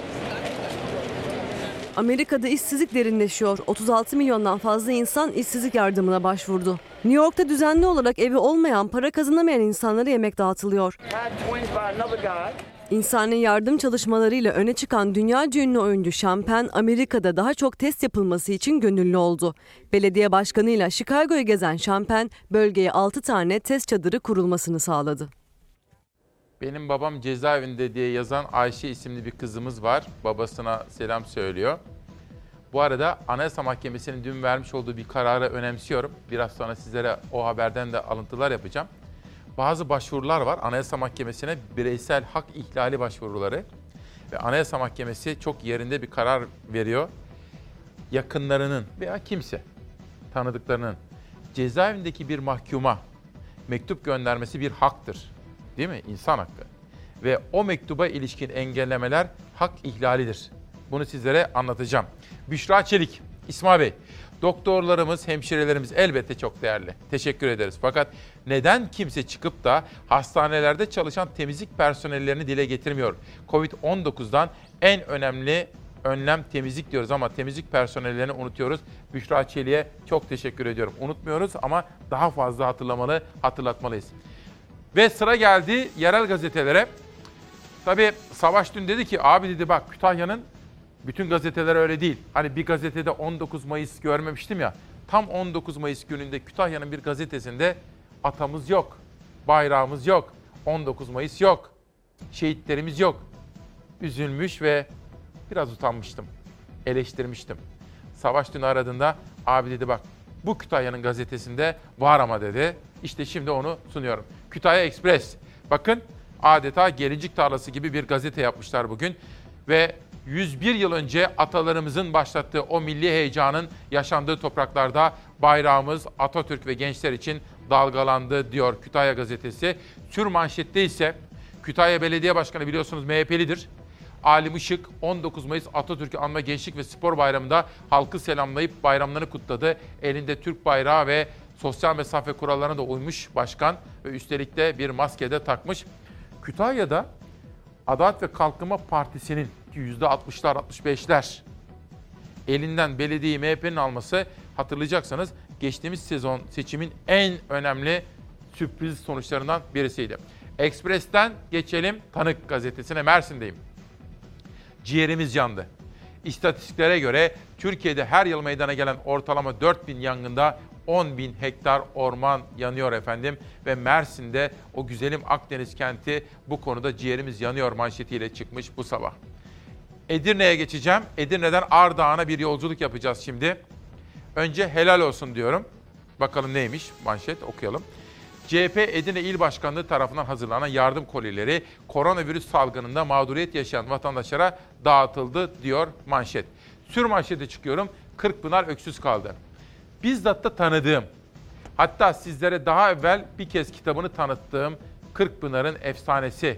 Amerika'da işsizlik derinleşiyor. otuz altı milyondan fazla insan işsizlik yardımına başvurdu. New York'ta düzenli olarak evi olmayan, para kazanamayan insanlara yemek dağıtılıyor. İnsani yardım çalışmalarıyla öne çıkan dünyaca ünlü oyuncu Sean Penn, Amerika'da daha çok test yapılması için gönüllü oldu. Belediye başkanıyla Chicago'yu gezen Sean Penn, bölgeye altı tane test çadırı kurulmasını sağladı. Benim babam cezaevinde diye yazan Ayşe isimli bir kızımız var. Babasına selam söylüyor. Bu arada Anayasa Mahkemesi'nin dün vermiş olduğu bir kararı önemsiyorum. Biraz sonra sizlere o haberden de alıntılar yapacağım. Bazı başvurular var Anayasa Mahkemesi'ne, bireysel hak ihlali başvuruları. Ve Anayasa Mahkemesi çok yerinde bir karar veriyor. Yakınlarının veya kimse, tanıdıklarının cezaevindeki bir mahkuma mektup göndermesi bir haktır. Değil mi? İnsan hakkı. Ve o mektuba ilişkin engellemeler hak ihlalidir. Bunu sizlere anlatacağım. Büşra Çelik, İsmail Bey, doktorlarımız, hemşirelerimiz elbette çok değerli. Teşekkür ederiz. Fakat neden kimse çıkıp da hastanelerde çalışan temizlik personellerini dile getirmiyor? kovid on dokuzdan en önemli önlem temizlik diyoruz ama temizlik personellerini unutuyoruz. Büşra Çelik'e çok teşekkür ediyorum. Unutmuyoruz ama daha fazla hatırlamalı, hatırlatmalıyız. Ve sıra geldi yerel gazetelere. Tabii Savaş dün dedi ki, abi dedi bak Kütahya'nın bütün gazeteler öyle değil. Hani bir gazetede on dokuz Mayıs görmemiştim ya. Tam on dokuz Mayıs gününde Kütahya'nın bir gazetesinde atamız yok, bayrağımız yok, on dokuz Mayıs yok, şehitlerimiz yok. Üzülmüş ve biraz utanmıştım, eleştirmiştim. Savaş dün aradığında abi dedi bak bu Kütahya'nın gazetesinde var ama dedi. İşte şimdi onu sunuyorum. Kütahya Ekspres. Bakın adeta gelincik tarlası gibi bir gazete yapmışlar bugün. Ve yüz bir yıl önce atalarımızın başlattığı o milli heyecanın yaşandığı topraklarda bayrağımız Atatürk ve gençler için dalgalandı diyor Kütahya gazetesi. Tür manşette ise Kütahya Belediye Başkanı biliyorsunuz M H P'lidir. Alim Işık on dokuz Mayıs Atatürk'ü anma Gençlik ve Spor Bayramı'nda halkı selamlayıp bayramlarını kutladı. Elinde Türk bayrağı ve sosyal mesafe kurallarına da uymuş başkan ve üstelik de bir maske de takmış. Kütahya'da Adalet ve Kalkınma Partisi'nin yüzde altmışlar altmış beşler elinden belediyeyi M H P'nin alması, hatırlayacaksanız geçtiğimiz sezon seçimin en önemli sürpriz sonuçlarından birisiydi. Ekspres'ten geçelim Tanık gazetesine. Mersin'deyim. Ciğerimiz yandı. İstatistiklere göre Türkiye'de her yıl meydana gelen ortalama dört bin yangında on bin hektar orman yanıyor efendim. Ve Mersin'de o güzelim Akdeniz kenti bu konuda ciğerimiz yanıyor manşetiyle çıkmış bu sabah. Edirne'ye geçeceğim. Edirne'den Ardahan'a bir yolculuk yapacağız şimdi. Önce helal olsun diyorum. Bakalım neymiş manşet, okuyalım. C H P Edirne İl Başkanlığı tarafından hazırlanan yardım kolileri koronavirüs salgınında mağduriyet yaşayan vatandaşlara dağıtıldı diyor manşet. Sür manşete çıkıyorum. Kırkpınar öksüz kaldı. Bizzat da tanıdığım, hatta sizlere daha evvel bir kez kitabını tanıttığım Kırkpınar'ın efsanesi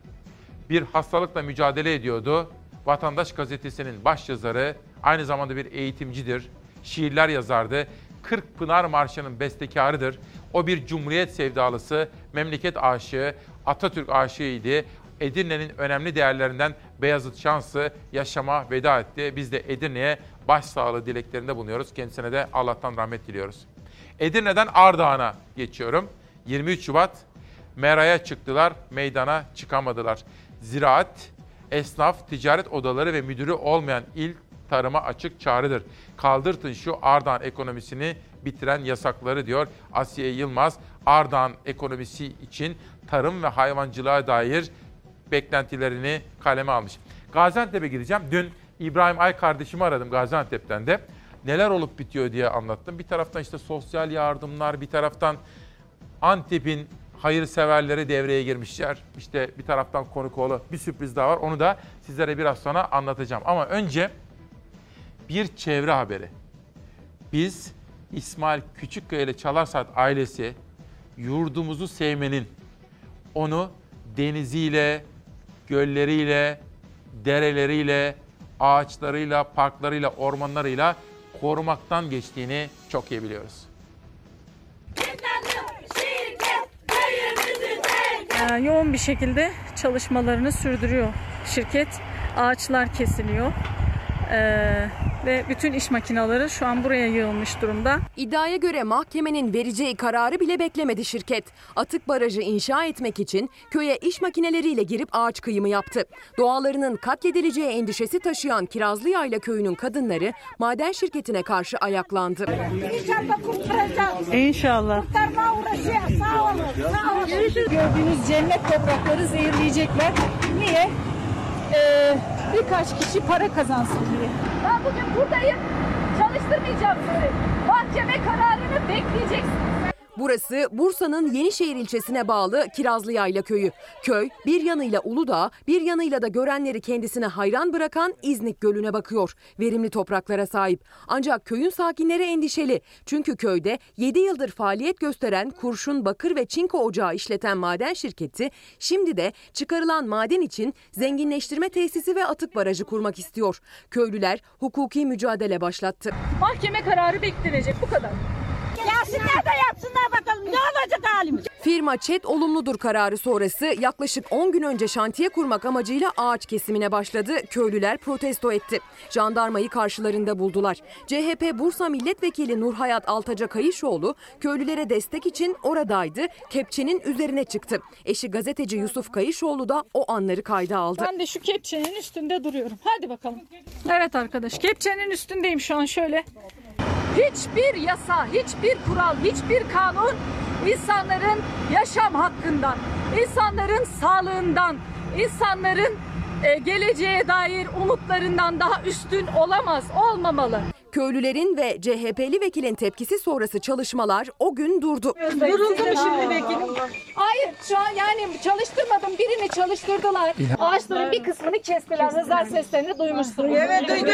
bir hastalıkla mücadele ediyordu. Vatandaş Gazetesi'nin başyazarı, aynı zamanda bir eğitimcidir, şiirler yazardı. Kırkpınar Marşı'nın bestekarıdır. O bir cumhuriyet sevdalısı, memleket aşığı, Atatürk aşığıydı. Edirne'nin önemli değerlerinden Beyazıt Şanslı yaşama veda etti. Biz de Edirne'ye başsağlığı dileklerinde bulunuyoruz. Kendisine de Allah'tan rahmet diliyoruz. Edirne'den Ardahan'a geçiyorum. yirmi üç Şubat Mera'ya çıktılar, meydana çıkamadılar. Ziraat, esnaf, ticaret odaları ve müdürü olmayan il tarıma açık çağrıdır. Kaldırtın şu Ardahan ekonomisini bitiren yasakları diyor Asiye Yılmaz. Ardahan ekonomisi için tarım ve hayvancılığa dair beklentilerini kaleme almış. Gaziantep'e gideceğim. Dün İbrahim Ay kardeşimi aradım Gaziantep'ten de. Neler olup bitiyor diye anlattım. Bir taraftan işte sosyal yardımlar, bir taraftan Antep'in hayırseverleri devreye girmişler. İşte bir taraftan Konukoğlu, bir sürpriz daha var. Onu da sizlere biraz sonra anlatacağım. Ama önce bir çevre haberi. Biz İsmail Küçükkaya ile Çalar Saat ailesi yurdumuzu sevmenin, onu deniziyle, gölleriyle, dereleriyle, ağaçlarıyla, parklarıyla, ormanlarıyla korumaktan geçtiğini çok iyi biliyoruz. Ee, yoğun bir şekilde çalışmalarını sürdürüyor şirket. Ağaçlar kesiliyor. Ee, ve bütün iş makineleri şu an buraya yığılmış durumda. İddiaya göre mahkemenin vereceği kararı bile beklemedi şirket. Atık barajı inşa etmek için köye iş makineleriyle girip ağaç kıyımı yaptı. Doğalarının katledileceği endişesi taşıyan Kirazlıyayla köyünün kadınları maden şirketine karşı ayaklandı. İnşallah kurtaracağız. İnşallah. Kurtarma uğraşıyor. Sağ olun. Sağ olun. Gördüğünüz cennet toprakları zehirleyecekler. Niye? Ee, birkaç kişi para kazansın diye. Ben bugün buradayım. Çalıştırmayacağım sizi. Mahkeme kararını bekleyeceksiniz. Burası Bursa'nın Yenişehir ilçesine bağlı Kirazlıyayla köyü. Köy bir yanıyla Uludağ, bir yanıyla da görenleri kendisine hayran bırakan İznik Gölü'ne bakıyor. Verimli topraklara sahip. Ancak köyün sakinleri endişeli. Çünkü köyde yedi yıldır faaliyet gösteren kurşun, bakır ve çinko ocağı işleten maden şirketi şimdi de çıkarılan maden için zenginleştirme tesisi ve atık barajı kurmak istiyor. Köylüler hukuki mücadele başlattı. Mahkeme kararı beklenecek, bu kadar. Gelsinler de yapsınlar bakalım. Ne olacak halimiz? Firma ÇED olumludur kararı sonrası yaklaşık on gün önce şantiye kurmak amacıyla ağaç kesimine başladı. Köylüler protesto etti. Jandarmayı karşılarında buldular. C H P Bursa Milletvekili Nurhayat Altaca Kayışoğlu köylülere destek için oradaydı. Kepçenin üzerine çıktı. Eşi gazeteci Yusuf Kayışoğlu da o anları kayda aldı. Ben de şu kepçenin üstünde duruyorum. Hadi bakalım. Evet arkadaş, kepçenin üstündeyim şu an şöyle. Hiçbir yasa, hiçbir kural, hiçbir kanun insanların yaşam hakkından, insanların sağlığından, insanların e, geleceğe dair umutlarından daha üstün olamaz, olmamalı. Köylülerin ve C H P'li vekilin tepkisi sonrası çalışmalar o gün durdu. Duruldu mu şimdi vekilim? Hayır, şu an yani çalıştırmadım, birini çalıştırdılar. Ağaçların bir kısmını kestiler, rızar seslerini duymuşsunuz. Evet, duydum.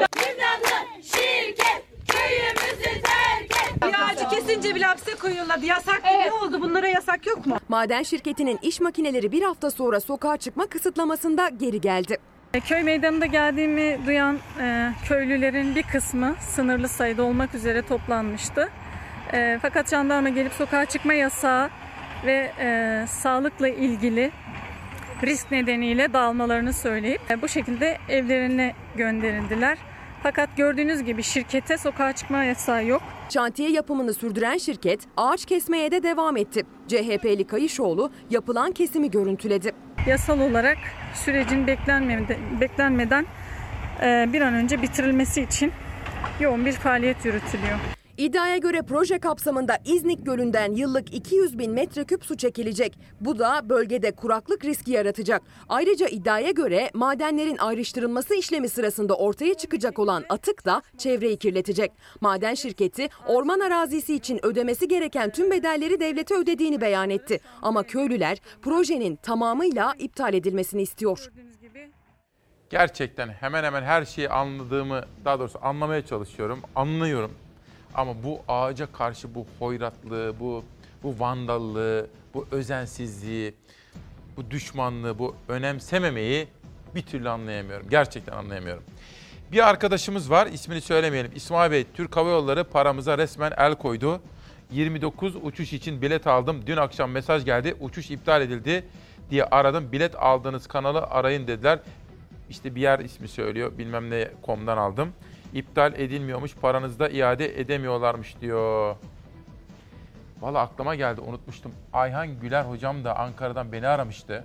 Şirket köyümüzü terk et. Bir ağacı kesince bile hapse koyuyorlardı. Yasak gibi evet. oldu. Bunlara yasak yok mu? Maden şirketinin iş makineleri bir hafta sonra sokağa çıkma kısıtlamasında geri geldi. Köy meydanında geldiğimi duyan e, köylülerin bir kısmı sınırlı sayıda olmak üzere toplanmıştı. E, fakat jandarma gelip sokağa çıkma yasağı ve e, sağlıkla ilgili risk nedeniyle dağılmalarını söyleyip e, bu şekilde evlerine gönderildiler. Fakat gördüğünüz gibi şirkete sokağa çıkma yasağı yok. Şantiye yapımını sürdüren şirket ağaç kesmeye de devam etti. C H P'li Kayışoğlu yapılan kesimi görüntüledi. Yasal olarak sürecin beklenmeden, beklenmeden bir an önce bitirilmesi için yoğun bir faaliyet yürütülüyor. İddiaya göre proje kapsamında İznik Gölü'nden yıllık iki yüz bin metreküp su çekilecek. Bu da bölgede kuraklık riski yaratacak. Ayrıca iddiaya göre madenlerin ayrıştırılması işlemi sırasında ortaya çıkacak olan atık da çevreyi kirletecek. Maden şirketi orman arazisi için ödemesi gereken tüm bedelleri devlete ödediğini beyan etti. Ama köylüler projenin tamamıyla iptal edilmesini istiyor. Gerçekten hemen hemen her şeyi anladığımı, daha doğrusu anlamaya çalışıyorum, anlıyorum. Ama bu ağaca karşı bu hoyratlığı, bu bu vandallığı, bu özensizliği, bu düşmanlığı, bu önemsememeyi bir türlü anlayamıyorum. Gerçekten anlayamıyorum. Bir arkadaşımız var, ismini söylemeyelim. İsmail Bey, Türk Hava Yolları paramıza resmen el koydu. yirmi dokuz uçuş için bilet aldım. Dün akşam mesaj geldi, uçuş iptal edildi diye aradım. Bilet aldığınız kanalı arayın dediler. İşte bir yer ismi söylüyor, bilmem ne nokta com'dan aldım. İptal edilmiyormuş, paranızı da iade edemiyorlarmış diyor. Vallahi aklıma geldi, unutmuştum. Ayhan Güler hocam da Ankara'dan beni aramıştı.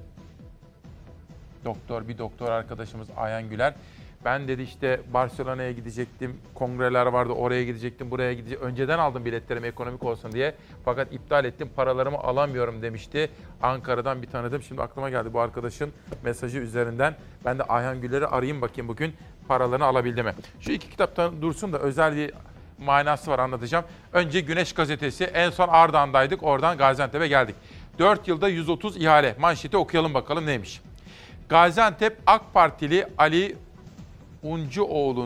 Doktor, bir doktor arkadaşımız Ayhan Güler. Ben dedi işte Barcelona'ya gidecektim, kongreler vardı, oraya gidecektim, buraya gidecektim. Önceden aldım biletlerimi ekonomik olsun diye. Fakat iptal ettim, paralarımı alamıyorum demişti. Ankara'dan bir tanıdım. Şimdi aklıma geldi bu arkadaşın mesajı üzerinden. Ben de Ayhan Güler'i arayayım bakayım bugün paralarını alabildi mi? Şu iki kitaptan dursun da özel bir manası var, anlatacağım. Önce Güneş Gazetesi. En son Ardahan'daydık, oradan Gaziantep'e geldik. dört yılda yüz otuz ihale. Manşeti okuyalım bakalım neymiş. Gaziantep AK Partili Ali Uncuoğlu'nun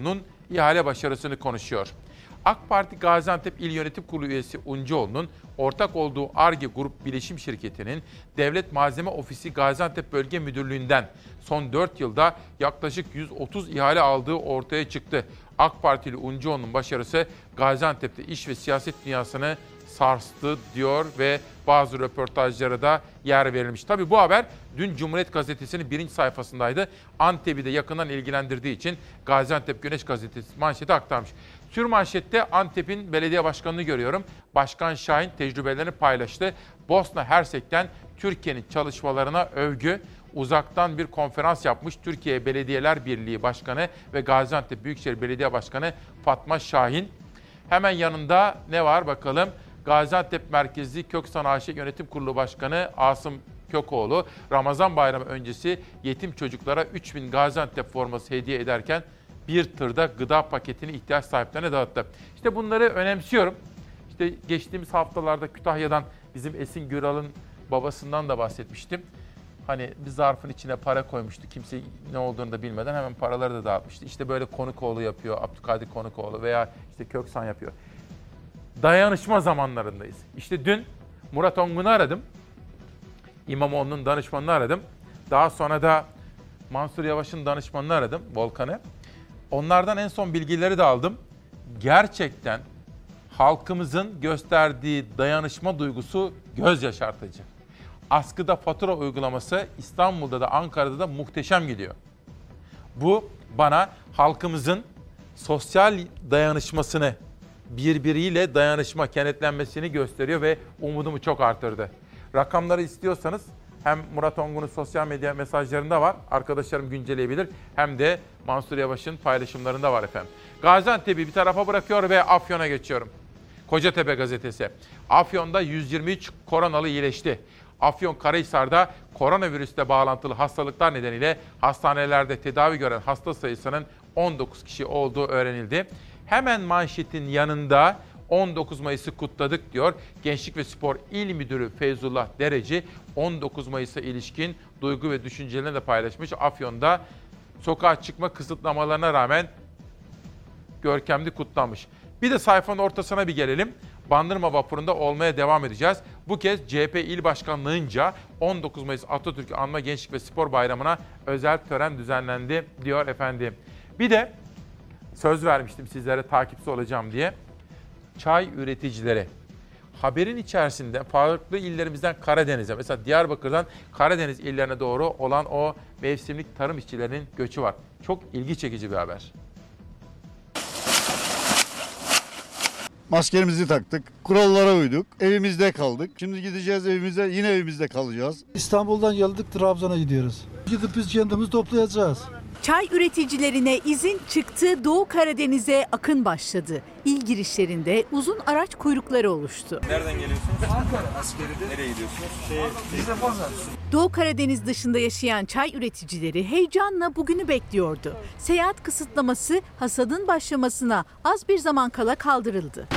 ihale başarısını konuşuyor. AK Parti Gaziantep İl Yönetim Kurulu üyesi Uncuoğlu'nun ortak olduğu Ar-Ge Grup Bilişim Şirketi'nin Devlet Malzeme Ofisi Gaziantep Bölge Müdürlüğü'nden son dört yılda yaklaşık yüz otuz ihale aldığı ortaya çıktı. AK Partili Uncuoğlu'nun başarısı Gaziantep'te iş ve siyaset dünyasını sarstı diyor ve bazı röportajlara da yer verilmiş. Tabii bu haber dün Cumhuriyet Gazetesi'nin birinci sayfasındaydı. Antep'i de yakından ilgilendirdiği için Gaziantep Güneş Gazetesi manşeti aktarmış. Sürmanşette Antep'in belediye başkanını görüyorum. Başkan Şahin tecrübelerini paylaştı. Bosna Hersek'ten Türkiye'nin çalışmalarına övgü. Uzaktan bir konferans yapmış Türkiye Belediyeler Birliği Başkanı ve Gaziantep Büyükşehir Belediye Başkanı Fatma Şahin. Hemen yanında ne var bakalım? Gaziantep Merkezli Köksan A Ş Yönetim Kurulu Başkanı Asım Kökoğlu, Ramazan Bayramı öncesi yetim çocuklara üç bin Gaziantep forması hediye ederken bir tırda gıda paketini ihtiyaç sahiplerine dağıttı. İşte bunları önemsiyorum. İşte geçtiğimiz haftalarda Kütahya'dan bizim Esin Güral'ın babasından da bahsetmiştim. Hani bir zarfın içine para koymuştu. Kimse ne olduğunu da bilmeden hemen paraları da dağıtmıştı. İşte böyle Konukoğlu yapıyor, Abdülkadir Konukoğlu veya işte Köksan yapıyor. Dayanışma zamanlarındayız. İşte dün Murat Ongun'u aradım. İmamoğlu'nun danışmanını aradım. Daha sonra da Mansur Yavaş'ın danışmanını aradım, Volkan'ı. Onlardan en son bilgileri de aldım. Gerçekten halkımızın gösterdiği dayanışma duygusu göz yaşartıcı. Askıda fatura uygulaması İstanbul'da da Ankara'da da muhteşem gidiyor. Bu bana halkımızın sosyal dayanışmasını, birbiriyle dayanışma, kenetlenmesini gösteriyor ve umudumu çok artırdı. Rakamları istiyorsanız hem Murat Ongun'un sosyal medya mesajlarında var, arkadaşlarım güncelleyebilir, hem de Mansur Yavaş'ın paylaşımlarında var efendim. Gaziantep'i bir tarafa bırakıyor ve Afyon'a geçiyorum. Kocatepe gazetesi. Afyon'da yüz yirmi üç koronalı iyileşti. Afyonkarahisar'da koronavirüsle bağlantılı hastalıklar nedeniyle hastanelerde tedavi gören hasta sayısının on dokuz kişi olduğu öğrenildi. Hemen manşetin yanında on dokuz Mayıs'ı kutladık diyor. Gençlik ve Spor İl Müdürü Feyzullah Dereci on dokuz Mayıs'a ilişkin duygu ve düşüncelerini de paylaşmış. Afyon'da sokağa çıkma kısıtlamalarına rağmen görkemli kutlanmış. Bir de sayfanın ortasına bir gelelim. Bandırma vapurunda olmaya devam edeceğiz. Bu kez C H P İl Başkanlığı'nca on dokuz Mayıs Atatürk Anma Gençlik ve Spor Bayramı'na özel tören düzenlendi diyor efendim. Bir de söz vermiştim sizlere takipçi olacağım diye. Çay üreticileri. Haberin içerisinde farklı illerimizden Karadeniz'e, mesela Diyarbakır'dan Karadeniz illerine doğru olan o mevsimlik tarım işçilerinin göçü var. Çok ilgi çekici bir haber. Maskelerimizi taktık, kurallara uyduk, evimizde kaldık. Şimdi gideceğiz evimize, yine evimizde kalacağız. İstanbul'dan geldik, Trabzon'a gidiyoruz. Gidip biz kendimiz toplayacağız. Çay üreticilerine izin çıktı, Doğu Karadeniz'e akın başladı. İl girişlerinde uzun araç kuyrukları oluştu. Nereden geliyorsunuz? Ankara. Askeri'de. Nereye gidiyorsunuz? Şey, biz de Bozan. Doğu Karadeniz dışında yaşayan çay üreticileri heyecanla bugünü bekliyordu. Seyahat kısıtlaması hasadın başlamasına az bir zaman kala kaldırıldı.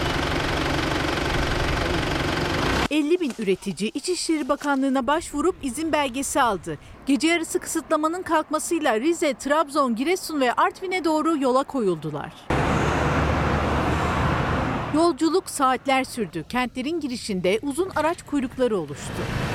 elli bin üretici İçişleri Bakanlığı'na başvurup izin belgesi aldı. Gece yarısı kısıtlamanın kalkmasıyla Rize, Trabzon, Giresun ve Artvin'e doğru yola koyuldular. Yolculuk saatler sürdü. Kentlerin girişinde uzun araç kuyrukları oluştu.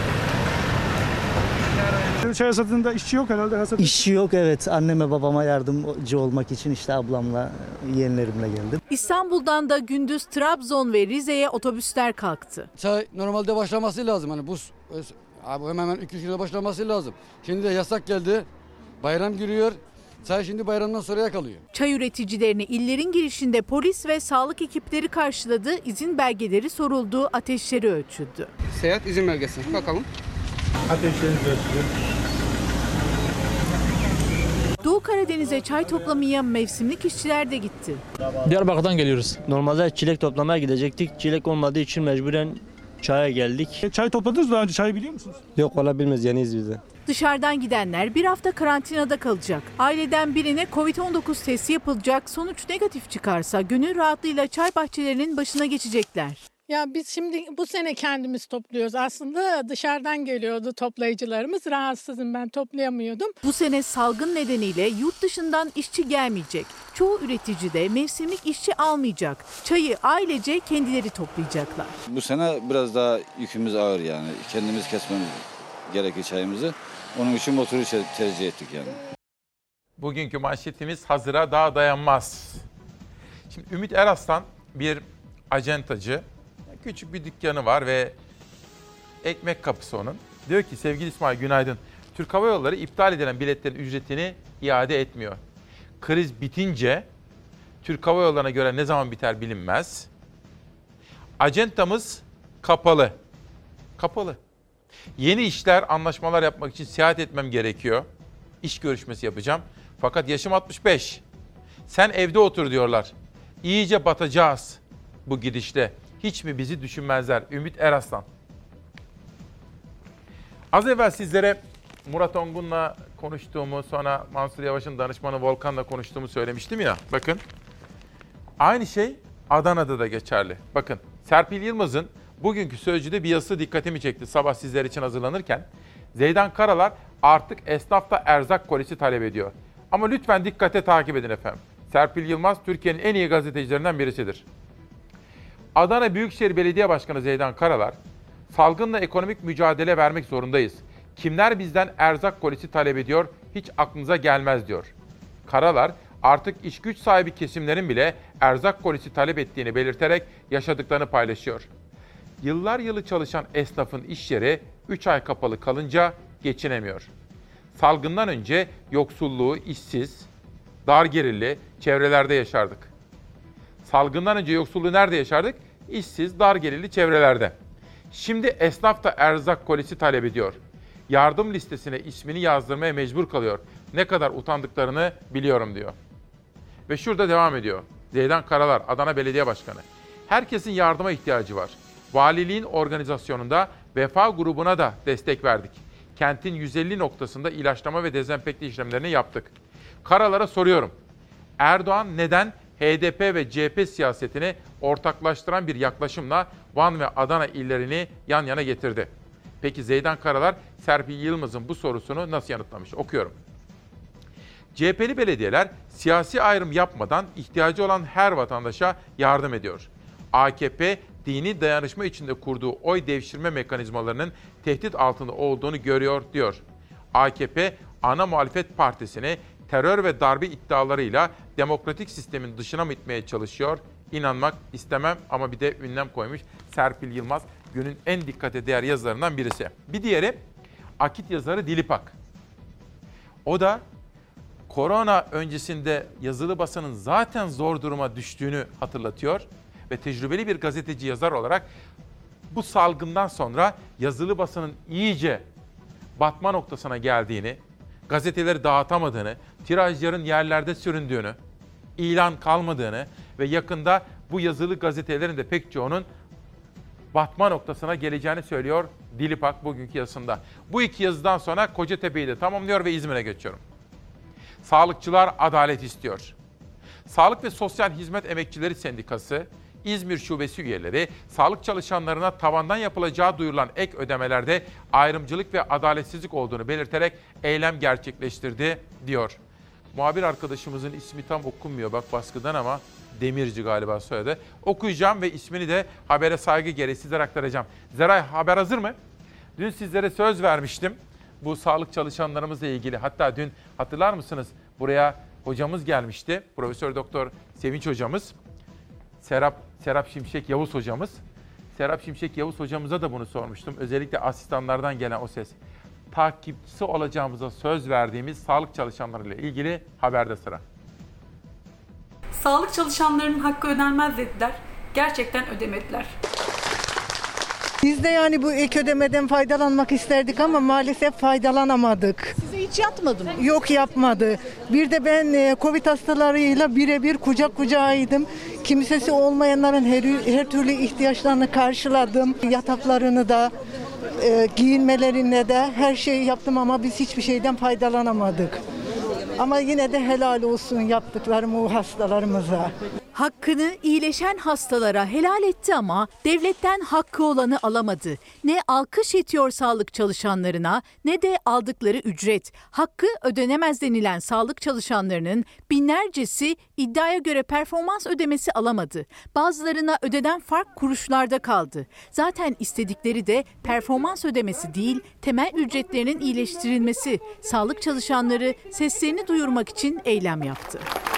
Çay hasadında işçi yok herhalde. Hasat. İşçi yok, evet. Anneme babama yardımcı olmak için işte ablamla, yeğenlerimle geldim. İstanbul'dan da gündüz Trabzon ve Rize'ye otobüsler kalktı. Çay normalde başlaması lazım. Hani bu abi hemen hemen iki kilo başlaması lazım. Şimdi de yasak geldi. Bayram giriyor. Çay şimdi bayramdan sonraya kalıyor. Çay üreticilerini illerin girişinde polis ve sağlık ekipleri karşıladı. İzin belgeleri soruldu, ateşleri ölçüldü. Seyahat izin belgesi. Bakalım. Ateşleriniz ölçülüyor. Doğu Karadeniz'e çay toplamaya mevsimlik işçiler de gitti. Diyarbakır'dan geliyoruz. Normalde çilek toplamaya gidecektik. Çilek olmadığı için mecburen çaya geldik. E, çay topladınız daha önce, çayı biliyor musunuz? Yok, valla bilmez, yeniyiz biz de. Dışarıdan gidenler bir hafta karantinada kalacak. Aileden birine kovid on dokuz testi yapılacak. Sonuç negatif çıkarsa gönül rahatlığıyla çay bahçelerinin başına geçecekler. Ya biz şimdi bu sene kendimiz topluyoruz. Aslında dışarıdan geliyordu toplayıcılarımız. Rahatsızım, ben toplayamıyordum. Bu sene salgın nedeniyle yurt dışından işçi gelmeyecek. Çoğu üretici de mevsimlik işçi almayacak. Çayı ailece kendileri toplayacaklar. Bu sene biraz daha yükümüz ağır yani. Kendimiz kesmemiz gerekir çayımızı. Onun için motoru tercih ettik yani. Bugünkü manşetimiz hazıra daha dayanmaz. Şimdi Ümit Eraslan bir acentacı. Küçük bir dükkanı var ve ekmek kapısı onun. Diyor ki sevgili İsmail günaydın. Türk Hava Yolları iptal edilen biletlerin ücretini iade etmiyor. Kriz bitince Türk Hava Yolları'na göre ne zaman biter bilinmez. Acentamız kapalı. Kapalı. Yeni işler, anlaşmalar yapmak için seyahat etmem gerekiyor. İş görüşmesi yapacağım. Fakat yaşım altmış beş. Sen evde otur diyorlar. İyice batacağız bu gidişle. Hiç mi bizi düşünmezler? Ümit Eraslan. Az evvel sizlere Murat Ongun'la konuştuğumu, sonra Mansur Yavaş'ın danışmanı Volkan'la konuştuğumu söylemiştim ya. Bakın. Aynı şey Adana'da da geçerli. Bakın Serpil Yılmaz'ın bugünkü Sözcü'de bir yazısı dikkatimi çekti sabah sizler için hazırlanırken. Zeydan Karalar artık esnafta erzak kolisi talep ediyor. Ama lütfen dikkate takip edin efendim. Serpil Yılmaz Türkiye'nin en iyi gazetecilerinden birisidir. Adana Büyükşehir Belediye Başkanı Zeydan Karalar, salgınla ekonomik mücadele vermek zorundayız. Kimler bizden erzak kolisi talep ediyor hiç aklınıza gelmez diyor. Karalar artık iş güç sahibi kesimlerin bile erzak kolisi talep ettiğini belirterek yaşadıklarını paylaşıyor. Yıllar yılı çalışan esnafın iş yeri üç ay kapalı kalınca geçinemiyor. Salgından önce yoksulluğu, işsiz, dar gelirli çevrelerde yaşardık. Salgından önce yoksulluğu nerede yaşardık? İşsiz, dar gelirli çevrelerde. Şimdi esnaf da erzak kolisi talep ediyor. Yardım listesine ismini yazdırmaya mecbur kalıyor. Ne kadar utandıklarını biliyorum diyor. Ve şurada devam ediyor. Zeydan Karalar, Adana Belediye Başkanı. Herkesin yardıma ihtiyacı var. Valiliğin organizasyonunda Vefa grubuna da destek verdik. Kentin yüz elli noktasında ilaçlama ve dezenfekte işlemlerini yaptık. Karalar'a soruyorum. Erdoğan neden H D P ve C H P siyasetini ortaklaştıran bir yaklaşımla Van ve Adana illerini yan yana getirdi? Peki Zeydan Karalar, Serpil Yılmaz'ın bu sorusunu nasıl yanıtlamış? Okuyorum. C H P'li belediyeler siyasi ayrım yapmadan ihtiyacı olan her vatandaşa yardım ediyor. A K P, dini dayanışma içinde kurduğu oy devşirme mekanizmalarının tehdit altında olduğunu görüyor diyor. A K P, ana muhalefet partisini terör ve darbe iddialarıyla demokratik sistemin dışına mı itmeye çalışıyor? İnanmak istemem ama bir de ünlem koymuş Serpil Yılmaz, günün en dikkate değer yazılarından birisi. Bir diğeri Akit yazarı Dilipak. O da korona öncesinde yazılı basının zaten zor duruma düştüğünü hatırlatıyor ve tecrübeli bir gazeteci yazar olarak bu salgından sonra yazılı basının iyice batma noktasına geldiğini, gazeteleri dağıtamadığını, tirajların yerlerde süründüğünü, ilan kalmadığını ve yakında bu yazılı gazetelerin de pek çoğunun batma noktasına geleceğini söylüyor Dilipak bugünkü yazısında. Bu iki yazıdan sonra Kocatepe'yi de tamamlıyor ve İzmir'e geçiyorum. Sağlıkçılar adalet istiyor. Sağlık ve Sosyal Hizmet Emekçileri Sendikası, İzmir Şubesi üyeleri, sağlık çalışanlarına tavandan yapılacağı duyurulan ek ödemelerde ayrımcılık ve adaletsizlik olduğunu belirterek eylem gerçekleştirdi diyor. Muhabir arkadaşımızın ismi tam okunmuyor bak baskıdan ama Demirci galiba soyadı. Okuyacağım ve ismini de habere saygı gereği sizlere aktaracağım. Zeray, haber hazır mı? Dün sizlere söz vermiştim bu sağlık çalışanlarımızla ilgili. Hatta dün hatırlar mısınız buraya hocamız gelmişti. Profesör Doktor Sevinç hocamız. Serap, Serap Şimşek Yavuz hocamız. Serap Şimşek Yavuz hocamıza da bunu sormuştum. Özellikle asistanlardan gelen o ses. Takipçisi olacağımıza söz verdiğimiz sağlık çalışanlarıyla ilgili haberde sıra. Sağlık çalışanlarının hakkı ödenmez dediler. Gerçekten ödemediler. Biz de yani bu ek ödemeden faydalanmak isterdik ama maalesef faydalanamadık. Size hiç yatmadı mı? Yok, yapmadı. Bir de ben Covid hastalarıyla birebir kucak kucağıydım. Kimsesi olmayanların her, her türlü ihtiyaçlarını karşıladım. Yataklarını da, e, giyinmelerine de her şeyi yaptım ama biz hiçbir şeyden faydalanamadık. Ama yine de helal olsun yaptıklarım o hastalarımıza. Hakkını iyileşen hastalara helal etti ama devletten hakkı olanı alamadı. Ne alkış yetiyor sağlık çalışanlarına ne de aldıkları ücret. Hakkı ödenemez denilen sağlık çalışanlarının binlercesi iddiaya göre performans ödemesi alamadı. Bazılarına ödenen fark kuruşlarda kaldı. Zaten istedikleri de performans ödemesi değil, temel ücretlerinin iyileştirilmesi. Sağlık çalışanları seslerini duyurmak için eylem yaptı.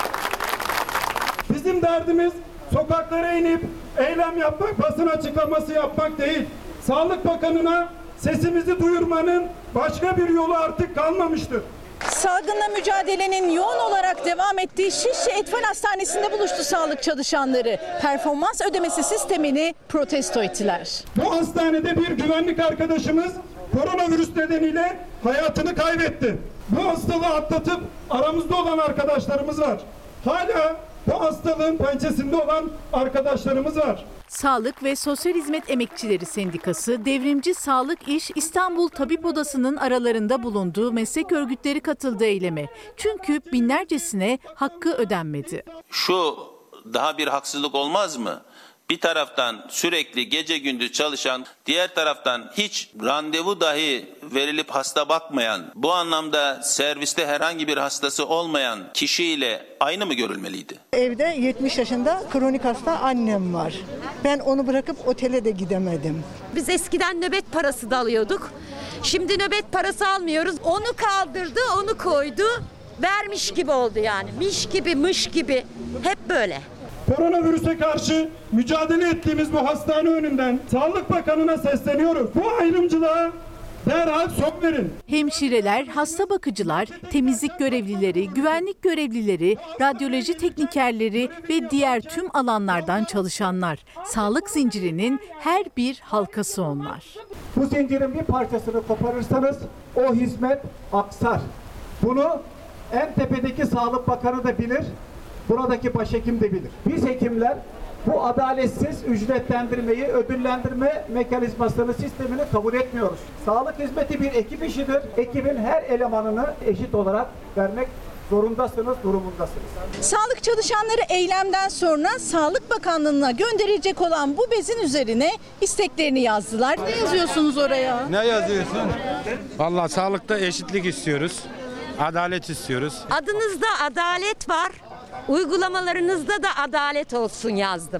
Bizim derdimiz sokaklara inip eylem yapmak, basın açıklaması yapmak değil. Sağlık Bakanı'na sesimizi duyurmanın başka bir yolu artık kalmamıştır. Salgınla mücadelenin yoğun olarak devam ettiği Şişli Etfal Hastanesi'nde buluştu sağlık çalışanları. Performans ödemesi sistemini protesto ettiler. Bu hastanede bir güvenlik arkadaşımız koronavirüs nedeniyle hayatını kaybetti. Bu hastalığı atlatıp aramızda olan arkadaşlarımız var. Hala bu hastalığın pençesinde olan arkadaşlarımız var. Sağlık ve Sosyal Hizmet Emekçileri Sendikası, Devrimci Sağlık İş, İstanbul Tabip Odası'nın aralarında bulunduğu meslek örgütleri katıldı eyleme. Çünkü binlercesine hakkı ödenmedi. Şu daha bir haksızlık olmaz mı? Bir taraftan sürekli gece gündüz çalışan, diğer taraftan hiç randevu dahi verilip hasta bakmayan, bu anlamda serviste herhangi bir hastası olmayan kişiyle aynı mı görülmeliydi? Evde yetmiş yaşında kronik hasta annem var. Ben onu bırakıp otele de gidemedim. Biz eskiden nöbet parası da alıyorduk. Şimdi nöbet parası almıyoruz. Onu kaldırdı, onu koydu. Vermiş gibi oldu yani. Miş gibi, mış gibi. Hep böyle. Koronavirüse karşı mücadele ettiğimiz bu hastane önünden Sağlık Bakanı'na sesleniyoruz. Bu ayrımcılığa derhal son verin. Hemşireler, hasta bakıcılar, temizlik görevlileri, güvenlik görevlileri, radyoloji teknikerleri ve diğer tüm alanlardan çalışanlar. Sağlık zincirinin her bir halkası onlar. Bu zincirin bir parçasını koparırsanız o hizmet aksar. Bunu en tepedeki Sağlık Bakanı da bilir. Buradaki başhekim de bilir. Biz hekimler bu adaletsiz ücretlendirmeyi, ödüllendirme mekanizmasını, sistemini kabul etmiyoruz. Sağlık hizmeti bir ekip işidir. Ekibin her elemanını eşit olarak vermek zorundasınız, durumundasınız. Sağlık çalışanları eylemden sonra Sağlık Bakanlığı'na gönderilecek olan bu bezin üzerine isteklerini yazdılar. Ne yazıyorsunuz oraya? Ne yazıyorsun? Vallahi sağlıkta eşitlik istiyoruz. Adalet istiyoruz. Adınızda adalet var. Uygulamalarınızda da adalet olsun yazdım.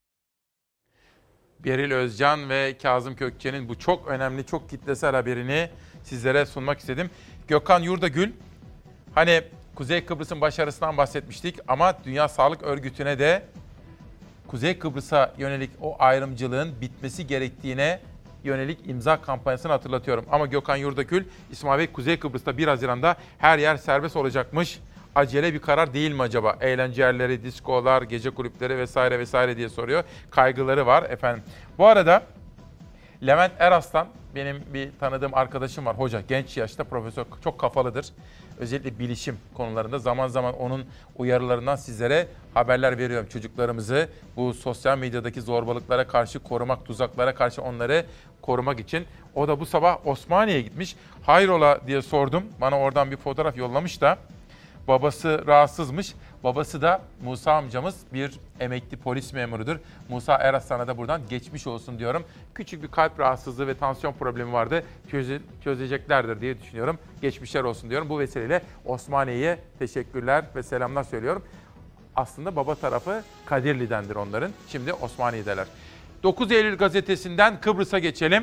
Beril Özcan ve Kazım Kökçe'nin bu çok önemli, çok kitlesel haberini sizlere sunmak istedim. Gökhan Yurdagül, hani Kuzey Kıbrıs'ın başarısından bahsetmiştik ama Dünya Sağlık Örgütü'ne de Kuzey Kıbrıs'a yönelik o ayrımcılığın bitmesi gerektiğine yönelik imza kampanyasını hatırlatıyorum. Ama Gökhan Yurdagül, İsmail Bey Kuzey Kıbrıs'ta bir Haziran'da her yer serbest olacakmış. Acele bir karar değil mi acaba? Eğlence yerleri, diskolar, gece kulüpleri vesaire vesaire diye soruyor. Kaygıları var efendim. Bu arada Levent Eraslan, benim bir tanıdığım arkadaşım var. Hoca, genç yaşta profesör, çok kafalıdır. Özellikle bilişim konularında zaman zaman onun uyarılarından sizlere haberler veriyorum. Çocuklarımızı bu sosyal medyadaki zorbalıklara karşı korumak, tuzaklara karşı onları korumak için. O da bu sabah Osmaniye'ye gitmiş. Hayrola diye sordum. Bana oradan bir fotoğraf yollamış da. Babası rahatsızmış. Babası da Musa amcamız bir emekli polis memurudur. Musa Eraslan'a da buradan geçmiş olsun diyorum. Küçük bir kalp rahatsızlığı ve tansiyon problemi vardı. Çöze, çözeceklerdir diye düşünüyorum. Geçmişler olsun diyorum. Bu vesileyle Osmaniye'ye teşekkürler ve selamlar söylüyorum. Aslında baba tarafı Kadirli'dendir onların. Şimdi Osmaniye'deler. dokuz Eylül gazetesinden Kıbrıs'a geçelim.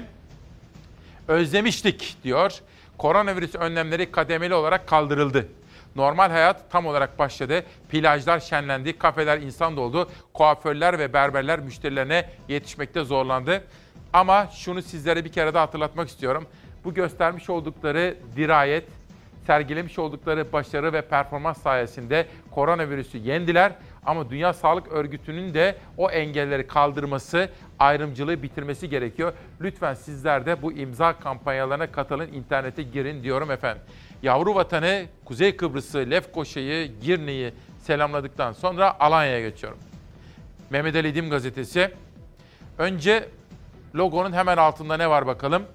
Özlemiştik diyor. Koronavirüs önlemleri kademeli olarak kaldırıldı. Normal hayat tam olarak başladı. Plajlar şenlendi, kafeler insan doldu. Kuaförler ve berberler müşterilerine yetişmekte zorlandı. Ama şunu sizlere bir kere daha hatırlatmak istiyorum. Bu göstermiş oldukları dirayet, sergilemiş oldukları başarı ve performans sayesinde koronavirüsü yendiler. Ama Dünya Sağlık Örgütü'nün de o engelleri kaldırması, ayrımcılığı bitirmesi gerekiyor. Lütfen sizler de bu imza kampanyalarına katılın, internete girin diyorum efendim. Yavru vatanı Kuzey Kıbrıs'ı, Lefkoşa'yı, Girne'yi selamladıktan sonra Alanya'ya geçiyorum. Mehmet Ali Dim gazetesi. Önce logonun hemen altında ne var bakalım?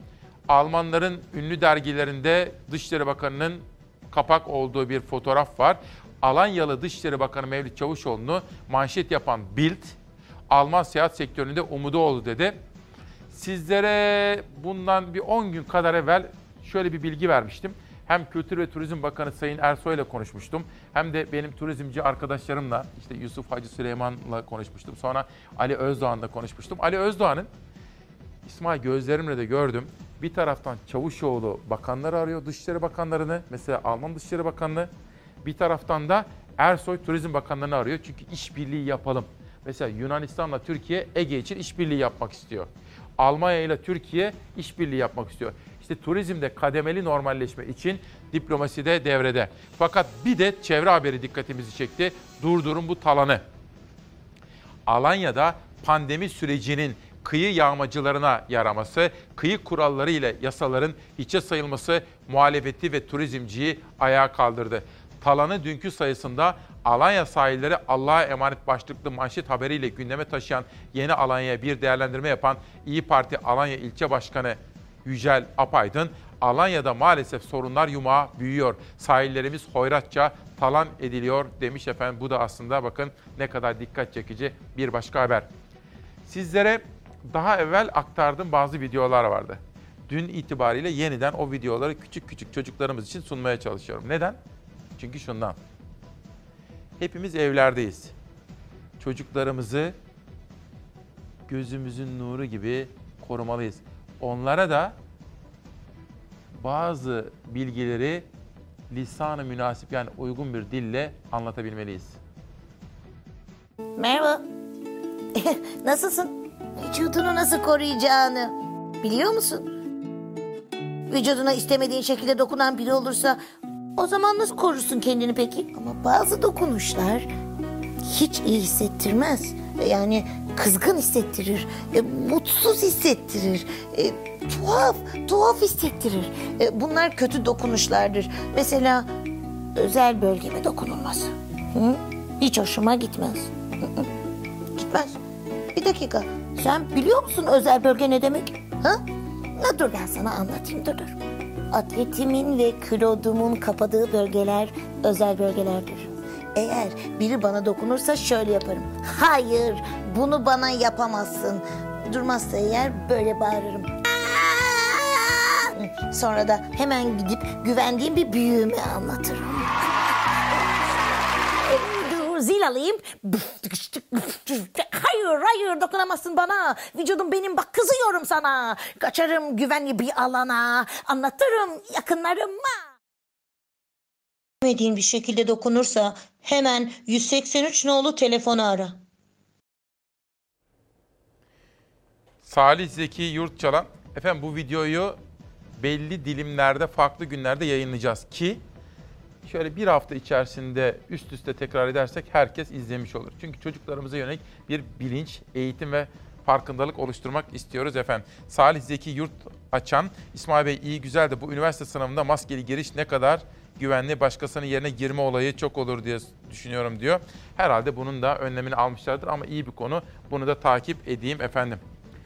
Almanların ünlü dergilerinde Dışişleri Bakanı'nın kapak olduğu bir fotoğraf var. Alanyalı Dışişleri Bakanı Mevlüt Çavuşoğlu'nu manşet yapan Bild, Alman seyahat sektöründe umudu oldu dedi. Sizlere bundan bir on gün kadar evvel şöyle bir bilgi vermiştim. Hem Kültür ve Turizm Bakanı Sayın Ersoy ile konuşmuştum. Hem de benim turizmci arkadaşlarımla, işte Yusuf Hacı Süleyman'la konuşmuştum. Sonra Ali Özdoğan'la konuşmuştum. Ali Özdoğan'ın, İsmail gözlerimle de gördüm. Bir taraftan Çavuşoğlu bakanları arıyor, Dışişleri Bakanlarını. Mesela Alman Dışişleri Bakanlığı. Bir taraftan da Ersoy Turizm Bakanlarını arıyor. Çünkü işbirliği yapalım. Mesela Yunanistan'la Türkiye Ege için işbirliği yapmak istiyor. Almanya ile Türkiye işbirliği yapmak istiyor. İşte turizmde kademeli normalleşme için diplomasi de devrede. Fakat bir de çevre haberi dikkatimizi çekti. Durdurun bu talanı. Alanya'da pandemi sürecinin kıyı yağmacılarına yaraması, kıyı kuralları ile yasaların hiçe sayılması muhalefeti ve turizmciyi ayağa kaldırdı. Talanı dünkü sayısında Alanya sahilleri Allah'a emanet başlıklı manşet haberiyle gündeme taşıyan Yeni Alanya'ya bir değerlendirme yapan İYİ Parti Alanya İlçe Başkanı Yücel Apaydın, Alanya'da maalesef sorunlar yumağı büyüyor. Sahillerimiz hoyratça talan ediliyor demiş efendim. Bu da aslında bakın ne kadar dikkat çekici bir başka haber. Sizlere daha evvel aktardığım bazı videolar vardı. Dün itibariyle yeniden o videoları küçük küçük çocuklarımız için sunmaya çalışıyorum. Neden? Çünkü şundan. Hepimiz evlerdeyiz. Çocuklarımızı gözümüzün nuru gibi korumalıyız. Onlara da bazı bilgileri lisan-ı münasip, yani uygun bir dille anlatabilmeliyiz. Merhaba. Nasılsın? Vücudunu nasıl koruyacağını biliyor musun? Vücuduna istemediğin şekilde dokunan biri olursa o zaman nasıl korursun kendini peki? Ama bazı dokunuşlar hiç iyi hissettirmez. Yani kızgın hissettirir, e, mutsuz hissettirir, e, tuhaf, tuhaf hissettirir. E, bunlar kötü dokunuşlardır. Mesela özel bölgeme dokunulması. Hı? Hiç hoşuma gitmez. Hı hı. Gitmez. Bir dakika, sen biliyor musun özel bölge ne demek? Ha? Ya dur ben sana anlatayım, dur dur. Atletimin ve kilodumun kapadığı bölgeler özel bölgelerdir. Eğer biri bana dokunursa şöyle yaparım. Hayır, bunu bana yapamazsın. Durmazsa eğer böyle bağırırım. Aa! Sonra da hemen gidip güvendiğim bir büyüğüme anlatırım. Dur, zil alayım. Hayır, hayır dokunamazsın bana. Vücudum benim, bak kızıyorum sana. Kaçarım güvenli bir alana. Anlatırım yakınlarıma. Bilmediğin bir şekilde dokunursa hemen yüz seksen üç nolu telefonu ara. Salih Zeki Yurtçalan, efendim bu videoyu belli dilimlerde, farklı günlerde yayınlayacağız ki şöyle bir hafta içerisinde üst üste tekrar edersek herkes izlemiş olur. Çünkü çocuklarımıza yönelik bir bilinç, eğitim ve farkındalık oluşturmak istiyoruz efendim. Salih Zeki Yurt açan, İsmail Bey iyi güzel de bu üniversite sınavında maskeli giriş ne kadar güvenli, başkasının yerine girme olayı çok olur diye düşünüyorum diyor. Herhalde bunun da önlemini almışlardır ama iyi bir konu. Bunu da takip edeyim efendim.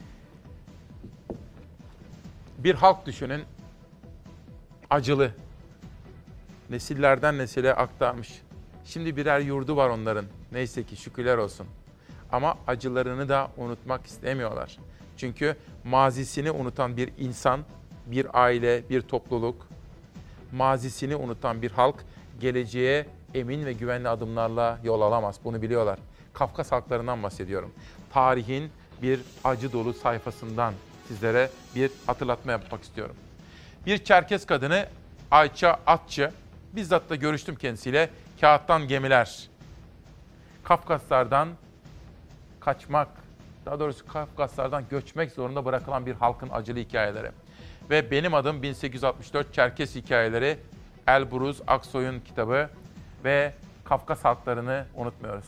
Bir halk düşünün, acılı, nesillerden nesile aktarmış. Şimdi birer yurdu var onların. Neyse ki şükürler olsun. Ama acılarını da unutmak istemiyorlar. Çünkü mazisini unutan bir insan, bir aile, bir topluluk, mazisini unutan bir halk geleceğe emin ve güvenli adımlarla yol alamaz. Bunu biliyorlar. Kafkas halklarından bahsediyorum. Tarihin bir acı dolu sayfasından sizlere bir hatırlatma yapmak istiyorum. Bir Çerkes kadını Ayça Atçı, bizzat da görüştüm kendisiyle. Kağıttan gemiler. Kafkaslardan kaçmak, daha doğrusu Kafkaslardan göçmek zorunda bırakılan bir halkın acılı hikayeleri. Ve benim adım bin sekiz yüz altmış dört Çerkes Hikayeleri, Elbruz Aksoy'un kitabı ve Kafkas halklarını unutmuyoruz.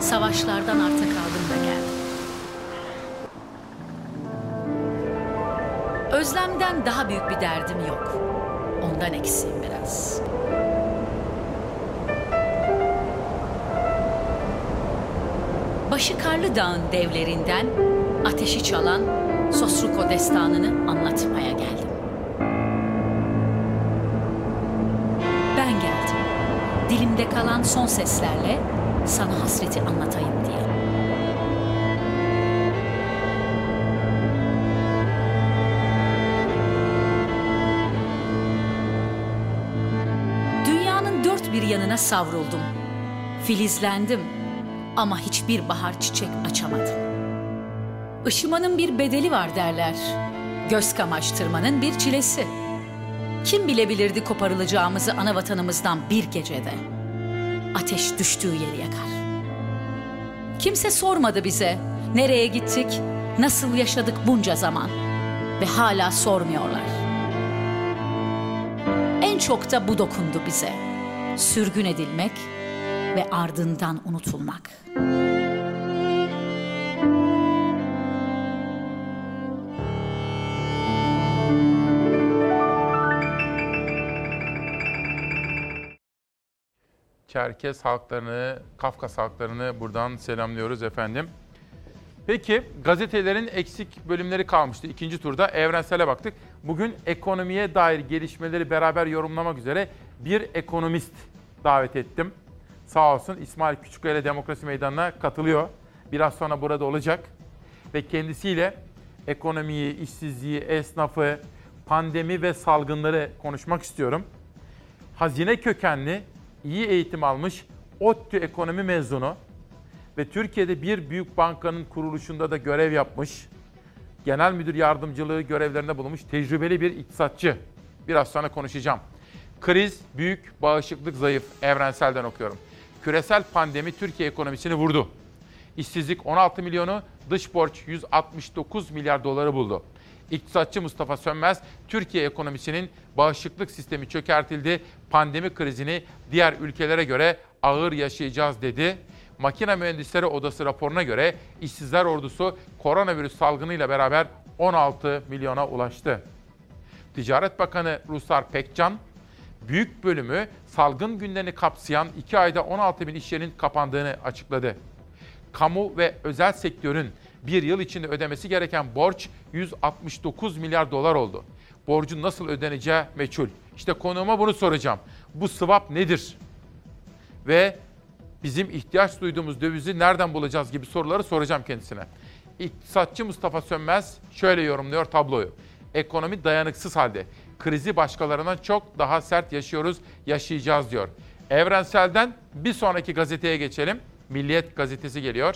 Savaşlardan arta kaldım da geldim. Özlemden daha büyük bir derdim yok. Ondan eksiğim biraz. Başı Karlı Dağ'ın devlerinden ateşi çalan Sosruko destanını anlatmaya geldim. Ben geldim. Dilimde kalan son seslerle sana hasreti anlatayım diye. Dünyanın dört bir yanına savruldum. Filizlendim ama hiçbir bahar çiçek açamadım. Işımanın bir bedeli var derler. Göz kamaştırmanın bir çilesi. Kim bilebilirdi koparılacağımızı ana vatanımızdan bir gecede. Ateş düştüğü yeri yakar. Kimse sormadı bize nereye gittik, nasıl yaşadık bunca zaman. Ve hala sormuyorlar. En çok da bu dokundu bize. Sürgün edilmek ve ardından unutulmak. Çerkes halklarını, Kafkas halklarını buradan selamlıyoruz efendim. Peki gazetelerin eksik bölümleri kalmıştı. İkinci turda Evrensel'e baktık. Bugün ekonomiye dair gelişmeleri beraber yorumlamak üzere bir ekonomist davet ettim. Sağ olsun İsmail Küçükkaya Demokrasi Meydanı'na katılıyor. Biraz sonra burada olacak. Ve kendisiyle ekonomiyi, işsizliği, esnafı, pandemi ve salgınları konuşmak istiyorum. Hazine kökenli, iyi eğitim almış, ODTÜ ekonomi mezunu ve Türkiye'de bir büyük bankanın kuruluşunda da görev yapmış, genel müdür yardımcılığı görevlerinde bulunmuş tecrübeli bir iktisatçı. Biraz sonra konuşacağım. Kriz büyük, bağışıklık zayıf. Evrensel'den okuyorum. Küresel pandemi Türkiye ekonomisini vurdu. İşsizlik on altı milyonu, dış borç yüz altmış dokuz milyar doları buldu. İktisatçı Mustafa Sönmez, Türkiye ekonomisinin bağışıklık sistemi çökertildi, pandemi krizini diğer ülkelere göre ağır yaşayacağız dedi. Makine Mühendisleri Odası raporuna göre işsizler ordusu koronavirüs salgınıyla beraber on altı milyona ulaştı. Ticaret Bakanı Ruslar Pekcan, büyük bölümü salgın günlerini kapsayan iki ayda on altı bin iş yerinin kapandığını açıkladı. Kamu ve özel sektörün bir yıl içinde ödemesi gereken borç yüz altmış dokuz milyar dolar oldu. Borcun nasıl ödeneceği meçhul. İşte konuğuma bunu soracağım. Bu swap nedir? Ve bizim ihtiyaç duyduğumuz dövizi nereden bulacağız gibi soruları soracağım kendisine. İktisatçı Mustafa Sönmez şöyle yorumluyor tabloyu. Ekonomi dayanıksız halde. Krizi başkalarından çok daha sert yaşıyoruz, yaşayacağız diyor. Evrensel'den bir sonraki gazeteye geçelim. Milliyet gazetesi geliyor.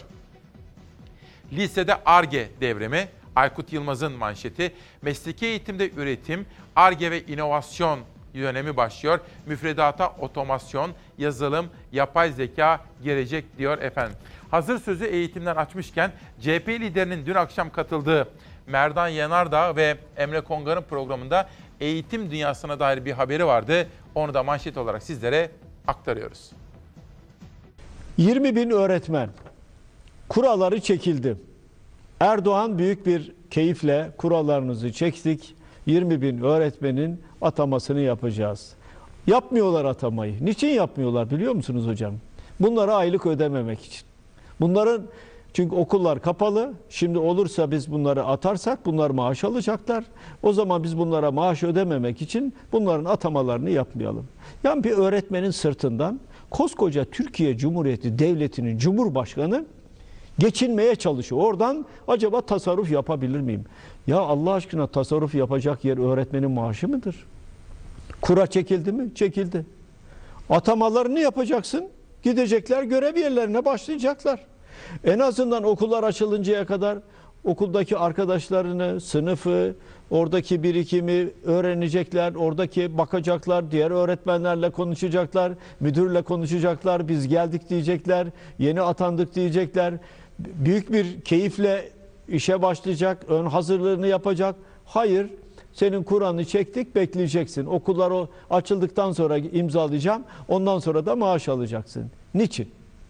Lisede Ar-Ge devrimi, Aykut Yılmaz'ın manşeti. Mesleki eğitimde üretim, Ar-Ge ve inovasyon dönemi başlıyor. Müfredata otomasyon, yazılım, yapay zeka gelecek diyor efendim. Hazır sözü eğitimden açmışken C H P liderinin dün akşam katıldığı Merdan Yanardağ ve Emre Kongar'ın programında eğitim dünyasına dair bir haberi vardı. Onu da manşet olarak sizlere aktarıyoruz. yirmi bin öğretmen kuralları çekildi. Erdoğan büyük bir keyifle kurallarınızı çektik. yirmi bin öğretmenin atamasını yapacağız. Yapmıyorlar atamayı. Niçin yapmıyorlar biliyor musunuz hocam? Bunlara aylık ödememek için. Bunların çünkü okullar kapalı. Şimdi olursa biz bunları atarsak bunlar maaş alacaklar. O zaman biz bunlara maaş ödememek için bunların atamalarını yapmayalım. Yani bir öğretmenin sırtından koskoca Türkiye Cumhuriyeti Devleti'nin Cumhurbaşkanı geçinmeye çalışıyor. Oradan acaba tasarruf yapabilir miyim? Ya Allah aşkına tasarruf yapacak yer öğretmenin maaşı mıdır? Kura çekildi mi? Çekildi. Atamalarını yapacaksın. Gidecekler görev yerlerine başlayacaklar. En azından okullar açılıncaya kadar okuldaki arkadaşlarını, sınıfı, oradaki birikimi öğrenecekler, oradaki bakacaklar, diğer öğretmenlerle konuşacaklar, müdürle konuşacaklar, biz geldik diyecekler, yeni atandık diyecekler. Büyük bir keyifle işe başlayacak, ön hazırlığını yapacak. Hayır, senin Kur'an'ı çektik, bekleyeceksin. Okullar o açıldıktan sonra imzalayacağım, ondan sonra da maaş alacaksın. Niçin?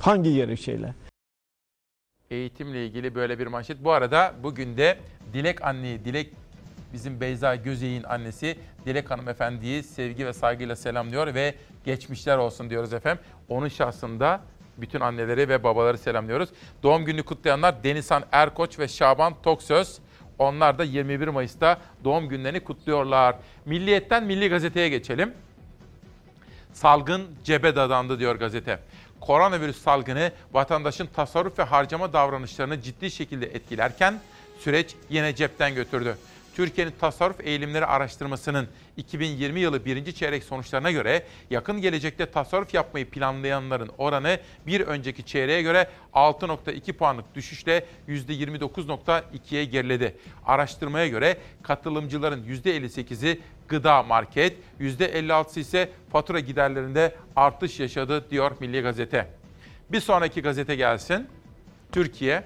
Hangi gerekçeyle? Eğitimle ilgili böyle bir manşet. Bu arada bugün de Dilek anneyi, Dilek bizim Beyza Gözey'in annesi Dilek hanımefendiyi sevgi ve saygıyla selamlıyor ve geçmişler olsun diyoruz efendim. Onun şahsında bütün anneleri ve babaları selamlıyoruz. Doğum gününü kutlayanlar Denizhan Erkoç ve Şaban Toksöz. Onlar da yirmi bir Mayıs'ta doğum günlerini kutluyorlar. Milliyet'ten Milli Gazete'ye geçelim. Salgın cebe dadandı diyor gazete. Koronavirüs salgını vatandaşın tasarruf ve harcama davranışlarını ciddi şekilde etkilerken süreç yine cepten götürdü. Türkiye'nin tasarruf eğilimleri araştırmasının iki bin yirmi yılı birinci çeyrek sonuçlarına göre yakın gelecekte tasarruf yapmayı planlayanların oranı bir önceki çeyreğe göre altı virgül iki puanlık düşüşle yüzde yirmi dokuz virgül ikiye geriledi. Araştırmaya göre katılımcıların yüzde elli sekizi gıda, market, yüzde elli altısı ise fatura giderlerinde artış yaşadı diyor Milli Gazete. Bir sonraki gazete gelsin. Türkiye.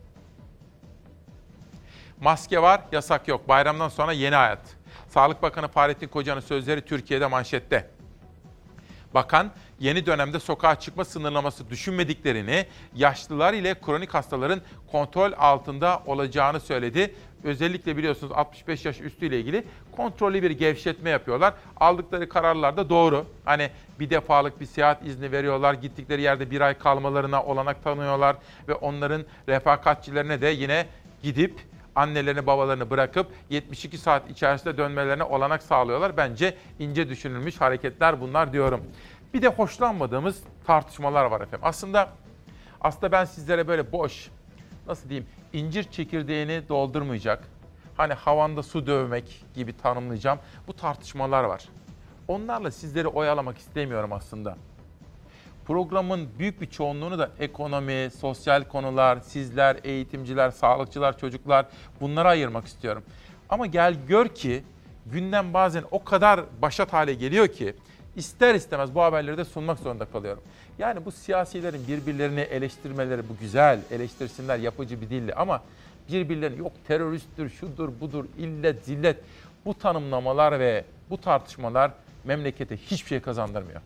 Maske var, yasak yok. Bayramdan sonra yeni hayat. Sağlık Bakanı Fahrettin Koca'nın sözleri Türkiye'de manşette. Bakan, yeni dönemde sokağa çıkma sınırlaması düşünmediklerini, yaşlılar ile kronik hastaların kontrol altında olacağını söyledi. Özellikle biliyorsunuz altmış beş yaş üstüyle ilgili kontrollü bir gevşetme yapıyorlar. Aldıkları kararlar da doğru. Hani bir defalık bir seyahat izni veriyorlar. Gittikleri yerde bir ay kalmalarına olanak tanıyorlar. Ve onların refakatçilerine de yine gidip annelerini babalarını bırakıp yetmiş iki saat içerisinde dönmelerine olanak sağlıyorlar. Bence ince düşünülmüş hareketler bunlar diyorum. Bir de hoşlanmadığımız tartışmalar var efendim. Aslında aslında ben sizlere böyle boş, nasıl diyeyim, incir çekirdeğini doldurmayacak, hani havanda su dövmek gibi tanımlayacağım bu tartışmalar var. Onlarla sizleri oyalamak istemiyorum aslında. Programın büyük bir çoğunluğunu da ekonomi, sosyal konular, sizler, eğitimciler, sağlıkçılar, çocuklar bunlara ayırmak istiyorum. Ama gel gör ki gündem bazen o kadar başat hale geliyor ki ister istemez bu haberleri de sunmak zorunda kalıyorum. Yani bu siyasilerin birbirlerini eleştirmeleri bu güzel, eleştirsinler yapıcı bir dille ama birbirlerini yok teröristtir, şudur, budur, illet, zillet bu tanımlamalar ve bu tartışmalar memlekete hiçbir şey kazandırmıyor.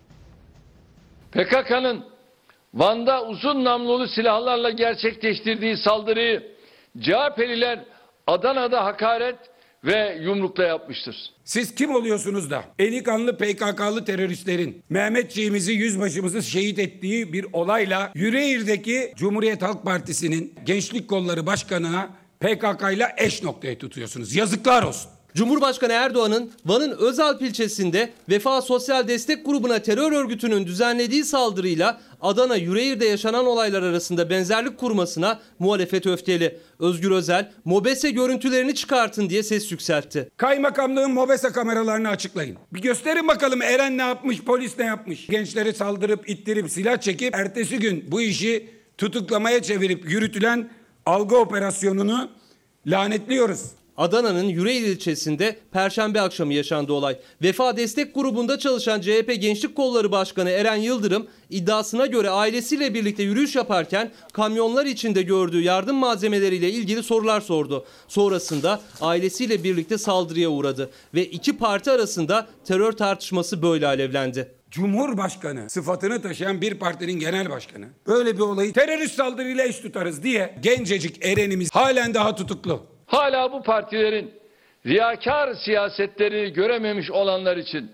P K K'nın Van'da uzun namlulu silahlarla gerçekleştirdiği saldırıyı C H P'liler Adana'da hakaret ve yumrukla yapmıştır. Siz kim oluyorsunuz da eli kanlı P K K'lı teröristlerin Mehmetçiğimizi, yüzbaşımızı şehit ettiği bir olayla Yüreğir'deki Cumhuriyet Halk Partisi'nin Gençlik Kolları Başkanı'na P K K'yla eş noktaya tutuyorsunuz. Yazıklar olsun. Cumhurbaşkanı Erdoğan'ın Van'ın Özalp ilçesinde Vefa Sosyal Destek Grubu'na terör örgütünün düzenlediği saldırıyla Adana Yüreğir'de yaşanan olaylar arasında benzerlik kurmasına muhalefet öfkeli. Özgür Özel, MOBESE görüntülerini çıkartın diye ses yükseltti. Kaymakamlığın MOBESE kameralarını açıklayın. Bir gösterin bakalım Eren ne yapmış, polis ne yapmış. Gençleri saldırıp, ittirip, silah çekip ertesi gün bu işi tutuklamaya çevirip yürütülen algı operasyonunu lanetliyoruz. Adana'nın Yüreğir ilçesinde Perşembe akşamı yaşandı olay. Vefa Destek Grubu'nda çalışan C H P Gençlik Kolları Başkanı Eren Yıldırım iddiasına göre ailesiyle birlikte yürüyüş yaparken kamyonlar içinde gördüğü yardım malzemeleriyle ilgili sorular sordu. Sonrasında ailesiyle birlikte saldırıya uğradı ve iki parti arasında terör tartışması böyle alevlendi. Cumhurbaşkanı sıfatını taşıyan bir partinin genel başkanı böyle bir olayı terörist saldırıyla eş tutarız diye gencecik Eren'imiz halen daha tutuklu. Hala bu partilerin riyakar siyasetleri görememiş olanlar için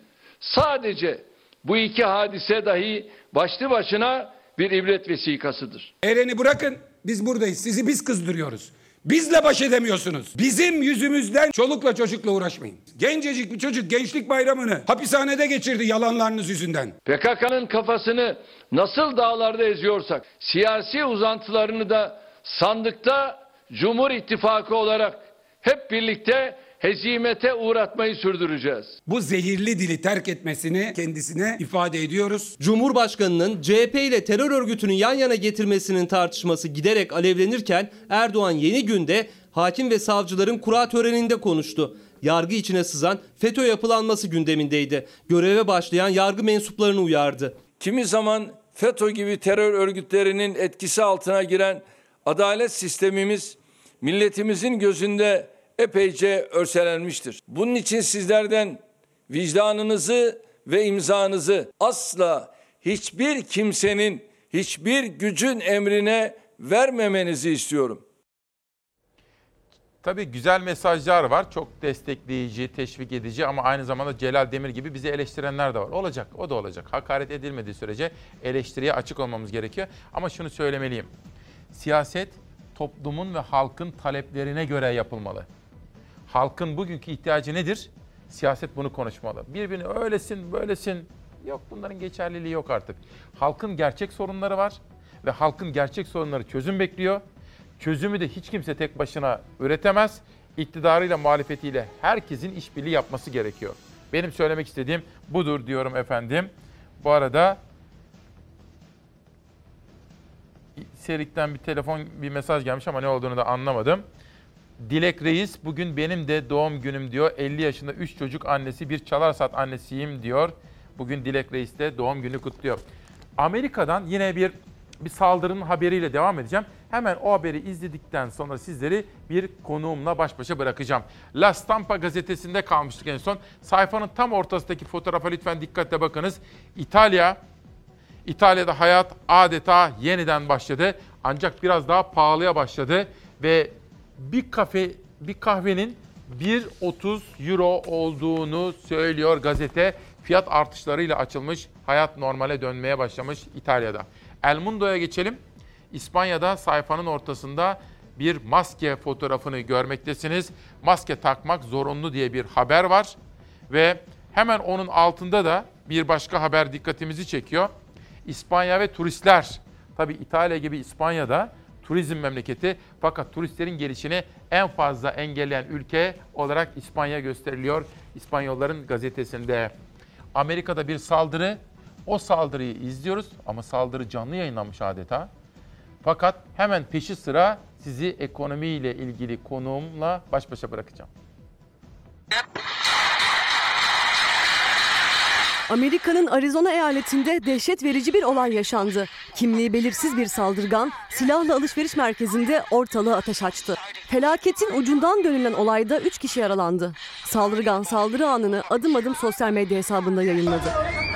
sadece bu iki hadise dahi başlı başına bir ibret vesikasıdır. Eren'i bırakın, biz buradayız. Sizi biz kızdırıyoruz. Bizle baş edemiyorsunuz. Bizim yüzümüzden çolukla çocukla uğraşmayın. Gencecik bir çocuk gençlik bayramını hapishanede geçirdi yalanlarınız yüzünden. P K K'nın kafasını nasıl dağlarda eziyorsak siyasi uzantılarını da sandıkta Cumhur İttifakı olarak hep birlikte hezimete uğratmayı sürdüreceğiz. Bu zehirli dili terk etmesini kendisine ifade ediyoruz. Cumhurbaşkanının C H P ile terör örgütünün yan yana getirmesinin tartışması giderek alevlenirken Erdoğan Yeni Gün'de hakim ve savcıların kura töreninde konuştu. Yargı içine sızan FETÖ yapılanması gündemindeydi. Göreve başlayan yargı mensuplarını uyardı. Kimi zaman FETÖ gibi terör örgütlerinin etkisi altına giren adalet sistemimiz milletimizin gözünde epeyce örselenmiştir. Bunun için sizlerden vicdanınızı ve imzanızı asla hiçbir kimsenin hiçbir gücün emrine vermemenizi istiyorum. Tabii güzel mesajlar var. Çok destekleyici, teşvik edici ama aynı zamanda Celal Demir gibi bizi eleştirenler de var. Olacak, o da olacak. Hakaret edilmediği sürece eleştiriye açık olmamız gerekiyor. Ama şunu söylemeliyim. Siyaset toplumun ve halkın taleplerine göre yapılmalı. Halkın bugünkü ihtiyacı nedir? Siyaset bunu konuşmalı. Birbirini öylesin, böylesin. Yok, bunların geçerliliği yok artık. Halkın gerçek sorunları var ve halkın gerçek sorunları çözüm bekliyor. Çözümü de hiç kimse tek başına üretemez. İktidarıyla, muhalefetiyle herkesin işbirliği yapması gerekiyor. Benim söylemek istediğim budur diyorum efendim. Bu arada Serik'ten bir telefon, bir mesaj gelmiş ama ne olduğunu da anlamadım. Dilek Reis, bugün benim de doğum günüm diyor. elli yaşında üç çocuk annesi, bir Çalarsat annesiyim diyor. Bugün Dilek Reis de doğum günü kutluyor. Amerika'dan yine bir bir saldırının haberiyle devam edeceğim. Hemen o haberi izledikten sonra sizleri bir konuğumla baş başa bırakacağım. La Stampa gazetesinde kalmıştık en son. Sayfanın tam ortasındaki fotoğrafa lütfen dikkatle bakınız. İtalya, İtalya'da hayat adeta yeniden başladı. Ancak biraz daha pahalıya başladı ve bir kafe, bir kahvenin bir otuz euro olduğunu söylüyor gazete. Fiyat artışlarıyla açılmış, hayat normale dönmeye başlamış İtalya'da. El Mundo'ya geçelim. İspanya'da sayfanın ortasında bir maske fotoğrafını görmektesiniz. Maske takmak zorunlu diye bir haber var. Ve hemen onun altında da bir başka haber dikkatimizi çekiyor. İspanya ve turistler. Tabii İtalya gibi İspanya'da turizm memleketi, fakat turistlerin gelişini en fazla engelleyen ülke olarak İspanya gösteriliyor İspanyolların gazetesinde. Amerika'da bir saldırı, o saldırıyı izliyoruz ama saldırı canlı yayınlanmış adeta. Fakat hemen peşi sıra sizi ekonomiyle ilgili konuğumla baş başa bırakacağım. Amerika'nın Arizona eyaletinde dehşet verici bir olay yaşandı. Kimliği belirsiz bir saldırgan silahla alışveriş merkezinde ortalığı ateş açtı. Felaketin ucundan dönülen olayda üç kişi yaralandı. Saldırgan saldırı anını adım adım sosyal medya hesabında yayınladı.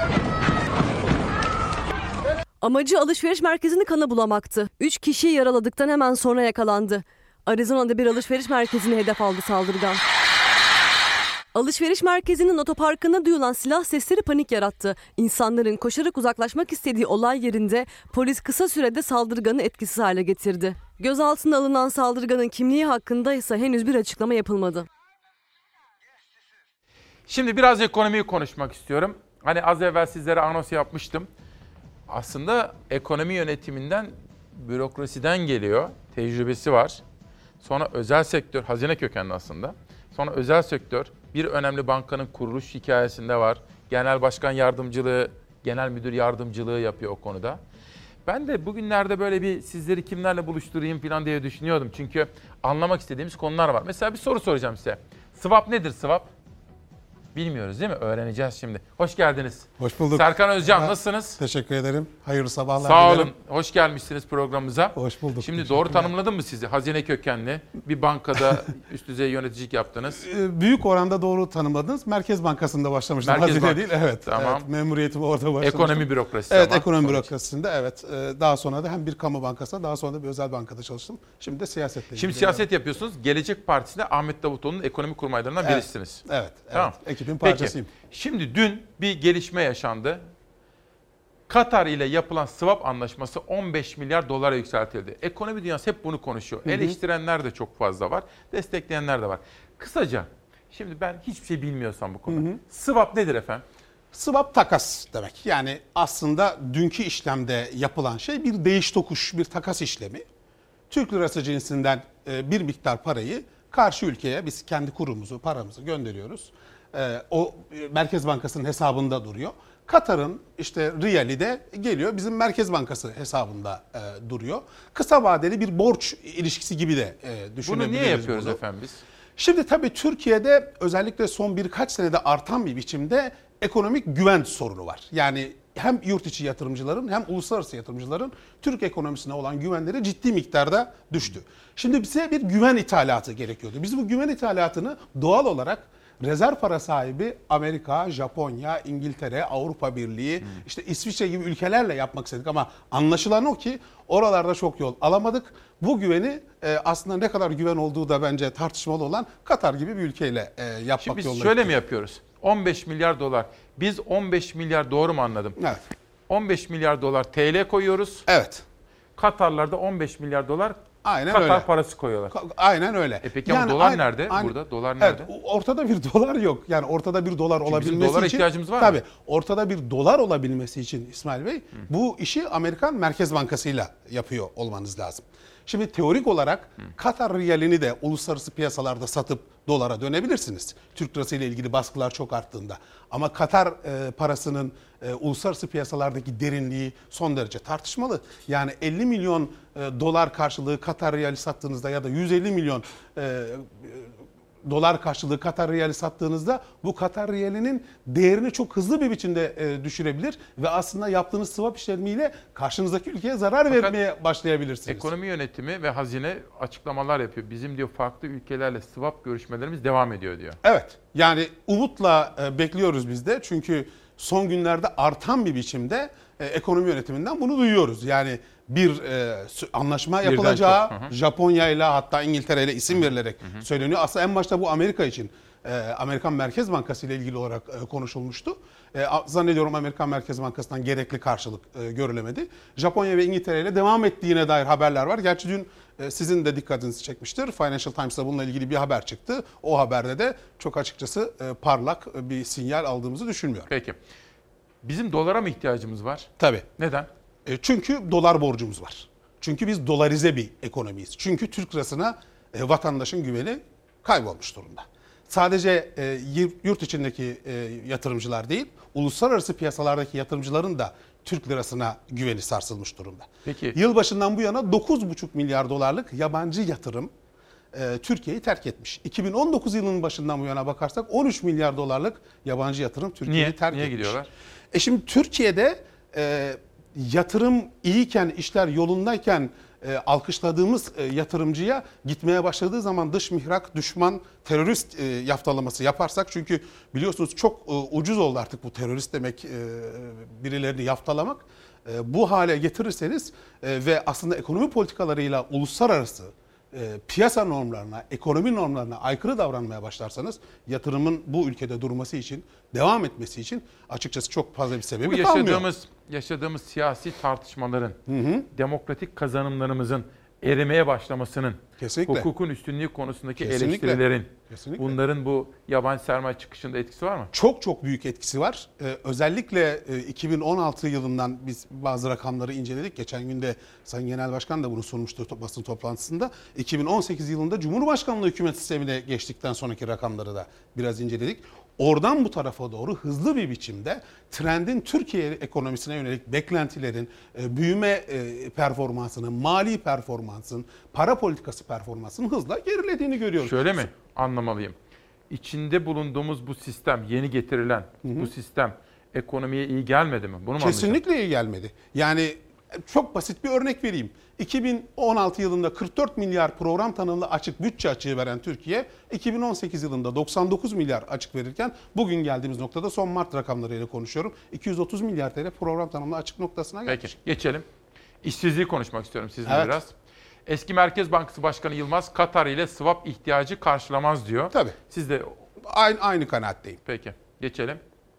Amacı alışveriş merkezini kana bulamaktı. Üç kişiyi yaraladıktan hemen sonra yakalandı. Arizona'da bir alışveriş merkezini hedef aldı saldırgan. Alışveriş merkezinin otoparkına duyulan silah sesleri panik yarattı. İnsanların koşarak uzaklaşmak istediği olay yerinde polis kısa sürede saldırganı etkisiz hale getirdi. Gözaltına alınan saldırganın kimliği hakkında ise henüz bir açıklama yapılmadı. Şimdi biraz ekonomiyi konuşmak istiyorum. Hani az evvel sizlere anons yapmıştım. Aslında ekonomi yönetiminden, bürokrasiden geliyor, tecrübesi var. Sonra özel sektör, hazine kökenli aslında. Sonra özel sektör, bir önemli bankanın kuruluş hikayesinde var. Genel başkan yardımcılığı, genel müdür yardımcılığı yapıyor o konuda. Ben de bugünlerde böyle bir sizleri kimlerle buluşturayım falan diye düşünüyordum. Çünkü anlamak istediğimiz konular var. Mesela bir soru soracağım size. Swap nedir swap? Bilmiyoruz değil mi? Öğreneceğiz şimdi. Hoş geldiniz. Hoş bulduk. Serkan Özcan, ha, nasılsınız? Teşekkür ederim. Hayırlı sabahlar Sağ dilerim. olun. Hoş gelmişsiniz programımıza. Hoş bulduk. Şimdi doğru tanımladım mı sizi? Hazine kökenli bir bankada üst düzey yöneticilik yaptınız. Büyük oranda doğru tanımladınız. Merkez Bankası'nda başlamıştım. Merkez Hazine Bank. değil. Evet. Tamam. Evet, memuriyetimi orada başlamıştım. Ekonomi bürokrasisi. Evet, ama. ekonomi bürokrasisinde evet. Daha sonra da hem bir kamu bankasında, daha sonra da bir özel bankada çalıştım. Şimdi de siyasetle ilgili. Şimdi siyaset yapıyorsunuz. Gelecek Partisi'nde Ahmet Davutoğlu'nun ekonomi kurmaylarından evet. birisiniz. Evet. evet. Tamam. Ekibin parçasıyım. Peki. Şimdi dün bir gelişme yaşandı. Katar ile yapılan swap anlaşması on beş milyar dolara yükseltildi. Ekonomi dünyası hep bunu konuşuyor. Hı hı. Eleştirenler de çok fazla var, destekleyenler de var. Kısaca, şimdi ben hiçbir şey bilmiyorsam bu konuda. Hı hı. Swap nedir efendim? Swap takas demek. Yani aslında dünkü işlemde yapılan şey bir değiş tokuş, bir takas işlemi. Türk lirası cinsinden bir miktar parayı karşı ülkeye biz kendi kurumuzu, paramızı gönderiyoruz. O Merkez Bankası'nın hesabında duruyor. Katar'ın işte riyali de geliyor bizim Merkez Bankası hesabında e, duruyor. Kısa vadeli bir borç ilişkisi gibi de e, düşünebiliriz. Bunu niye yapıyoruz bunu efendim biz? Şimdi tabii Türkiye'de özellikle son birkaç senede artan bir biçimde ekonomik güven sorunu var. Yani hem yurt içi yatırımcıların hem uluslararası yatırımcıların Türk ekonomisine olan güvenleri ciddi miktarda düştü. Şimdi bize bir güven ithalatı gerekiyordu. Biz bu güven ithalatını doğal olarak rezerv para sahibi Amerika, Japonya, İngiltere, Avrupa Birliği, hmm. işte İsviçre gibi ülkelerle yapmak istedik ama anlaşılan o ki oralarda çok yol alamadık. Bu güveni e, aslında ne kadar güven olduğu da bence tartışmalı olan Katar gibi bir ülkeyle e, yapmak Şimdi biz yolunda şöyle gidiyor. mi yapıyoruz? on beş milyar dolar. Biz on beş milyar, doğru mu anladım? Evet. on beş milyar dolar T L koyuyoruz. Evet. Katarlarda on beş milyar dolar Aynen Katar öyle. parası koyuyorlar. Aynen öyle. E peki yani ama dolar aynı, nerede? Aynı, burada dolar nerede? Evet, ortada bir dolar yok. Yani ortada bir dolar Çünkü olabilmesi bizim dolara için ihtiyacımız var tabii, mı? ortada bir dolar olabilmesi için İsmail Bey, Hı. bu işi Amerikan Merkez Bankası'yla yapıyor olmanız lazım. Şimdi teorik olarak Hı. Katar riyalini de uluslararası piyasalarda satıp dolara dönebilirsiniz. Türk lirası ile ilgili baskılar çok arttığında. Ama Katar e, parasının e, uluslararası piyasalardaki derinliği son derece tartışmalı. Yani elli milyon e, dolar karşılığı Katar riyali sattığınızda ya da yüz elli milyon e, dolar karşılığı Katar riyali sattığınızda bu Katar riyalinin değerini çok hızlı bir biçimde e, düşürebilir ve aslında yaptığınız swap işlemiyle karşınızdaki ülkeye zarar Fakat vermeye başlayabilirsiniz. Ekonomi yönetimi ve hazine açıklamalar yapıyor. Bizim diyor farklı ülkelerle swap görüşmelerimiz devam ediyor diyor. Evet. Yani umutla e, bekliyoruz biz de. Çünkü son günlerde artan bir biçimde e, ekonomi yönetiminden bunu duyuyoruz. Yani bir e, anlaşma yapılacağı Japonya ile hatta İngiltere ile isim verilerek hı hı. söyleniyor. Aslında en başta bu Amerika için e, Amerikan Merkez Bankası ile ilgili olarak e, konuşulmuştu. E, zannediyorum Amerikan Merkez Bankası'ndan gerekli karşılık e, görülemedi. Japonya ve İngiltere ile devam ettiğine dair haberler var. Gerçi dün e, sizin de dikkatinizi çekmiştir. Financial Times'ta bununla ilgili bir haber çıktı. O haberde de çok açıkçası e, parlak bir sinyal aldığımızı düşünmüyorum. Peki. Bizim dolara mı ihtiyacımız var? Tabii. Neden? E, çünkü dolar borcumuz var. Çünkü biz dolarize bir ekonomiyiz. Çünkü Türk lirasına e, vatandaşın güveni kaybolmuş durumda. Sadece e, yurt içindeki e, yatırımcılar değil, uluslararası piyasalardaki yatırımcıların da Türk lirasına güveni sarsılmış durumda. Peki. Yılbaşından bu yana dokuz buçuk milyar dolarlık yabancı yatırım e, Türkiye'yi terk etmiş. iki bin on dokuz yılının başından bu yana bakarsak on üç milyar dolarlık yabancı yatırım Türkiye'yi Niye? terk Niye etmiş. gidiyorlar? E şimdi Türkiye'de e, yatırım iyiyken, işler yolundayken e, alkışladığımız e, yatırımcıya gitmeye başladığı zaman dış mihrak, düşman, terörist e, yaftalaması yaparsak, çünkü biliyorsunuz çok e, ucuz oldu artık bu terörist demek, e, birilerini yaftalamak. E, bu hale getirirseniz e, ve aslında ekonomi politikalarıyla uluslararası e, piyasa normlarına, ekonomi normlarına aykırı davranmaya başlarsanız yatırımın bu ülkede durması için, devam etmesi için açıkçası çok fazla bir sebebi bu kalmıyor. yaşadığımız, yaşadığımız siyasi tartışmaların, hı hı. demokratik kazanımlarımızın erimeye başlamasının, Kesinlikle. hukukun üstünlüğü konusundaki Kesinlikle. eleştirilerin, Kesinlikle. bunların bu yabancı sermaye çıkışında etkisi var mı? Çok çok büyük etkisi var. Ee, özellikle e, iki bin on altı yılından biz bazı rakamları inceledik. Geçen gün de Sayın Genel Başkan da bunu sunmuştu to- basın toplantısında. iki bin on sekiz yılında Cumhurbaşkanlığı hükümet sistemine geçtikten sonraki rakamları da biraz inceledik. Oradan bu tarafa doğru hızlı bir biçimde trendin Türkiye ekonomisine yönelik beklentilerin, e, büyüme e, performansının, mali performansın, para politikası performansının hızla gerilediğini görüyoruz. Şöyle mi anlamalıyım? İçinde bulunduğumuz bu sistem, yeni getirilen hı hı. bu sistem ekonomiye iyi gelmedi mi? Bunu mu Kesinlikle iyi gelmedi. Yani çok basit bir örnek vereyim. iki bin on altı yılında kırk dört milyar program tanımlı açık bütçe açığı veren Türkiye, iki bin on sekiz yılında doksan dokuz milyar açık verirken bugün geldiğimiz noktada son Mart rakamlarıyla konuşuyorum. iki yüz otuz milyar T L program tanımlı açık noktasına gelmiş. Peki geçelim. İşsizliği konuşmak istiyorum sizinle evet. biraz. Eski Merkez Bankası Başkanı Yılmaz, Katar ile swap ihtiyacı karşılamaz diyor. Tabii. Siz de aynı, aynı kanaatteyim. Peki geçelim.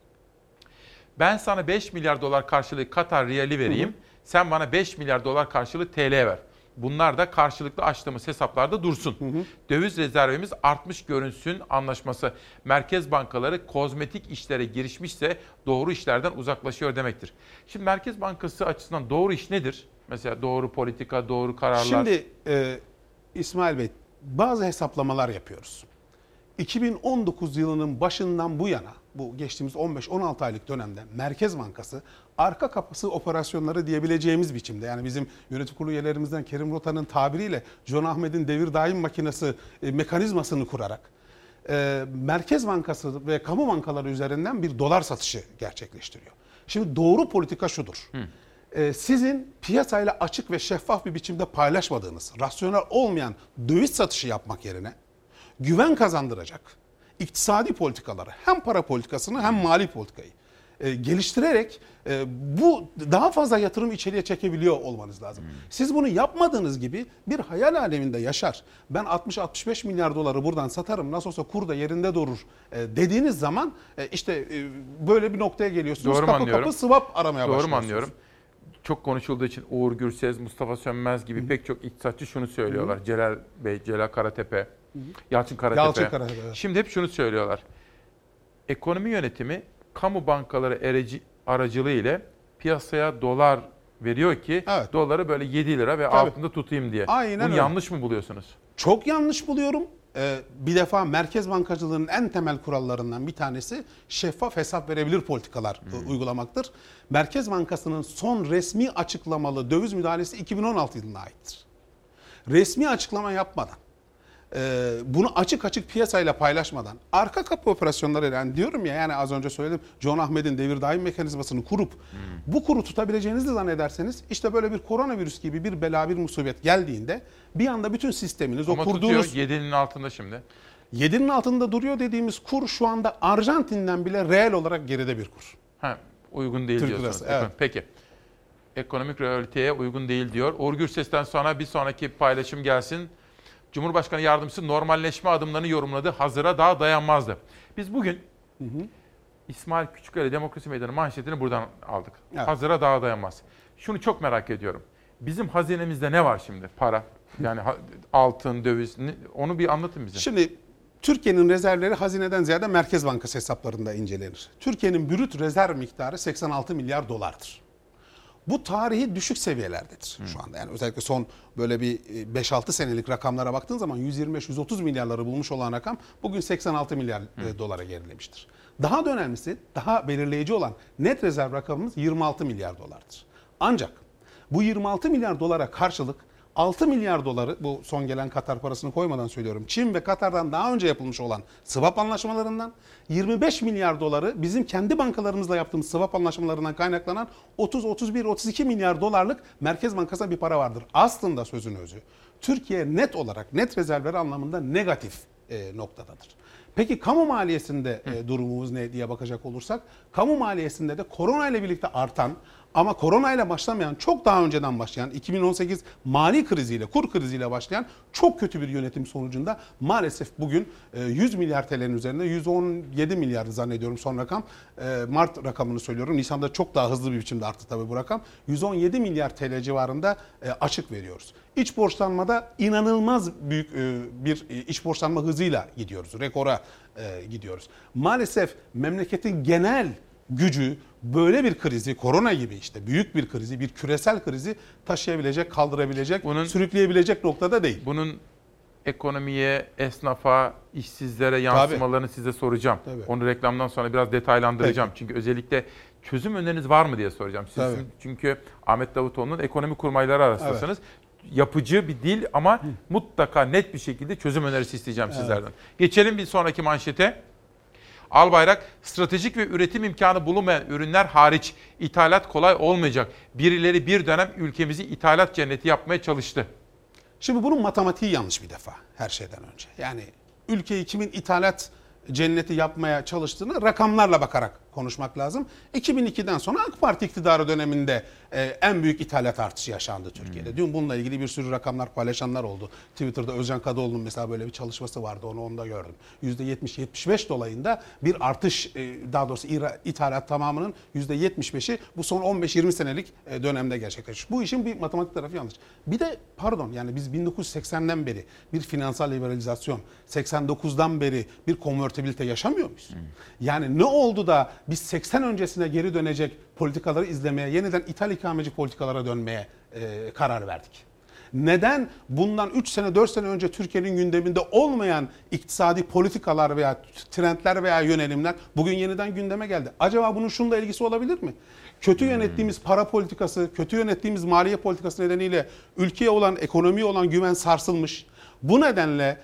Ben sana beş milyar dolar karşılığı Katar riyali vereyim. Hı hı. Sen bana beş milyar dolar karşılığı T L ver. Bunlar da karşılıklı açtığımız hesaplarda dursun. Hı hı. Döviz rezervimiz artmış görünsün anlaşması. Merkez bankaları kozmetik işlere girişmişse doğru işlerden uzaklaşıyor demektir. Şimdi Merkez Bankası açısından doğru iş nedir? Mesela doğru politika, doğru kararlar. Şimdi e, İsmail Bey, bazı hesaplamalar yapıyoruz. iki bin on dokuz yılının başından bu yana, bu geçtiğimiz on beş on altı aylık dönemde Merkez Bankası arka kapısı operasyonları diyebileceğimiz biçimde, yani bizim yönetim kurulu üyelerimizden Kerim Rota'nın tabiriyle John Ahmet'in devir daim makinesi e, mekanizmasını kurarak e, Merkez Bankası ve kamu bankaları üzerinden bir dolar satışı gerçekleştiriyor. Şimdi doğru politika şudur. Hı. E, sizin piyasayla açık ve şeffaf bir biçimde paylaşmadığınız, rasyonel olmayan döviz satışı yapmak yerine güven kazandıracak, iktisadi politikaları, hem para politikasını hem mali politikayı e, geliştirerek e, bu daha fazla yatırım içeriye çekebiliyor olmanız lazım. Hmm. Siz bunu yapmadığınız gibi bir hayal aleminde yaşar. Ben altmış altmış beş milyar doları buradan satarım, nasıl olsa kur da yerinde durur e, dediğiniz zaman e, işte e, böyle bir noktaya geliyorsunuz. Doğru kapı anlıyorum. kapı swap aramaya Doğru başlıyorsunuz. mu anlıyorum? Çok konuşulduğu için Uğur Gürses, Mustafa Sönmez gibi Hı. pek çok iktisatçı şunu söylüyorlar. Hı. Celal Bey, Celal Karatepe, Hı. Yalçın Karatepe. Yalçın Karatepe evet. Şimdi hep şunu söylüyorlar. Ekonomi yönetimi kamu bankaları aracı, aracılığı ile piyasaya dolar veriyor ki evet. doları böyle yedi lira ve Tabii. altında tutayım diye. Aynen Bunu öyle. yanlış mı buluyorsunuz? Çok yanlış buluyorum. Ee, bir defa merkez bankacılığının en temel kurallarından bir tanesi şeffaf hesap verebilir politikalar hmm. uygulamaktır. Merkez Bankası'nın son resmi açıklamalı döviz müdahalesi iki bin on altı yılına aittir. Resmi açıklama yapmadan, e, bunu açık açık piyasayla paylaşmadan, arka kapı operasyonlarıyla yani diyorum ya yani az önce söyledim John Ahmed'in devir daim mekanizmasını kurup hmm. bu kuru tutabileceğinizi zannederseniz işte böyle bir koronavirüs gibi bir bela bir musibet geldiğinde bir anda bütün sisteminiz Ama o kurduğunuz... tutuyor yedinin altında şimdi. yedinin altında duruyor dediğimiz kur şu anda Arjantin'den bile reel olarak geride bir kur. Ha, uygun değil Türk diyorsunuz. lirası, evet. Peki. Ekonomik realiteye uygun değil diyor. Uğur Gürses'ten sonra bir sonraki paylaşım gelsin. Cumhurbaşkanı Yardımcısı normalleşme adımlarını yorumladı. Hazıra daha dayanmazdı. Biz bugün hı hı. İsmail Küçüköy'le Demokrasi Meydanı manşetini buradan aldık. Evet. Hazıra daha dayanmaz. Şunu çok merak ediyorum. Bizim hazinemizde ne var şimdi? Para, yani altın, döviz, onu bir anlatın bize. Şimdi Türkiye'nin rezervleri hazineden ziyade Merkez Bankası hesaplarında incelenir. Türkiye'nin brüt rezerv miktarı seksen altı milyar dolardır. Bu tarihi düşük seviyelerdedir hmm. şu anda. Yani özellikle son böyle bir beş altı senelik rakamlara baktığın zaman yüz yirmi beş yüz otuz milyarları bulmuş olan rakam bugün seksen altı milyar hmm. dolara gerilemiştir. Daha da önemlisi, daha belirleyici olan net rezerv rakamımız yirmi altı milyar dolardır. Ancak bu yirmi altı milyar dolara karşılık altı milyar doları, bu son gelen Katar parasını koymadan söylüyorum, Çin ve Katar'dan daha önce yapılmış olan swap anlaşmalarından, yirmi beş milyar doları bizim kendi bankalarımızla yaptığımız swap anlaşmalarından kaynaklanan otuz otuz bir otuz iki milyar dolarlık Merkez Bankası'na bir para vardır. Aslında sözün özü Türkiye net olarak net rezervleri anlamında negatif e, noktadadır. Peki kamu maliyesinde e, durumumuz ne diye bakacak olursak, kamu maliyesinde de korona ile birlikte artan ama korona ile başlamayan, çok daha önceden başlayan iki bin on sekiz mali kriziyle, kur kriziyle başlayan çok kötü bir yönetim sonucunda maalesef bugün yüz milyar T L'nin üzerinde yüz on yedi milyardı zannediyorum son rakam. Mart rakamını söylüyorum. Nisan'da çok daha hızlı bir biçimde arttı tabii bu rakam. yüz on yedi milyar T L civarında açık veriyoruz. İç borçlanmada inanılmaz büyük bir iç borçlanma hızıyla gidiyoruz. Rekora gidiyoruz. Maalesef memleketin genel gücü böyle bir krizi, korona gibi işte büyük bir krizi, bir küresel krizi taşıyabilecek, kaldırabilecek, bunun, sürükleyebilecek noktada değil. Bunun ekonomiye, esnafa, işsizlere yansımalarını Tabii. size soracağım. Tabii. Onu reklamdan sonra biraz detaylandıracağım. Peki. Çünkü özellikle çözüm öneriniz var mı diye soracağım. Siz Tabii. çünkü Ahmet Davutoğlu'nun ekonomi kurmayları arasındasınız. Evet. Yapıcı bir dil ama Hı. mutlaka net bir şekilde çözüm önerisi isteyeceğim evet. sizlerden. Geçelim bir sonraki manşete. Albayrak, stratejik ve üretim imkanı bulunmayan ürünler hariç ithalat kolay olmayacak. Birileri bir dönem ülkemizi ithalat cenneti yapmaya çalıştı. Şimdi bunun matematiği yanlış bir defa her şeyden önce. Yani ülkeyi kimin ithalat cenneti yapmaya çalıştığını rakamlarla bakarak konuşmak lazım. iki bin ikiden sonra AK Parti iktidarı döneminde e, en büyük ithalat artışı yaşandı Türkiye'de. Hmm. Dün bununla ilgili bir sürü rakamlar paylaşanlar oldu. Twitter'da Özcan Kadıoğlu'nun mesela böyle bir çalışması vardı, onu onda gördüm. yüzde yetmiş yetmiş beş dolayında bir artış, e, daha doğrusu ithalat tamamının yüzde yetmiş beşi bu son on beş yirmi senelik e, dönemde gerçekleşmiş. Bu işin bir matematik tarafı yanlış. Bir de pardon yani biz bin dokuz yüz seksenden beri bir finansal liberalizasyon, seksen dokuzdan beri bir konvertibilite yaşamıyor muyuz? Hmm. Yani ne oldu da biz seksen öncesine geri dönecek politikaları izlemeye, yeniden ithal ikameci politikalara dönmeye e, karar verdik? Neden bundan üç sene dört sene önce Türkiye'nin gündeminde olmayan iktisadi politikalar veya trendler veya yönelimler bugün yeniden gündeme geldi? Acaba bunun şununla ilgisi olabilir mi? Kötü yönettiğimiz para politikası, kötü yönettiğimiz maliye politikası nedeniyle ülkeye olan, ekonomiye olan güven sarsılmış. Bu nedenle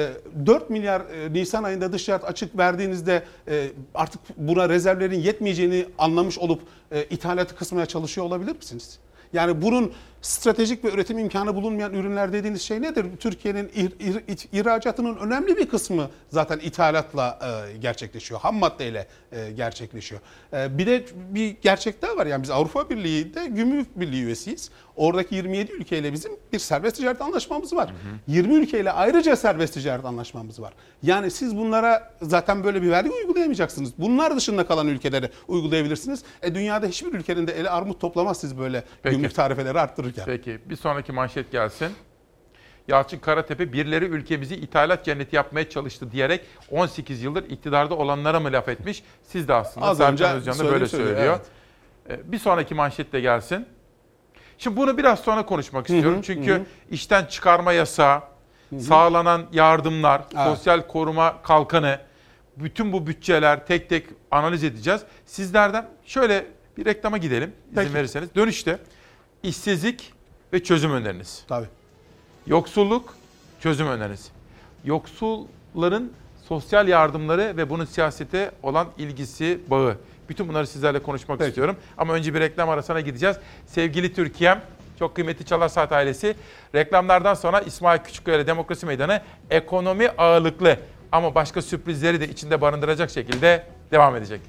dört milyar Nisan ayında dış ticaret açık verdiğinizde artık buna rezervlerin yetmeyeceğini anlamış olup ithalatı kısmaya çalışıyor olabilir misiniz? Yani bunun Stratejik ve üretim imkanı bulunmayan ürünler dediğiniz şey nedir? Türkiye'nin ir, ir, ihracatının önemli bir kısmı zaten ithalatla e, gerçekleşiyor. Ham maddeyle e, gerçekleşiyor. E, bir de bir gerçek daha var. Yani biz Avrupa Birliği'de Gümrük Birliği üyesiyiz. Oradaki yirmi yedi ülkeyle bizim bir serbest ticaret anlaşmamız var. Hı hı. yirmi ülkeyle ayrıca serbest ticaret anlaşmamız var. Yani siz bunlara zaten böyle bir vergi uygulayamayacaksınız. Bunlar dışında kalan ülkelere uygulayabilirsiniz. E, dünyada hiçbir ülkenin de eli armut toplamaz siz böyle Peki. gümrük tarifeleri arttırırken. Peki bir sonraki manşet gelsin. Yalçın Karatepe birileri ülkemizi ithalat cenneti yapmaya çalıştı diyerek on sekiz yıldır iktidarda olanlara mı laf etmiş? Siz de aslında Az Serkan Özcan da böyle söylüyor. söylüyor. Evet. Bir sonraki manşet de gelsin. Şimdi bunu biraz sonra konuşmak istiyorum. Hı hı, Çünkü hı. işten çıkarma yasağı, hı hı. sağlanan yardımlar, evet. sosyal koruma kalkanı, bütün bu bütçeler tek tek analiz edeceğiz. Sizlerden şöyle bir reklama gidelim izin Peki. verirseniz. Dönüşte işsizlik ve çözüm öneriniz. Tabii. Yoksulluk, çözüm öneriniz. Yoksulların sosyal yardımları ve bunun siyasete olan ilgisi, bağı. Bütün bunları sizlerle konuşmak Peki. istiyorum. Ama önce bir reklam arasına gideceğiz. Sevgili Türkiye'm, çok kıymetli Çalar Saat ailesi. Reklamlardan sonra İsmail Küçükkaya Demokrasi Meydanı ekonomi ağırlıklı ama başka sürprizleri de içinde barındıracak şekilde devam edecek.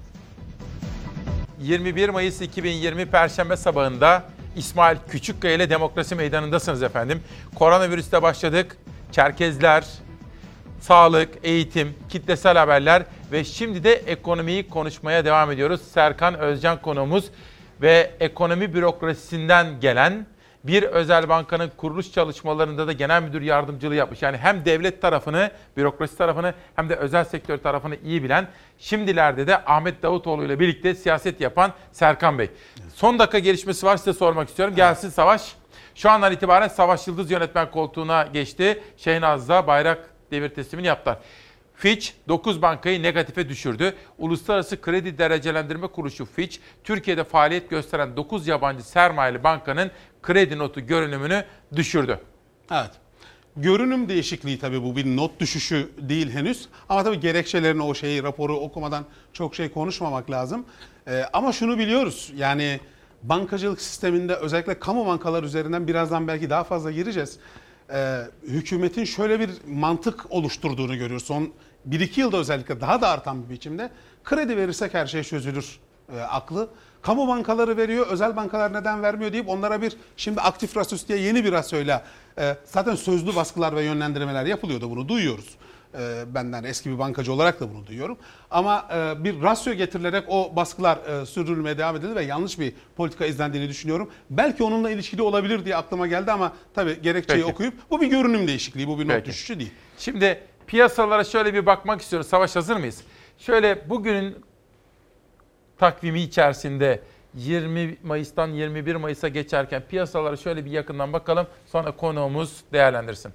yirmi bir Mayıs iki bin yirmi Perşembe sabahında İsmail Küçükkaya ile Demokrasi Meydanı'ndasınız efendim. Koronavirüste başladık. Çerkezler, sağlık, eğitim, kitlesel haberler ve şimdi de ekonomiyi konuşmaya devam ediyoruz. Serkan Özcan konuğumuz ve ekonomi bürokrasisinden gelen bir özel bankanın kuruluş çalışmalarında da genel müdür yardımcılığı yapmış. Yani hem devlet tarafını, bürokrasi tarafını hem de özel sektör tarafını iyi bilen, şimdilerde de Ahmet Davutoğlu ile birlikte siyaset yapan Serkan Bey. Son dakika gelişmesi var, size sormak istiyorum. Gelsin Savaş. Şu andan itibaren Savaş Yıldız yönetmen koltuğuna geçti. Şehnaz'da bayrak devir teslimini yaptılar. Fitch dokuz bankayı negatife düşürdü. Uluslararası Kredi Derecelendirme Kuruluşu Fitch, Türkiye'de faaliyet gösteren dokuz yabancı sermayeli bankanın kredi notu görünümünü düşürdü. Evet. Görünüm değişikliği tabii bu, bir not düşüşü değil henüz. Ama tabii gerekçelerini, o şeyi, raporu okumadan çok şey konuşmamak lazım. Ee, ama şunu biliyoruz, yani bankacılık sisteminde özellikle kamu bankalar üzerinden birazdan belki daha fazla gireceğiz. Ee, hükümetin şöyle bir mantık oluşturduğunu görüyoruz. Son bir iki yılda özellikle daha da artan bir biçimde. Kredi verirsek her şey çözülür e, aklı. Kamu bankaları veriyor, özel bankalar neden vermiyor deyip onlara bir, şimdi aktif rasyos diye yeni bir rasyoyla e, zaten sözlü baskılar ve yönlendirmeler yapılıyordu, bunu duyuyoruz. E, benden eski bir bankacı olarak da bunu duyuyorum. Ama e, bir rasyo getirilerek o baskılar e, sürdürülmeye devam edildi ve yanlış bir politika izlendiğini düşünüyorum. Belki onunla ilişkili olabilir diye aklıma geldi ama tabii gerekçeyi Peki. okuyup bu bir görünüm değişikliği, bu bir not Peki. düşüşü değil. Şimdi piyasalara şöyle bir bakmak istiyoruz. Savaş, hazır mıyız? Şöyle bugünün takvimi içerisinde yirmi Mayıs'tan yirmi bir Mayıs'a geçerken piyasalara şöyle bir yakından bakalım. Sonra konuğumuz değerlendirsin.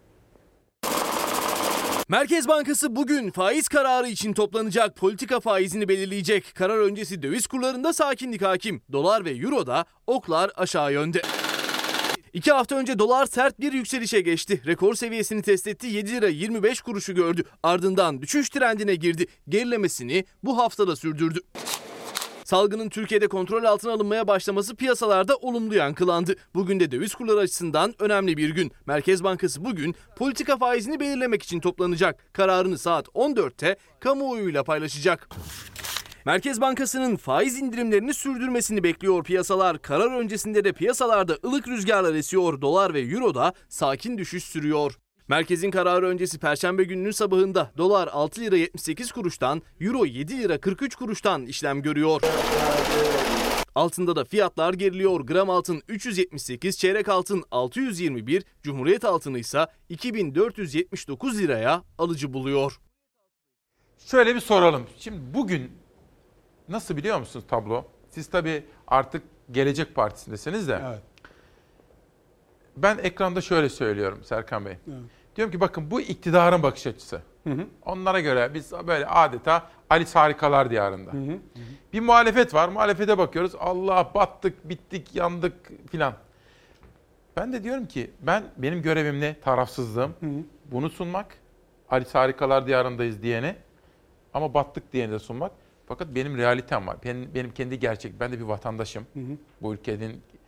Merkez Bankası bugün faiz kararı için toplanacak, politika faizini belirleyecek. Karar öncesi döviz kurlarında sakinlik hakim. Dolar ve Euro'da oklar aşağı yönde. İki hafta önce dolar sert bir yükselişe geçti. Rekor seviyesini test etti, yedi lira yirmi beş kuruşu gördü. Ardından düşüş trendine girdi. Gerilemesini bu haftada sürdürdü. Salgının Türkiye'de kontrol altına alınmaya başlaması piyasalarda olumlu yankılandı. Bugün de döviz kurları açısından önemli bir gün. Merkez Bankası bugün politika faizini belirlemek için toplanacak. Kararını saat on dörtte kamuoyuyla paylaşacak. Merkez Bankası'nın faiz indirimlerini sürdürmesini bekliyor piyasalar. Karar öncesinde de piyasalarda ılık rüzgarlar esiyor. Dolar ve Euro'da sakin düşüş sürüyor. Merkezin kararı öncesi Perşembe gününün sabahında dolar altı lira yetmiş sekiz kuruştan, Euro yedi lira kırk üç kuruştan işlem görüyor. Altında da fiyatlar geriliyor. Gram altın üç yüz yetmiş sekiz, çeyrek altın altı yüz yirmi bir, Cumhuriyet altını ise iki bin dört yüz yetmiş dokuz liraya alıcı buluyor. Şöyle bir soralım. Şimdi bugün nasıl biliyor musunuz tablo? Siz tabii artık Gelecek Partisi'ndesiniz de. Evet. Ben ekranda şöyle söylüyorum Serkan Bey. Evet. Diyorum ki bakın bu iktidarın bakış açısı. Hı hı. Onlara göre biz böyle adeta Alice Harikalar Diyarı'nda. Hı hı. Hı. Bir muhalefet var. Muhalefete bakıyoruz. Allah battık, bittik, yandık filan. Ben de diyorum ki ben benim görevim ne? Tarafsızlığım. Hı hı. Bunu sunmak. Alice Harikalar Diyarı'ndayız diyene. Ama battık diyene de sunmak. Fakat benim realitem var. Benim, benim kendi gerçek. Ben de bir vatandaşım. Hı hı. Bu ülkenin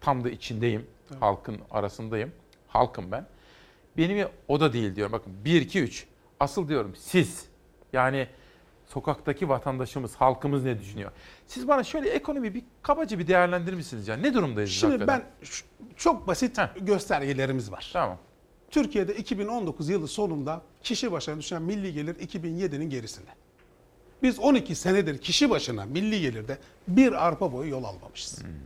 tam da içindeyim. Evet. Halkın arasındayım. Halkım ben. Benim o da değil diyorum. Bakın bir, iki, üç. Asıl diyorum siz. Yani sokaktaki vatandaşımız, halkımız ne düşünüyor? Siz bana şöyle ekonomi bir kabaca bir değerlendirir misiniz ya? Ne durumdayız? Şimdi hakikaten? ben çok basit Heh. göstergelerimiz var. Tamam. Türkiye'de iki bin on dokuz yılı sonunda kişi başına düşen milli gelir iki bin yedinin gerisinde. Biz on iki senedir kişi başına milli gelirde bir arpa boyu yol almamışız. Hmm.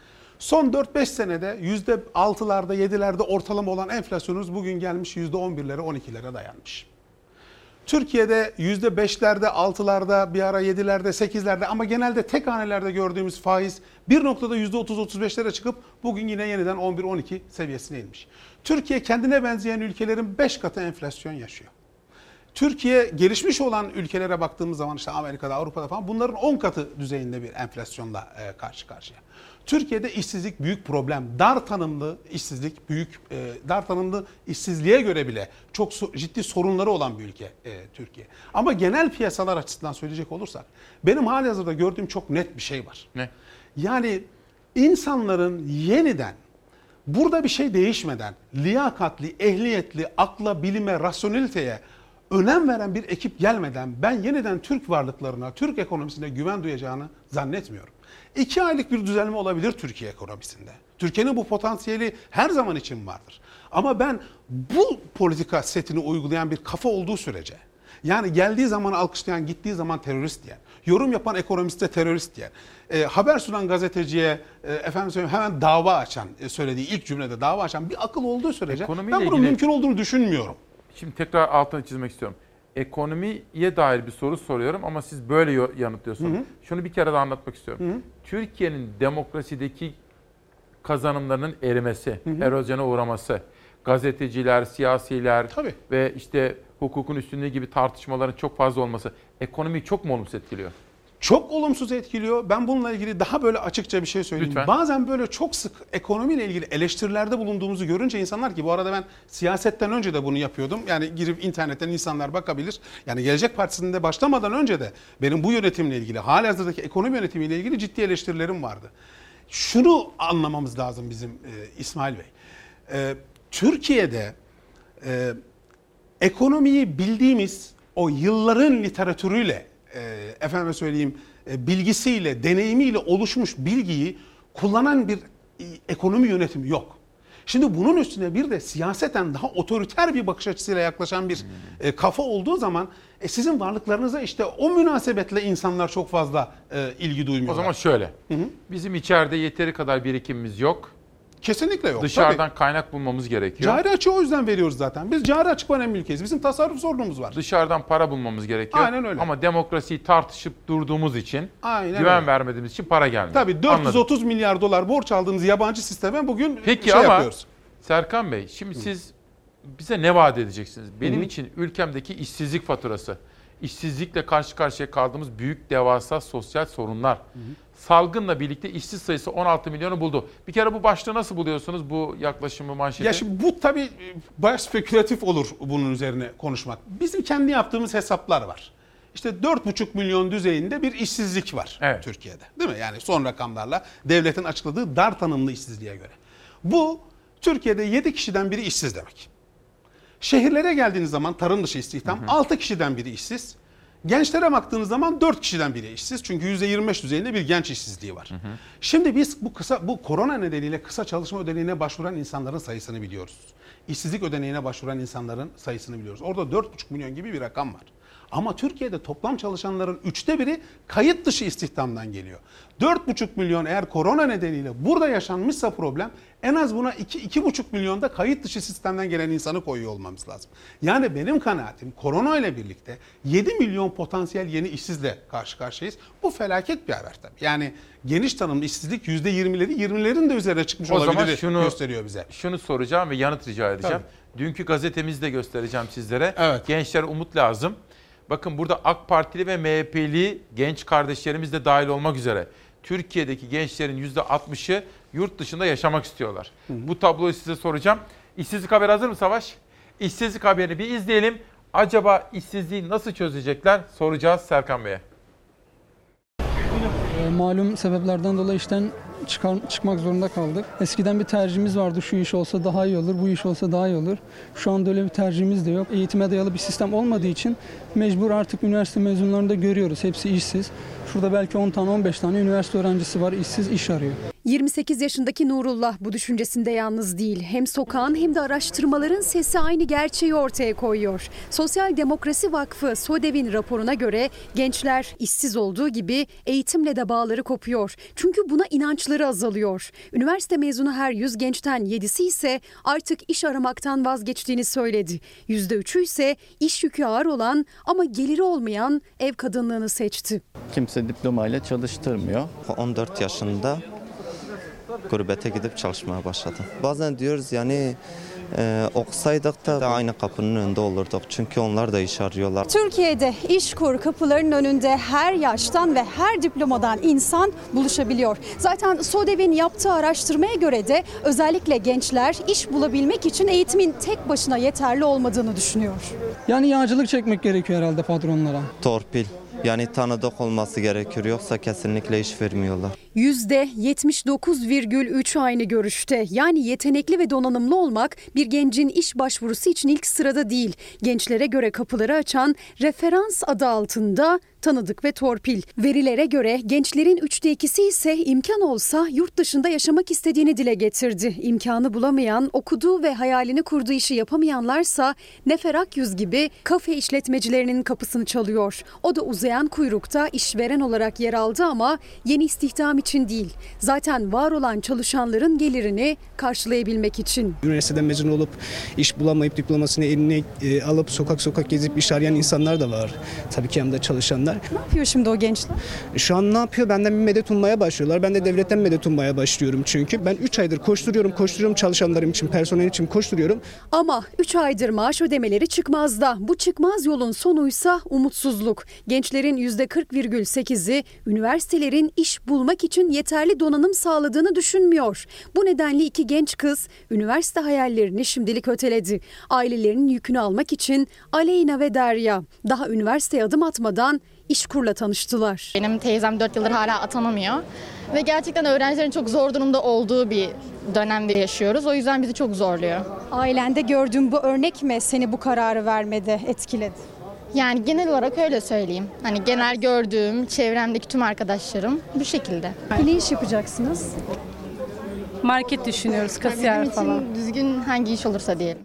Son dört beş senede yüzde altılarda yedilerde ortalama olan enflasyonumuz bugün gelmiş yüzde on birlere on ikilere dayanmış. Türkiye'de yüzde beşlerde, altılarda, bir ara yedilerde, sekizlerde ama genelde tek hanelerde gördüğümüz faiz bir noktada yüzde otuz otuz beşlere çıkıp bugün yine yeniden on bir on iki seviyesine inmiş. Türkiye kendine benzeyen ülkelerin beş katı enflasyon yaşıyor. Türkiye gelişmiş olan ülkelere baktığımız zaman işte Amerika'da, Avrupa'da falan bunların on katı düzeyinde bir enflasyonla e, karşı karşıya. Türkiye'de işsizlik büyük problem. Dar tanımlı işsizlik büyük, e, dar tanımlı işsizliğe göre bile çok so- ciddi sorunları olan bir ülke e, Türkiye. Ama genel piyasalar açısından söyleyecek olursak benim halihazırda gördüğüm çok net bir şey var. Ne? Yani insanların yeniden burada bir şey değişmeden liyakatli, ehliyetli, akla, bilime, rasyoneliteye önem veren bir ekip gelmeden ben yeniden Türk varlıklarına, Türk ekonomisine güven duyacağını zannetmiyorum. İki aylık bir düzelme olabilir Türkiye ekonomisinde. Türkiye'nin bu potansiyeli her zaman için vardır. Ama ben bu politika setini uygulayan bir kafa olduğu sürece, yani geldiği zaman alkışlayan, gittiği zaman terörist diyen, yorum yapan ekonomiste terörist diyen, e, haber sunan gazeteciye e, efendim söyleyeyim hemen dava açan, e, söylediği ilk cümlede dava açan bir akıl olduğu sürece Ekonomiyle ben bunun ilgili... mümkün olduğunu düşünmüyorum. Şimdi tekrar altını çizmek istiyorum. Ekonomiye dair bir soru soruyorum ama siz böyle yanıtlıyorsunuz. Hı hı. Şunu bir kere daha anlatmak istiyorum. Hı hı. Türkiye'nin demokrasideki kazanımlarının erimesi, hı hı. erozyona uğraması, gazeteciler, siyasiler Tabii. ve işte hukukun üstünlüğü gibi tartışmaların çok fazla olması ekonomiyi çok mu olumsuz etkiliyor? Çok olumsuz etkiliyor. Ben bununla ilgili daha böyle açıkça bir şey söyleyeyim. Lütfen. Bazen böyle çok sık ekonomiyle ilgili eleştirilerde bulunduğumuzu görünce insanlar ki bu arada ben siyasetten önce de bunu yapıyordum. Yani girip internetten insanlar bakabilir. Yani Gelecek Partisi'nde başlamadan önce de benim bu yönetimle ilgili, halihazırdaki ekonomi yönetimiyle ilgili ciddi eleştirilerim vardı. Şunu anlamamız lazım bizim e, İsmail Bey. E, Türkiye'de e, ekonomiyi bildiğimiz o yılların literatürüyle E, efendime söyleyeyim e, bilgisiyle, deneyimiyle oluşmuş bilgiyi kullanan bir e, ekonomi yönetimi yok. Şimdi bunun üstüne bir de siyaseten daha otoriter bir bakış açısıyla yaklaşan bir e, kafa olduğu zaman e, sizin varlıklarınıza işte o münasebetle insanlar çok fazla e, ilgi duymuyorlar. O zaman şöyle, hı hı. bizim içeride yeteri kadar birikimimiz yok. Kesinlikle yok. Dışarıdan tabii. kaynak bulmamız gerekiyor. Cari açığı o yüzden veriyoruz zaten. Biz cari açık önemli ülkeyiz. Bizim tasarruf sorunumuz var. Dışarıdan para bulmamız gerekiyor. Aynen öyle. Ama demokrasiyi tartışıp durduğumuz için, Aynen güven öyle. vermediğimiz için para gelmiyor. Tabii dört yüz otuz Anladım. milyar dolar borç aldığımız yabancı sisteme bugün Peki şey ama, yapıyoruz. Serkan Bey, şimdi Hı. siz bize ne vaat edeceksiniz? Benim Hı. için ülkemdeki işsizlik faturası, işsizlikle karşı karşıya kaldığımız büyük devasa sosyal sorunlar, Hı. salgınla birlikte işsiz sayısı on altı milyonu buldu. Bir kere bu başlığı nasıl buluyorsunuz, bu yaklaşımı, manşeti? Ya şimdi bu tabii bayağı spekülatif olur bunun üzerine konuşmak. Bizim kendi yaptığımız hesaplar var. İşte dört buçuk milyon düzeyinde bir işsizlik var evet. Türkiye'de. Değil mi? Yani son rakamlarla devletin açıkladığı dar tanımlı işsizliğe göre. Bu Türkiye'de yedi kişiden biri işsiz demek. Şehirlere geldiğiniz zaman tarım dışı istihdam hı hı. altı kişiden biri işsiz. Gençlere baktığınız zaman dört kişiden biri işsiz. Çünkü yüzde yirmi beş düzeyinde bir genç işsizliği var. Hı hı. Şimdi biz bu kısa bu korona nedeniyle kısa çalışma ödeneğine başvuran insanların sayısını biliyoruz. İşsizlik ödeneğine başvuran insanların sayısını biliyoruz. Orada dört buçuk milyon gibi bir rakam var. Ama Türkiye'de toplam çalışanların üçte biri kayıt dışı istihdamdan geliyor. dört buçuk milyon eğer korona nedeniyle burada yaşanmışsa problem en az buna iki iki buçuk milyonda kayıt dışı sistemden gelen insanı koyuyor olmamız lazım. Yani benim kanaatim korona ile birlikte yedi milyon potansiyel yeni işsizle karşı karşıyayız. Bu felaket bir haber tabii. Yani geniş tanımlı işsizlik yüzde yirmileri yirmilerin de üzerine çıkmış o olabilir şunu, gösteriyor bize. Şunu soracağım ve yanıt rica edeceğim. Tabii. Dünkü gazetemizde göstereceğim sizlere. Evet. Gençlere umut lazım. Bakın burada AK Partili ve M H P'li genç kardeşlerimiz de dahil olmak üzere Türkiye'deki gençlerin yüzde altmışı yurt dışında yaşamak istiyorlar. Hı. Bu tabloyu size soracağım. İşsizlik haberi hazır mı Savaş? İşsizlik haberini bir izleyelim. Acaba işsizliği nasıl çözecekler? Soracağız Serkan Bey'e. E, malum sebeplerden dolayı işten çıkar, çıkmak zorunda kaldık. Eskiden bir tercihimiz vardı, şu iş olsa daha iyi olur, bu iş olsa daha iyi olur. Şu anda öyle bir tercihimiz de yok. Eğitime dayalı bir sistem olmadığı için mecbur artık üniversite mezunlarını da görüyoruz. Hepsi işsiz. Şurada belki on tane on beş tane üniversite öğrencisi var, işsiz, iş arıyor. yirmi sekiz yaşındaki Nurullah bu düşüncesinde yalnız değil. Hem sokağın hem de araştırmaların sesi aynı gerçeği ortaya koyuyor. Sosyal Demokrasi Vakfı SODEV'in raporuna göre gençler işsiz olduğu gibi eğitimle de bağları kopuyor. Çünkü buna inançları azalıyor. Üniversite mezunu her yüz gençten yedisi ise artık iş aramaktan vazgeçtiğini söyledi. yüzde üçü ise iş yükü ağır olan ama geliri olmayan ev kadınlığını seçti. Kimse diplomayla çalıştırmıyor. on dört yaşında gurbete gidip çalışmaya başladım. Bazen diyoruz yani e, okusaydık da aynı kapının önünde olurduk. Çünkü onlar da iş arıyorlar. Türkiye'de İşkur kapılarının önünde her yaştan ve her diplomadan insan buluşabiliyor. Zaten SODEV'in yaptığı araştırmaya göre de özellikle gençler iş bulabilmek için eğitimin tek başına yeterli olmadığını düşünüyor. Yani yağcılık çekmek gerekiyor herhalde patronlara. Torpil. Yani tanıdık olması gerekiyor, yoksa kesinlikle iş vermiyorlar. yüzde yetmiş dokuz virgül üç aynı görüşte. Yani yetenekli ve donanımlı olmak bir gencin iş başvurusu için ilk sırada değil. Gençlere göre kapıları açan referans adı altında tanıdık ve torpil. Verilere göre gençlerin üçte ikisi ise imkan olsa yurt dışında yaşamak istediğini dile getirdi. İmkanı bulamayan, okuduğu ve hayalini kurduğu işi yapamayanlarsa Nefer Akyüz gibi kafe işletmecilerinin kapısını çalıyor. O da uzayan kuyrukta işveren olarak yer aldı ama yeni istihdam için değil. Zaten var olan çalışanların gelirini karşılayabilmek için. Üniversiteden mezun olup iş bulamayıp diplomasını eline e, alıp sokak sokak gezip iş arayan insanlar da var. Tabii ki yanında çalışanlar. Ne yapıyor şimdi o gençler? Şu an ne yapıyor? Benden bir medet ummaya başlıyorlar. Ben de devletten medet ummaya başlıyorum çünkü. Ben üç aydır koşturuyorum, koşturuyorum çalışanlarım için, personel için koşturuyorum. Ama üç aydır maaş ödemeleri çıkmazda. Bu çıkmaz yolun sonuysa umutsuzluk. Gençlerin yüzde kırk virgül sekizi üniversitelerin iş bulmak için yeterli donanım sağladığını düşünmüyor. Bu nedenle iki genç kız üniversite hayallerini şimdilik öteledi. Ailelerinin yükünü almak için Aleyna ve Derya daha üniversiteye adım atmadan İşkur'la tanıştılar. Benim teyzem dört yıldır hala atanamıyor ve gerçekten öğrencilerin çok zor durumda olduğu bir dönemde yaşıyoruz. O yüzden bizi çok zorluyor. Ailende gördüğün bu örnek mi seni bu kararı vermede etkiledi? Yani genel olarak öyle söyleyeyim. Hani genel gördüğüm, çevremdeki tüm arkadaşlarım bu şekilde. Ne iş yapacaksınız? Market düşünüyoruz, kasiyer Bizim falan. için düzgün hangi iş olursa diyelim.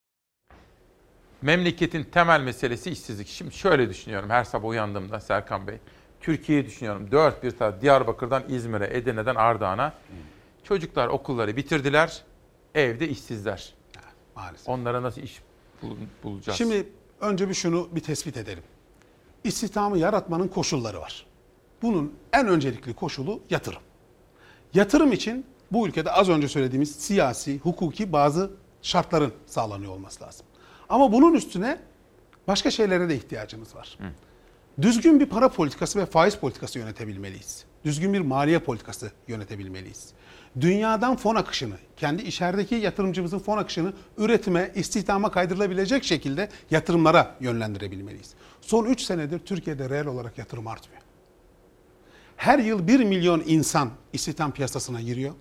Memleketin temel meselesi işsizlik. Şimdi şöyle düşünüyorum her sabah uyandığımda Serkan Bey. Türkiye'yi düşünüyorum. Dört bir taraf Diyarbakır'dan İzmir'e, Edirne'den Ardahan'a. Hmm. Çocuklar okulları bitirdiler. Evde işsizler. Maalesef. Onlara nasıl iş bul- bulacağız? Şimdi önce bir şunu bir tespit edelim. İstihdamı yaratmanın koşulları var. Bunun en öncelikli koşulu yatırım. Yatırım için bu ülkede az önce söylediğimiz siyasi, hukuki bazı şartların sağlanıyor olması lazım. Ama bunun üstüne başka şeylere de ihtiyacımız var. Hı. Düzgün bir para politikası ve faiz politikası yönetebilmeliyiz. Düzgün bir maliye politikası yönetebilmeliyiz. Dünyadan fon akışını, kendi içerideki yatırımcımızın fon akışını üretime, istihdama kaydırılabilecek şekilde yatırımlara yönlendirebilmeliyiz. Son üç senedir Türkiye'de reel olarak yatırım artmıyor. Her yıl bir milyon insan istihdam piyasasına giriyor.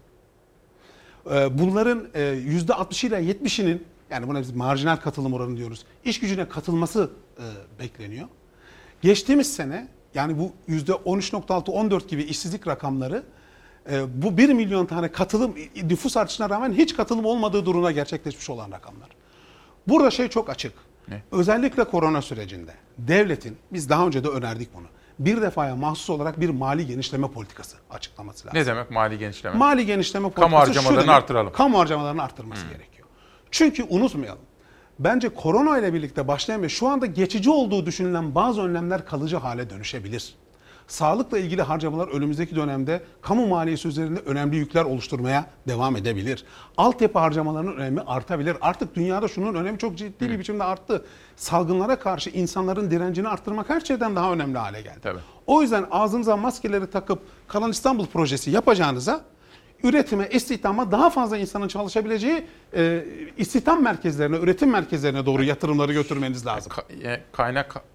Bunların yüzde altmış ile yetmişinin, yani buna biz marjinal katılım oranı diyoruz, iş gücüne katılması e, bekleniyor. Geçtiğimiz sene yani bu yüzde on üç nokta altı on dört gibi işsizlik rakamları e, bu bir milyon tane katılım nüfus artışına rağmen hiç katılım olmadığı durumda gerçekleşmiş olan rakamlar. Burada şey çok açık. Ne? Özellikle korona sürecinde devletin, biz daha önce de önerdik bunu, bir defaya mahsus olarak bir mali genişleme politikası açıklaması lazım. Ne demek mali genişleme? Mali genişleme politikası kamu harcamalarını artıralım. Kamu harcamalarını arttırması hmm. gerekiyor. Çünkü unutmayalım, bence korona ile birlikte başlayan ve şu anda geçici olduğu düşünülen bazı önlemler kalıcı hale dönüşebilir. Sağlıkla ilgili harcamalar önümüzdeki dönemde kamu maliyesi üzerinde önemli yükler oluşturmaya devam edebilir. Altyapı harcamalarının önemi artabilir. Artık dünyada şunun önemi çok ciddi bir biçimde arttı. Salgınlara karşı insanların direncini arttırmak her şeyden daha önemli hale geldi. Tabii. O yüzden ağzınıza maskeleri takıp Kalan İstanbul projesi yapacağınıza, üretime, istihdama daha fazla insanın çalışabileceği e, istihdam merkezlerine, üretim merkezlerine doğru yatırımları götürmeniz lazım. Ka- kaynak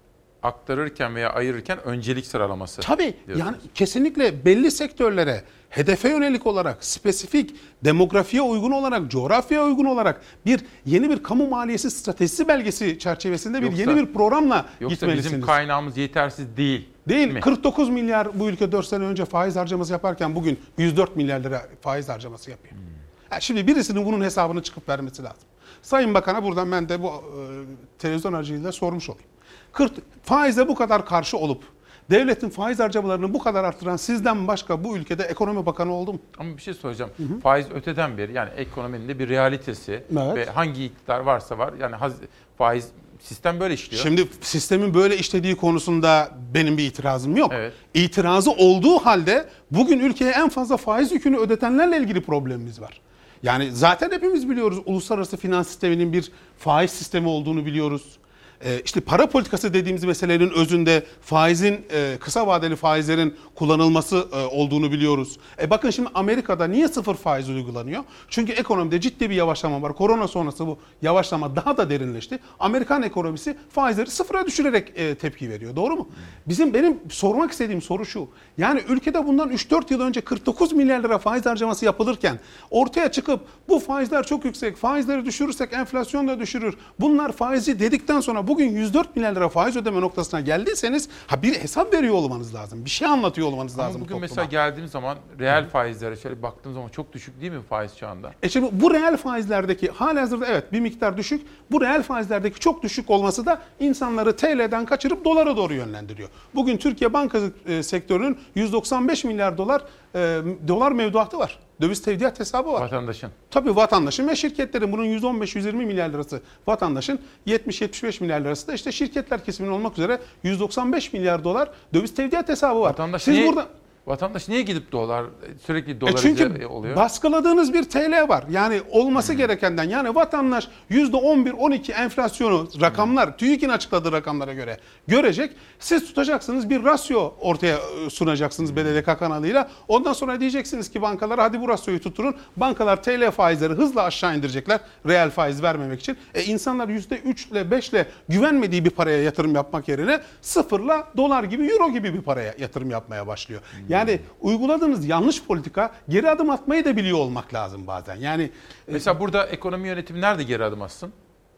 aktarırken veya ayırırken öncelik sıralaması. Tabii diyorsunuz. yani kesinlikle belli sektörlere hedefe yönelik olarak, spesifik, demografiye uygun olarak, coğrafyaya uygun olarak bir yeni bir kamu maliyesi stratejisi belgesi çerçevesinde bir Yoksa- yeni bir programla Yoksa gitmelisiniz. bizim kaynağımız yetersiz değil. Değil. mi? kırk dokuz milyar bu ülke dört sene önce faiz harcaması yaparken bugün yüz dört milyar lira faiz harcaması yapıyor. Hmm. Ha, şimdi birisinin bunun hesabını çıkıp vermesi lazım. Sayın Bakan'a buradan ben de bu e, televizyon aracılığıyla sormuş olayım. kırk faize bu kadar karşı olup devletin faiz harcamalarını bu kadar arttıran sizden başka bu ülkede ekonomi bakanı oldu mu? Ama bir şey soracağım. Faiz öteden beri, yani ekonominin de bir realitesi Evet. ve hangi iktidar varsa var. Yani haz- faiz sistem böyle işliyor. Şimdi sistemin böyle işlediği konusunda benim bir itirazım yok. İtirazı olduğu halde bugün ülkeye en fazla faiz yükünü ödetenlerle ilgili problemimiz var. Yani zaten hepimiz biliyoruz uluslararası finans sisteminin bir faiz sistemi olduğunu biliyoruz. Ee, işte para politikası dediğimiz meselenin özünde faizin, e, kısa vadeli faizlerin kullanılması e, olduğunu biliyoruz. E bakın şimdi Amerika'da niye sıfır faiz uygulanıyor? Çünkü ekonomide ciddi bir yavaşlama var. Korona sonrası bu yavaşlama daha da derinleşti. Amerikan ekonomisi faizleri sıfıra düşürerek e, tepki veriyor. Doğru mu? Bizim benim sormak istediğim soru şu. Yani ülkede bundan üç dört yıl önce kırk dokuz milyar lira faiz harcaması yapılırken ortaya çıkıp bu faizler çok yüksek, faizleri düşürürsek enflasyon da düşürür. Bunlar faizi dedikten sonra bugün yüz dört milyar lira faiz ödeme noktasına geldiyseniz ha bir hesap veriyor olmanız lazım. Bir şey anlatıyor olmanız Ama lazım. bugün topluma. mesela geldiğim zaman reel faizlere şöyle baktığım zaman çok düşük değil mi faiz şu anda? E şimdi bu reel faizlerdeki halihazırda evet bir miktar düşük. Bu reel faizlerdeki çok düşük olması da insanları T L'den kaçırıp dolara doğru yönlendiriyor. Bugün Türkiye bankacılık e, sektörünün yüz doksan beş milyar dolar e, dolar mevduatı var. Döviz tevdiat hesabı var. Vatandaşın. Tabii vatandaşın ve şirketlerin bunun yüz on beş yüz yirmi milyar lirası vatandaşın, yetmiş yetmiş beş milyar lirası da işte şirketler kesiminin olmak üzere yüz doksan beş milyar dolar döviz tevdiat hesabı var. Vatandaş Siz niye, burada vatandaş niye gidip dolar sürekli E dolar çünkü oluyor? baskıladığınız bir T L var. Yani olması gerekenden yani vatandaş yüzde on bir on iki enflasyonu rakamlar TÜİK'in açıkladığı rakamlara göre görecek. Siz tutacaksınız bir rasyo ortaya e, sunacaksınız B D D K kanalıyla. Ondan sonra diyeceksiniz ki bankalara hadi bu rasyoyu tutturun. Bankalar T L faizleri hızla aşağı indirecekler. Reel faiz vermemek için. E insanlar yüzde üç ile beş ile güvenmediği bir paraya yatırım yapmak yerine sıfırla dolar gibi euro gibi bir paraya yatırım yapmaya başlıyor. Yani uyguladığınız yanlış politika geri adım atmayı da biliyor olmak lazım bazen. Yani mesela burada ekonomi yönetimi nerede geri adım atsın?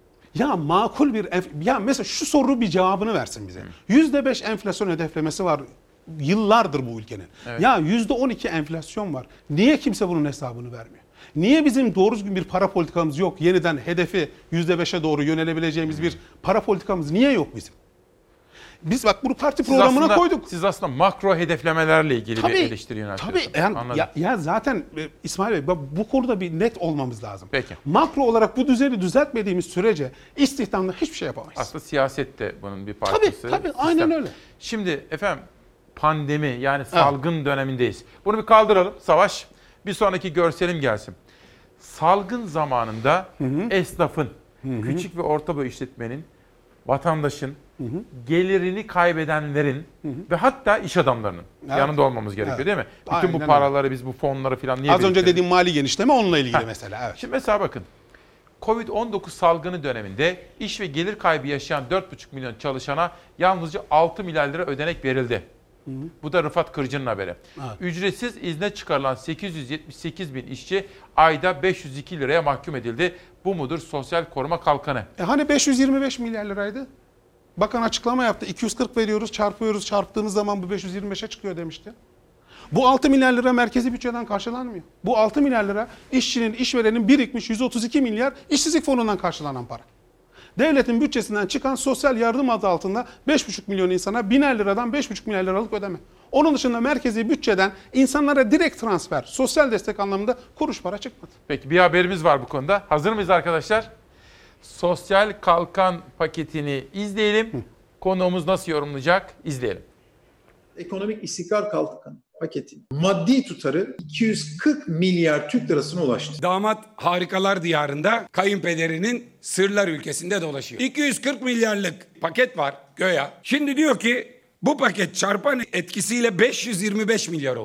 Ya makul bir enf- ya mesela şu soru bir cevabını versin bize. yüzde beş enflasyon hedeflemesi var yıllardır bu ülkenin. Evet. Ya yüzde on iki enflasyon var. Niye kimse bunun hesabını vermiyor? Niye bizim doğru düzgün bir para politikamız yok? Yeniden hedefi yüzde beşe doğru yönelebileceğimiz bir para politikamız niye yok bizim? Biz bak bunu parti Siz programına aslında, koyduk. Siz aslında makro hedeflemelerle ilgili Tabii, bir eleştiri yöneltiyorsunuz. Tabii yani Anladım. ya, ya zaten e, İsmail Bey bak bu konuda bir net olmamız lazım. Peki. Makro olarak bu düzeni düzeltmediğimiz sürece istihdamda hiçbir şey yapamayız. Aslında siyaset de bunun bir parçası. Tabii tabii aynen Sistem. öyle. Şimdi efendim pandemi yani salgın evet. dönemindeyiz. Bunu bir kaldıralım Savaş. Bir sonraki görselim gelsin. Salgın zamanında hı hı. esnafın, hı hı. küçük ve orta boy işletmenin, vatandaşın, hı hı. gelirini kaybedenlerin hı hı. ve hatta iş adamlarının evet. yanında olmamız gerekiyor evet. değil mi? Bütün aynen bu paraları öyle. Biz bu fonları falan niye az önce dediğim mali genişleme onunla ilgili ha. mesela. Evet. Şimdi mesela bakın. kovid on dokuz salgını döneminde iş ve gelir kaybı yaşayan dört buçuk milyon çalışana yalnızca altı milyar lira ödenek verildi. Hı hı. Bu da Rıfat Kırcı'nın haberi. Evet. Ücretsiz izne çıkarılan sekiz yüz yetmiş sekiz bin işçi ayda beş yüz iki liraya mahkum edildi. Bu mudur sosyal koruma kalkanı? E hani beş yüz yirmi beş milyar liraydı? Bakan açıklama yaptı. iki yüz kırk veriyoruz, çarpıyoruz. Çarptığımız zaman bu beş yüz yirmi beşe çıkıyor demişti. Bu altı milyar lira merkezi bütçeden karşılanmıyor. Bu altı milyar lira işçinin, işverenin birikmiş yüz otuz iki milyar işsizlik fonundan karşılanan para. Devletin bütçesinden çıkan sosyal yardım adı altında beş buçuk milyon insana biner liradan beş buçuk milyar liralık ödeme. Onun dışında merkezi bütçeden insanlara direkt transfer, sosyal destek anlamında kuruş para çıkmadı. Peki bir haberimiz var bu konuda. Hazır mıyız arkadaşlar? Sosyal kalkan paketini izleyelim. Hı. Konuğumuz nasıl yorumlayacak? İzleyelim. Ekonomik istikrar kalkanı paketin maddi tutarı iki yüz kırk milyar Türk lirasına ulaştı. Damat harikalar diyarında kayınpederinin sırlar ülkesinde dolaşıyor. iki yüz kırk milyarlık paket var göya. Şimdi diyor ki bu paket çarpan etkisiyle beş yüz yirmi beş milyar oldu.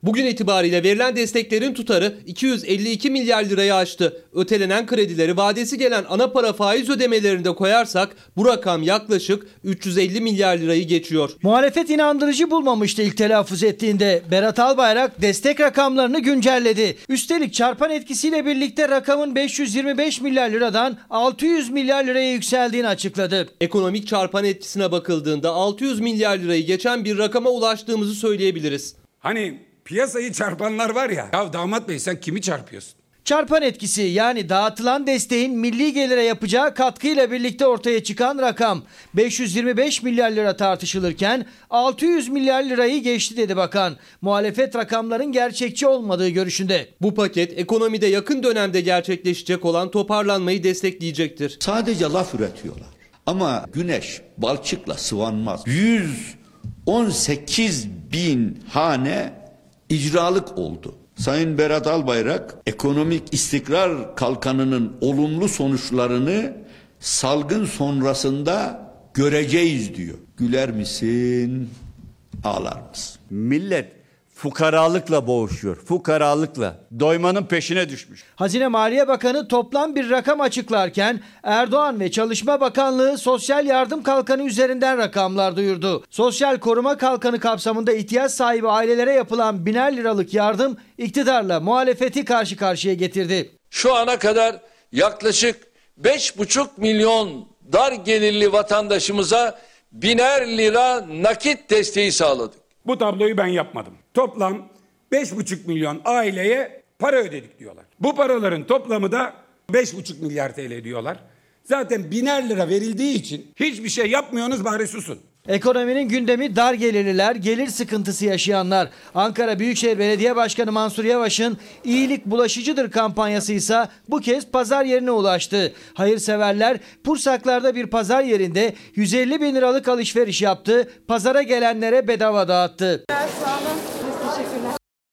Bugün itibariyle verilen desteklerin tutarı iki yüz elli iki milyar lirayı aştı. Ötelenen kredileri vadesi gelen ana para faiz ödemelerinde koyarsak bu rakam yaklaşık üç yüz elli milyar lirayı geçiyor. Muhalefet inandırıcı bulmamıştı ilk telaffuz ettiğinde. Berat Albayrak destek rakamlarını güncelledi. Üstelik çarpan etkisiyle birlikte rakamın beş yüz yirmi beş milyar liradan altı yüz milyar liraya yükseldiğini açıkladı. Ekonomik çarpan etkisine bakıldığında altı yüz milyar lirayı geçen bir rakama ulaştığımızı söyleyebiliriz. Hani piyasayı çarpanlar var ya. Ya damat bey sen kimi çarpıyorsun? Çarpan etkisi yani dağıtılan desteğin milli gelire yapacağı katkıyla birlikte ortaya çıkan rakam beş yüz yirmi beş milyar lira tartışılırken altı yüz milyar lirayı geçti dedi bakan. Muhalefet rakamların gerçekçi olmadığı görüşünde. Bu paket ekonomide yakın dönemde gerçekleşecek olan toparlanmayı destekleyecektir. Sadece laf üretiyorlar ama güneş balçıkla sıvanmaz. yüz on sekiz bin hane icralık oldu. Sayın Berat Albayrak ekonomik istikrar kalkanının olumlu sonuçlarını salgın sonrasında göreceğiz diyor. Güler misin, ağlar mısın? Millet fukaralıkla boğuşuyor. Fukaralıkla. Doymanın peşine düşmüş. Hazine Maliye Bakanı toplam bir rakam açıklarken Erdoğan ve Çalışma Bakanlığı Sosyal Yardım Kalkanı üzerinden rakamlar duyurdu. Sosyal Koruma Kalkanı kapsamında ihtiyaç sahibi ailelere yapılan biner liralık yardım iktidarla muhalefeti karşı karşıya getirdi. Şu ana kadar yaklaşık beş buçuk milyon dar gelirli vatandaşımıza biner lira nakit desteği sağladık. Bu tabloyu ben yapmadım. Toplam beş buçuk milyon aileye para ödedik diyorlar. Bu paraların toplamı da beş buçuk milyar T L diyorlar. Zaten biner lira verildiği için hiçbir şey yapmıyorsunuz, bari susun. Ekonominin gündemi dar gelirliler, gelir sıkıntısı yaşayanlar. Ankara Büyükşehir Belediye Başkanı Mansur Yavaş'ın iyilik bulaşıcıdır kampanyası ise bu kez pazar yerine ulaştı. Hayırseverler Pursaklar'da bir pazar yerinde yüz elli bin liralık alışveriş yaptı. Pazara gelenlere bedava dağıttı. Sağ olun. Teşekkürler.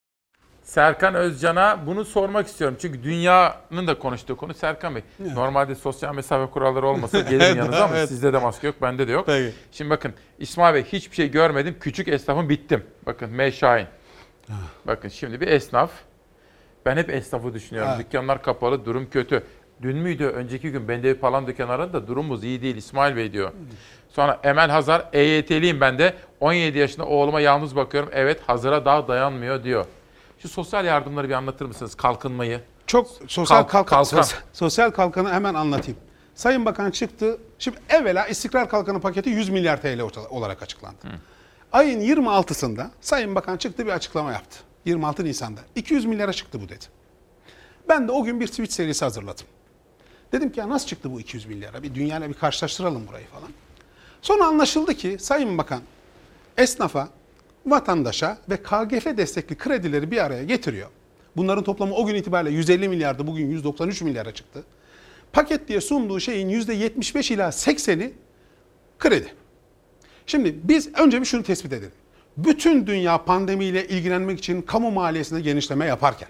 Serkan Özcan'a bunu sormak istiyorum. Çünkü dünyanın da konuştuğu konu Serkan Bey. Evet. Normalde sosyal mesafe kuralları olmasa gelirim yanınıza ama evet. Sizde de maske yok, bende de yok. Peki. Şimdi bakın İsmail Bey hiçbir şey görmedim. Küçük esnafım bittim. Bakın M. Şahin. Bakın şimdi bir esnaf. Ben hep esnafı düşünüyorum. Ha. Dükkanlar kapalı, durum kötü. Dün müydü, önceki gün Bendevi falan dükkan aradı da durumumuz iyi değil İsmail Bey diyor. Sonra Emel Hazar, E Y T'liyim ben de. on yedi yaşında oğluma yalnız bakıyorum. Evet, hazıra daha dayanmıyor diyor. Şu sosyal yardımları bir anlatır mısınız? Kalkınmayı. Çok sosyal Kalk, kalkan, kalkan. Sosyal, sosyal kalkanı hemen anlatayım. Sayın Bakan çıktı. Şimdi evvela istikrar kalkanı paketi yüz milyar T L olarak açıklandı. Hı. Ayın yirmi altısında Sayın Bakan çıktı, bir açıklama yaptı. yirmi altı Nisan'da. iki yüz milyara çıktı bu dedi. Ben de o gün bir tweet serisi hazırladım. Dedim ki ya nasıl çıktı bu iki yüz milyara? Bir dünyayla bir karşılaştıralım burayı falan. Sonra anlaşıldı ki Sayın Bakan esnafa, vatandaşa ve K G F destekli kredileri bir araya getiriyor. Bunların toplamı o gün itibariyle yüz elli milyardı, bugün yüz doksan üç milyara çıktı. Paket diye sunduğu şeyin yüzde yetmiş beş ila sekseni kredi. Şimdi biz önce bir şunu tespit edelim. Bütün dünya pandemiyle ilgilenmek için kamu maliyesinde genişleme yaparken,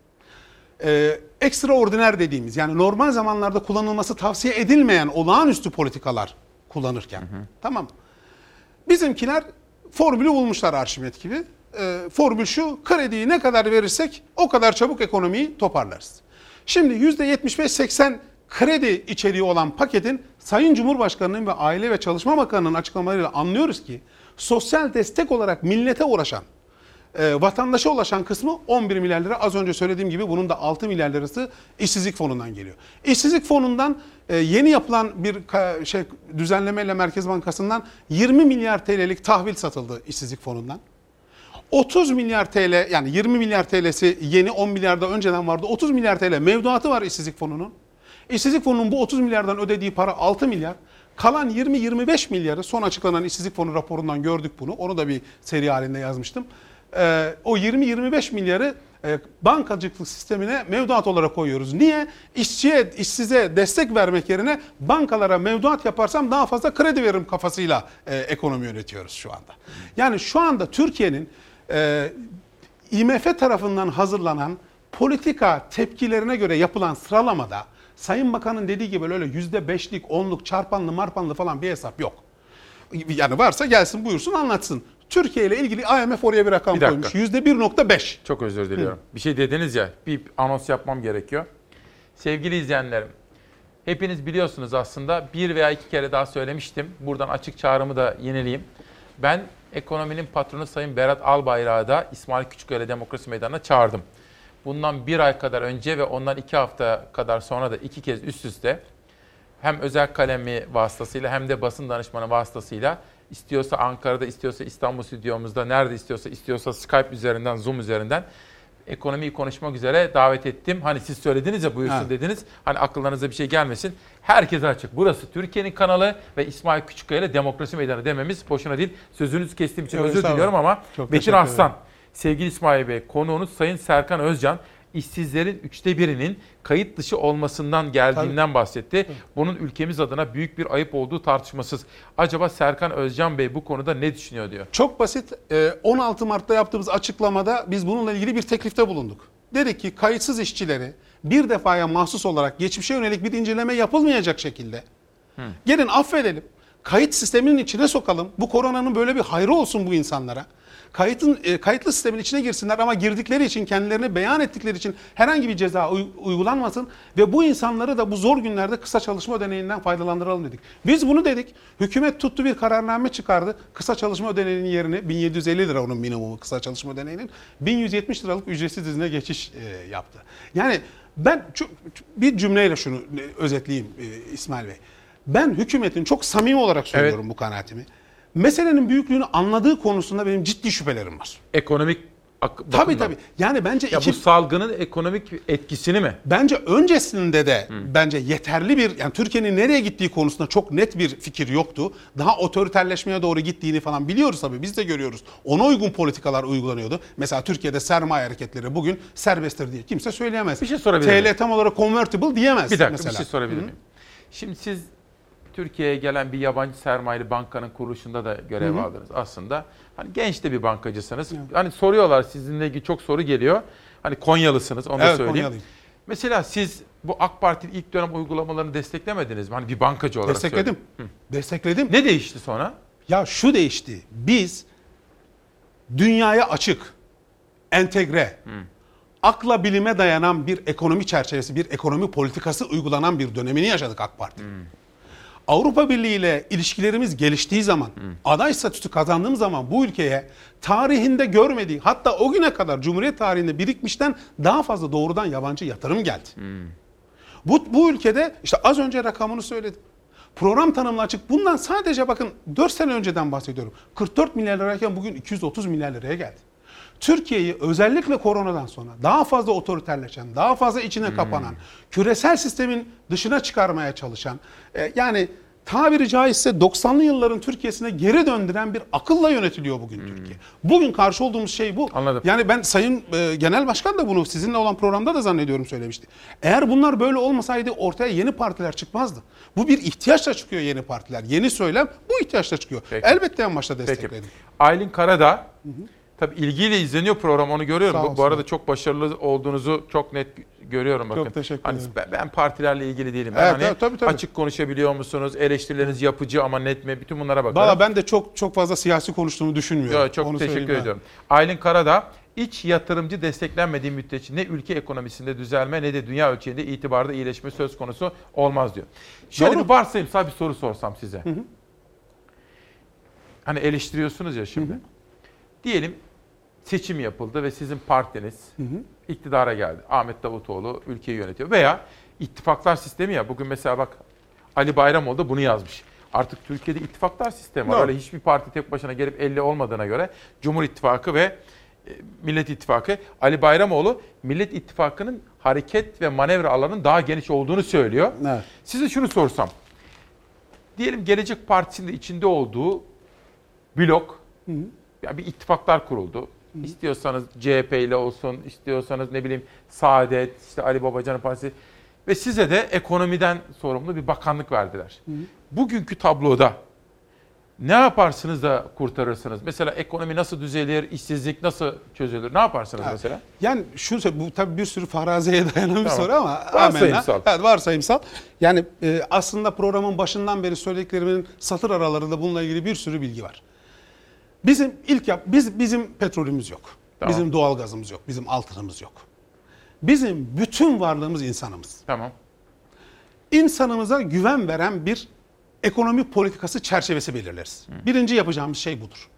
e, ekstraordiner dediğimiz yani normal zamanlarda kullanılması tavsiye edilmeyen olağanüstü politikalar kullanırken, hı hı. tamam bizimkiler formülü bulmuşlar Arşimet gibi. E, formül şu, krediyi ne kadar verirsek o kadar çabuk ekonomiyi toparlarız. Şimdi yüzde yetmiş beş seksen kredi içeriği olan paketin Sayın Cumhurbaşkanı'nın ve Aile ve Çalışma Bakanı'nın açıklamalarıyla anlıyoruz ki sosyal destek olarak millete uğraşan, e, vatandaşa ulaşan kısmı on bir milyar lira. Az önce söylediğim gibi bunun da altı milyar lirası işsizlik fonundan geliyor. İşsizlik fonundan e, yeni yapılan bir ka- şey düzenlemeyle Merkez Bankası'ndan yirmi milyar T L'lik tahvil satıldı işsizlik fonundan. otuz milyar T L yani yirmi milyar T L'si yeni, on milyarda önceden vardı. otuz milyar T L mevduatı var işsizlik fonunun. İşsizlik fonunun bu otuz milyardan ödediği para altı milyar. Kalan yirmi yirmi beş milyarı son açıklanan işsizlik fonu raporundan gördük bunu. Onu da bir seri halinde yazmıştım. Ee, o yirmi yirmi beş milyarı e, bankacılık sistemine mevduat olarak koyuyoruz. Niye? İşçiye, işsize destek vermek yerine bankalara mevduat yaparsam daha fazla kredi veririm kafasıyla e, ekonomi yönetiyoruz şu anda. Yani şu anda Türkiye'nin e, I M F tarafından hazırlanan politika tepkilerine göre yapılan sıralamada Sayın Bakan'ın dediği gibi öyle yüzde beşlik, onluk, çarpanlı, marpanlı falan bir hesap yok. Yani varsa gelsin buyursun anlatsın. Türkiye ile ilgili I M F oraya bir rakam Bir dakika. koymuş. yüzde bir nokta beş. Çok özür diliyorum. Bir şey dediniz ya, bir anons yapmam gerekiyor. Sevgili izleyenlerim, hepiniz biliyorsunuz aslında, bir veya iki kere daha söylemiştim. Buradan açık çağrımı da yenileyim. Ben ekonominin patronu Sayın Berat Albayrak'ı da İsmail Küçükkaya Demokrasi Meydanı'na çağırdım. Bundan bir ay kadar önce ve ondan iki hafta kadar sonra da iki kez üst üste hem özel kalemi vasıtasıyla hem de basın danışmanı vasıtasıyla istiyorsa Ankara'da, istiyorsa İstanbul stüdyomuzda, nerede istiyorsa, istiyorsa Skype üzerinden, Zoom üzerinden ekonomiyi konuşmak üzere davet ettim. Hani siz söylediniz ya, buyursun ha. dediniz. Hani aklınıza bir şey gelmesin. Herkese açık. Burası Türkiye'nin kanalı ve İsmail Küçükkaya ile Demokrasi Meydanı dememiz boşuna değil. Sözünüzü kestiğim için evet, özür diliyorum ama çok Metin Arslan, sevgili İsmail Bey, konuğunuz Sayın Serkan Özcan, işsizlerin üçte birinin kayıt dışı olmasından geldiğinden Tabii. bahsetti. Bunun ülkemiz adına büyük bir ayıp olduğu tartışmasız. Acaba Serkan Özcan Bey bu konuda ne düşünüyor diyor. Çok basit. on altı Mart'ta yaptığımız açıklamada biz bununla ilgili bir teklifte bulunduk. Dedik ki kayıtsız işçileri bir defaya mahsus olarak geçmişe yönelik bir inceleme yapılmayacak şekilde Hı. gelin affedelim. Kayıt sisteminin içine sokalım. Bu koronanın böyle bir hayrı olsun bu insanlara. Kayıtın, e, kayıtlı sistemin içine girsinler ama girdikleri için, kendilerini beyan ettikleri için herhangi bir ceza uy- uygulanmasın ve bu insanları da bu zor günlerde kısa çalışma ödeneğinden faydalandıralım dedik. Biz bunu dedik. Hükümet tuttu, bir kararname çıkardı. Kısa çalışma ödeneğinin yerine bin yedi yüz elli lira onun minimumu kısa çalışma ödeneğinin bin yüz yetmiş liralık ücretsiz izne geçiş e, yaptı. Yani ben çok, bir cümleyle şunu özetleyeyim e, İsmail Bey. Ben hükümetin, çok samimi olarak söylüyorum evet. bu kanaatimi, meselenin büyüklüğünü anladığı konusunda benim ciddi şüphelerim var. Ekonomik ak- Tabii tabii. Yani bence ya iki, bu salgının ekonomik etkisini mi? Bence öncesinde de Hı. bence yeterli bir, yani Türkiye'nin nereye gittiği konusunda çok net bir fikir yoktu. Daha otoriterleşmeye doğru gittiğini falan biliyoruz tabii. Biz de görüyoruz. Ona uygun politikalar uygulanıyordu. Mesela Türkiye'de sermaye hareketleri bugün serbesttir diye kimse söyleyemez. Bir şey sorabilir miyim? T L tam olarak convertible diyemez. Bir dakika mesela. bir şey sorabilir miyim? Şimdi siz Türkiye'ye gelen bir yabancı sermayeli bankanın kuruluşunda da görev Hı-hı. aldınız aslında. Hani genç de bir bankacısınız. Hı. Hani soruyorlar, sizinle ilgili çok soru geliyor. Hani Konyalısınız, onu evet, da söyleyeyim. Konyalıyım. Mesela siz bu AK Parti'nin ilk dönem uygulamalarını desteklemediniz mi? Hani bir bankacı olarak Destekledim. Destekledim. Ne değişti sonra? Ya şu değişti. Biz dünyaya açık, entegre, Hı. akla bilime dayanan bir ekonomi çerçevesi, bir ekonomi politikası uygulanan bir dönemini yaşadık AK Parti. Hı. Avrupa Birliği ile ilişkilerimiz geliştiği zaman, hmm. aday statüsü kazandığım zaman bu ülkeye tarihinde görmediği, hatta o güne kadar Cumhuriyet tarihinde birikmişten daha fazla doğrudan yabancı yatırım geldi. Hmm. Bu, bu ülkede işte az önce rakamını söyledim. Program tanımlı açık. Bundan sadece bakın dört sene önceden bahsediyorum. kırk dört milyar lirayken bugün iki yüz otuz milyar liraya geldi. Türkiye'yi özellikle koronadan sonra daha fazla otoriterleşen, daha fazla içine hmm. kapanan, küresel sistemin dışına çıkarmaya çalışan, e, yani tabiri caizse doksanlı yılların Türkiye'sine geri döndüren bir akılla yönetiliyor bugün hmm. Türkiye. Bugün karşı olduğumuz şey bu. Anladım. Yani ben Sayın e, Genel Başkan da bunu sizinle olan programda da zannediyorum söylemişti. Eğer bunlar böyle olmasaydı ortaya yeni partiler çıkmazdı. Bu bir ihtiyaçla çıkıyor yeni partiler. Yeni söylem bu ihtiyaçla çıkıyor. Peki. Elbette en başta destekledim. Peki. Aylin Karadağ, hı hı. Tabii ilgiyle izleniyor program, onu görüyorum. Bu, bu arada çok başarılı olduğunuzu çok net görüyorum bakın. Çok teşekkür hani ederim. Ben, ben partilerle ilgili değilim. Ben evet, hani evet, tabii, tabii. açık konuşabiliyor musunuz? Eleştirileriniz yapıcı ama net mi? Bütün bunlara bakarım. Valla ben de çok çok fazla siyasi konuştuğumu düşünmüyorum. Yo, çok Onu teşekkür ediyorum. Aylin Karadağ, iç yatırımcı desteklenmediği müddetçe ne ülke ekonomisinde düzelme ne de dünya ölçeğinde itibarda iyileşme söz konusu olmaz diyor. Şöyle Doğru. bir varsayımsal bir soru sorsam size. Hı hı. Hani eleştiriyorsunuz ya şimdi. Hı hı. Diyelim seçim yapıldı ve sizin partiniz hı hı. iktidara geldi. Ahmet Davutoğlu ülkeyi yönetiyor. Veya ittifaklar sistemi ya. Bugün mesela bak Ali Bayramoğlu da bunu yazmış. Artık Türkiye'de ittifaklar sistemi var. Öyle hiçbir parti tek başına gelip elli olmadığına göre Cumhur İttifakı ve Millet İttifakı. Ali Bayramoğlu Millet İttifakı'nın hareket ve manevra alanının daha geniş olduğunu söylüyor. Evet. Size şunu sorsam. Diyelim Gelecek Partisi'nin de içinde olduğu blok, hı hı. yani bir ittifaklar kuruldu. Hı hı. İstiyorsanız C H P ile olsun, istiyorsanız ne bileyim Saadet, işte Ali Babacan'ın partisi ve size de ekonomiden sorumlu bir bakanlık verdiler. Hı hı. Bugünkü tabloda ne yaparsınız da kurtarırsınız? Mesela ekonomi nasıl düzelir, işsizlik nasıl çözülür? Ne yaparsınız ha, mesela? Yani şu bu tabii bir sürü faraziye dayanan bir tamam. soru ama varsayımsal. Evet, varsayımsal. Yani e, aslında programın başından beri söylediklerimin satır aralarında bununla ilgili bir sürü bilgi var. Bizim ilk yap biz bizim petrolümüz yok. Tamam. Bizim doğalgazımız yok. Bizim altınımız yok. Bizim bütün varlığımız insanımız. Tamam. İnsanımıza güven veren bir ekonomi politikası çerçevesi belirleriz. Hı. Birinci yapacağımız şey budur.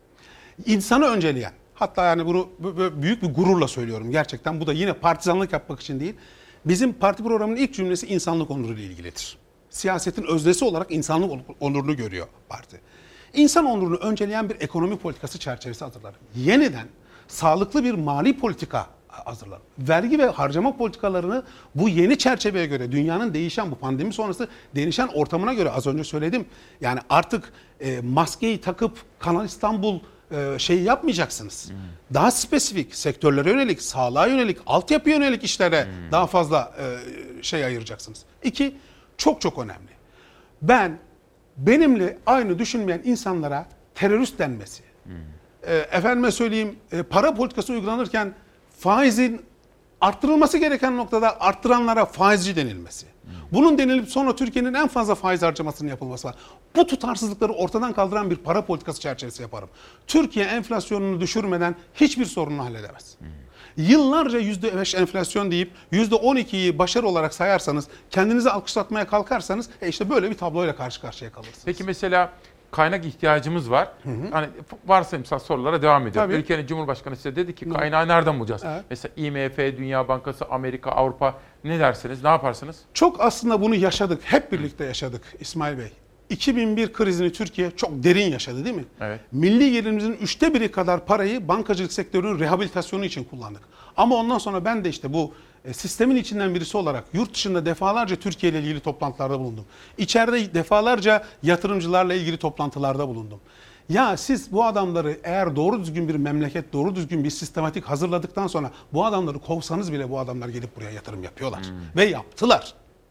İnsanı önceleyen, hatta yani bunu büyük bir gururla söylüyorum gerçekten. Bu da yine partizanlık yapmak için değil. Bizim parti programının ilk cümlesi insanlık onuru ile ilgilidir. Siyasetin öznesi olarak insanlık onurunu görüyor parti. İnsan onurunu önceleyen bir ekonomi politikası çerçevesi hazırlar. Yeniden sağlıklı bir mali politika hazırlar. Vergi ve harcama politikalarını bu yeni çerçeveye göre, dünyanın değişen, bu pandemi sonrası değişen ortamına göre, az önce söyledim. Yani artık e, maskeyi takıp Kanal İstanbul e, şeyi yapmayacaksınız. Hmm. Daha spesifik sektörlere yönelik, sağlığa yönelik, altyapıya yönelik işlere hmm. daha fazla e, şey ayıracaksınız. İki, çok çok önemli. Ben benimle aynı düşünmeyen insanlara terörist denmesi, hmm. e, efendime söyleyeyim e, para politikası uygulanırken faizin arttırılması gereken noktada arttıranlara faizci denilmesi. Hmm. Bunun denilip sonra Türkiye'nin en fazla faiz harcamasının yapılması var. Bu tutarsızlıkları ortadan kaldıran bir para politikası çerçevesi yaparım. Türkiye enflasyonunu düşürmeden hiçbir sorununu halledemez. Hmm. Yıllarca yüzde beş enflasyon deyip yüzde on ikiyi başarı olarak sayarsanız, kendinizi alkışlatmaya kalkarsanız e işte böyle bir tabloyla karşı karşıya kalırsınız. Peki mesela kaynak ihtiyacımız var. Hı hı. Hani varsayımsal sorulara devam ediyorum. Tabii. Ülkenin Cumhurbaşkanı size dedi ki kaynağı nereden bulacağız? Evet. Mesela I M F, Dünya Bankası, Amerika, Avrupa, ne dersiniz? Ne yaparsınız? Çok aslında bunu yaşadık. Hep birlikte yaşadık İsmail Bey. iki bin bir krizini Türkiye çok derin yaşadı değil mi? Evet. Milli gelirimizin üçte biri kadar parayı bankacılık sektörünün rehabilitasyonu için kullandık. Ama ondan sonra ben de işte bu sistemin içinden birisi olarak yurt dışında defalarca Türkiye ile ilgili toplantılarda bulundum. İçeride defalarca yatırımcılarla ilgili toplantılarda bulundum. Ya siz bu adamları eğer doğru düzgün bir memleket, doğru düzgün bir sistematik hazırladıktan sonra bu adamları kovsanız bile bu adamlar gelip buraya yatırım yapıyorlar. Hmm. Ve yaptılar.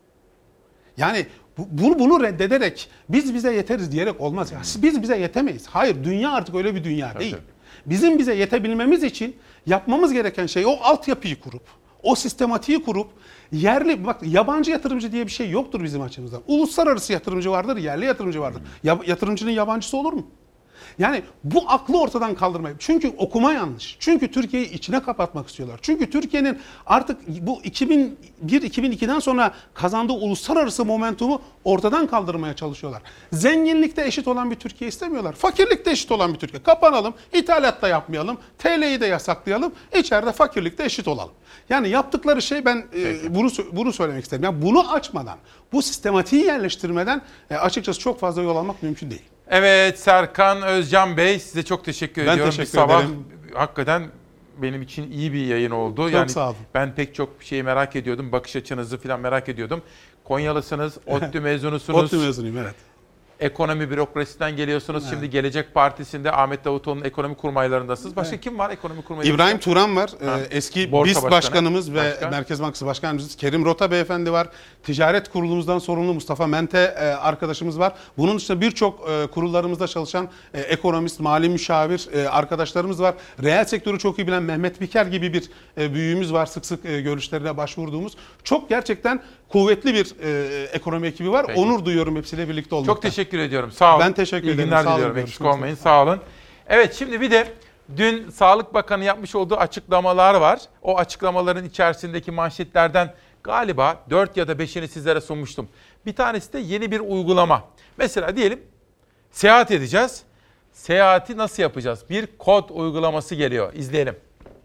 Yani bunu, bunu reddederek biz bize yeteriz diyerek olmaz. Ya. Biz bize yetemeyiz. Hayır, dünya artık öyle bir dünya değil. Evet. Bizim bize yetebilmemiz için yapmamız gereken şey o altyapıyı kurup, o sistematiği kurup, yerli, bak yabancı yatırımcı diye bir şey yoktur bizim açımızdan. Uluslararası yatırımcı vardır, yerli yatırımcı vardır. Ya, yatırımcının yabancısı olur mu? Yani bu aklı ortadan kaldırmayı. Çünkü okuma yanlış. Çünkü Türkiye'yi içine kapatmak istiyorlar. Çünkü Türkiye'nin artık bu iki bin bir iki bin ikiden sonra kazandığı uluslararası momentumu ortadan kaldırmaya çalışıyorlar. Zenginlikte eşit olan bir Türkiye istemiyorlar. Fakirlikte eşit olan bir Türkiye. Kapanalım, ithalatta yapmayalım, T L'yi de yasaklayalım, içeride fakirlikte eşit olalım. Yani yaptıkları şey, ben e, bunu bunu söylemek istedim. Yani bunu açmadan, bu sistematiği yerleştirmeden e, açıkçası çok fazla yol almak mümkün değil. Evet, Serkan Özcan Bey, size çok teşekkür ben ediyorum. Teşekkür bir sabah ederim. Hakikaten benim için iyi bir yayın oldu. Çok yani sağ olun. Ben pek çok şeyi merak ediyordum. Bakış açınızı falan merak ediyordum. Konyalısınız, ODTÜ mezunusunuz. ODTÜ mezunuyum, evet. Ekonomi bürokrasisinden geliyorsunuz. Evet. Şimdi Gelecek Partisi'nde Ahmet Davutoğlu'nun ekonomi kurmaylarındasınız. Başka evet. kim var ekonomi kurmaylarında? İbrahim Turan var. Ha. Eski Borsa BİST Başkanı. Başkanımız ve Başkan. Merkez Bankası Başkanımız Kerim Rota Beyefendi var. Ticaret Kurulumuzdan sorumlu Mustafa Mente arkadaşımız var. Bunun dışında birçok kurullarımızda çalışan ekonomist, mali müşavir arkadaşlarımız var. Reel sektörü çok iyi bilen Mehmet Biker gibi bir büyüğümüz var. Sık sık görüşlerine başvurduğumuz. Çok gerçekten kuvvetli bir ekonomi ekibi var. Peki. Onur duyuyorum hepsiyle birlikte olmaktan. Çok teşekkür ediyorum. Sağ olun. Ben teşekkür ederim. İyi günler diliyorum. Eksik olmayın. Sağ olun. Evet, şimdi bir de dün Sağlık Bakanı yapmış olduğu açıklamalar var. O açıklamaların içerisindeki manşetlerden galiba dört ya da beşini sizlere sunmuştum. Bir tanesi de yeni bir uygulama. Mesela diyelim seyahat edeceğiz. Seyahati nasıl yapacağız? Bir kod uygulaması geliyor. İzleyelim.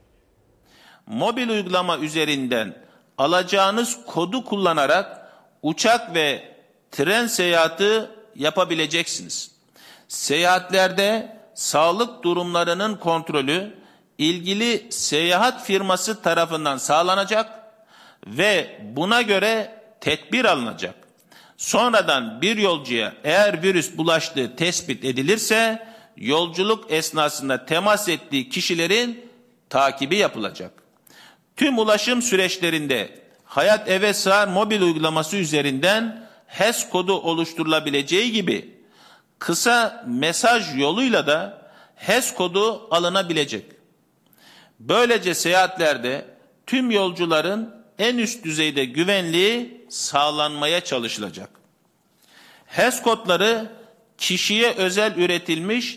Mobil uygulama üzerinden alacağınız kodu kullanarak uçak ve tren seyahati yapabileceksiniz. Seyahatlerde sağlık durumlarının kontrolü ilgili seyahat firması tarafından sağlanacak ve buna göre tedbir alınacak. Sonradan bir yolcuya eğer virüs bulaştığı tespit edilirse yolculuk esnasında temas ettiği kişilerin takibi yapılacak. Tüm ulaşım süreçlerinde Hayat Eve Sığar mobil uygulaması üzerinden H E S kodu oluşturulabileceği gibi kısa mesaj yoluyla da H E S kodu alınabilecek. Böylece seyahatlerde tüm yolcuların en üst düzeyde güvenliği sağlanmaya çalışılacak. H E S kodları kişiye özel üretilmiş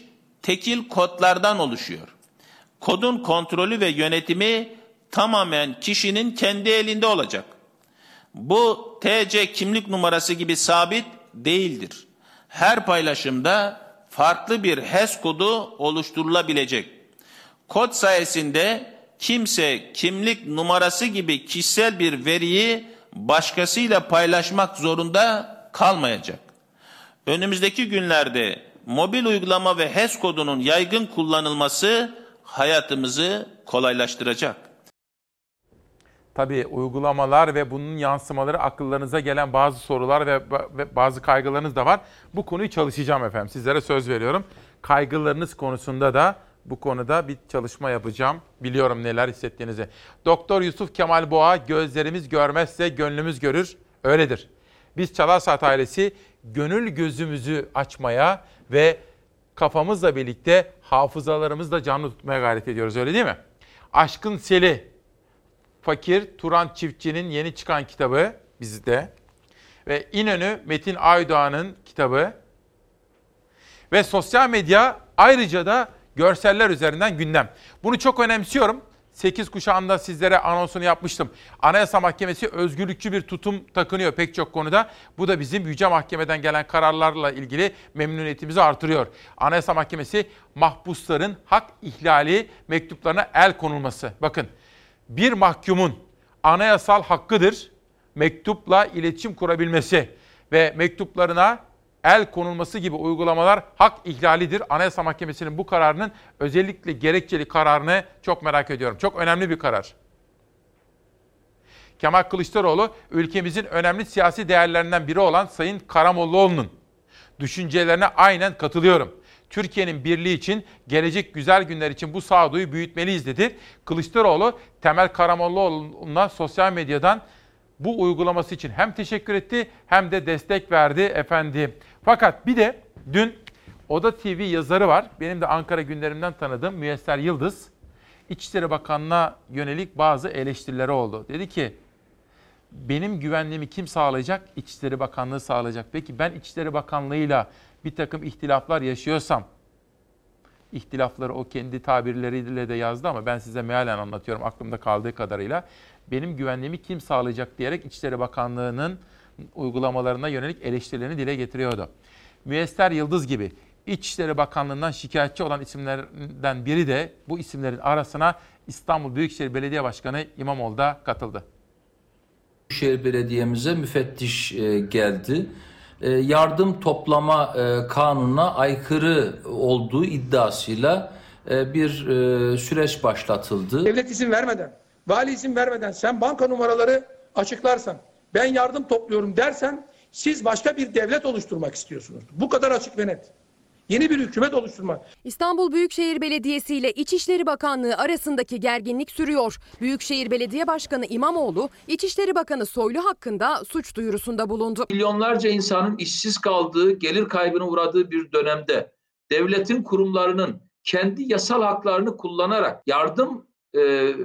tekil kodlardan oluşuyor. Kodun kontrolü ve yönetimi tamamen kişinin kendi elinde olacak. Bu T C kimlik numarası gibi sabit değildir. Her paylaşımda farklı bir H E S kodu oluşturulabilecek. Kod sayesinde kimse kimlik numarası gibi kişisel bir veriyi başkasıyla paylaşmak zorunda kalmayacak. Önümüzdeki günlerde mobil uygulama ve H E S kodunun yaygın kullanılması hayatımızı kolaylaştıracak. Tabii uygulamalar ve bunun yansımaları, akıllarınıza gelen bazı sorular ve, ve bazı kaygılarınız da var. Bu konuyu çalışacağım efendim. Sizlere söz veriyorum. Kaygılarınız konusunda da bu konuda bir çalışma yapacağım. Biliyorum neler hissettiğinizi. Doktor Yusuf Kemal Boğa, gözlerimiz görmezse gönlümüz görür. Öyledir. Biz Çalar Saat ailesi gönül gözümüzü açmaya ve kafamızla birlikte hafızalarımızı da canlı tutmaya gayret ediyoruz. Öyle değil mi? Aşkın Seli, Fakir Turan Çiftçi'nin yeni çıkan kitabı bizde. Ve İnönü Metin Aydoğan'ın kitabı. Ve sosyal medya, ayrıca da görseller üzerinden gündem. Bunu çok önemsiyorum. sekiz kuşağında sizlere anonsunu yapmıştım. Anayasa Mahkemesi özgürlükçü bir tutum takınıyor pek çok konuda. Bu da bizim Yüce Mahkeme'den gelen kararlarla ilgili memnuniyetimizi artırıyor. Anayasa Mahkemesi mahpusların hak ihlali mektuplarına el konulması. Bakın, bir mahkumun anayasal hakkıdır mektupla iletişim kurabilmesi ve mektuplarına el konulması gibi uygulamalar hak ihlalidir. Anayasa Mahkemesi'nin bu kararının özellikle gerekçeli kararını çok merak ediyorum. Çok önemli bir karar. Kemal Kılıçdaroğlu, ülkemizin önemli siyasi değerlerinden biri olan Sayın Karamollaoğlu'nun düşüncelerine aynen katılıyorum. Türkiye'nin birliği için, gelecek güzel günler için bu sağduyu büyütmeliyiz dedi. Kılıçdaroğlu, Temel Karamollaoğlu'na sosyal medyadan bu uygulaması için hem teşekkür etti hem de destek verdi efendim. Fakat bir de dün Oda T V yazarı var. Benim de Ankara günlerimden tanıdığım Müyesser Yıldız. İçişleri Bakanlığı'na yönelik bazı eleştirileri oldu. Dedi ki, benim güvenliğimi kim sağlayacak? İçişleri Bakanlığı sağlayacak. Peki ben İçişleri Bakanlığı'yla bir takım ihtilaflar yaşıyorsam, ihtilafları o kendi tabirleriyle de yazdı ama ben size mealen anlatıyorum aklımda kaldığı kadarıyla. Benim güvenliğimi kim sağlayacak diyerek İçişleri Bakanlığı'nın uygulamalarına yönelik eleştirilerini dile getiriyordu. Müyesser Yıldız gibi İçişleri Bakanlığı'ndan şikayetçi olan isimlerden biri de bu isimlerin arasına İstanbul Büyükşehir Belediye Başkanı İmamoğlu da katıldı. Büyükşehir Belediye'mize müfettiş geldi. Yardım toplama kanununa aykırı olduğu iddiasıyla bir süreç başlatıldı. Devlet izin vermeden, vali izin vermeden sen banka numaraları açıklarsan, ben yardım topluyorum dersen siz başka bir devlet oluşturmak istiyorsunuz. Bu kadar açık ve net. Yeni bir hükümet oluşturmak. İstanbul Büyükşehir Belediyesi ile İçişleri Bakanlığı arasındaki gerginlik sürüyor. Büyükşehir Belediye Başkanı İmamoğlu, İçişleri Bakanı Soylu hakkında suç duyurusunda bulundu. Milyonlarca insanın işsiz kaldığı, gelir kaybına uğradığı bir dönemde devletin kurumlarının kendi yasal haklarını kullanarak yardım e,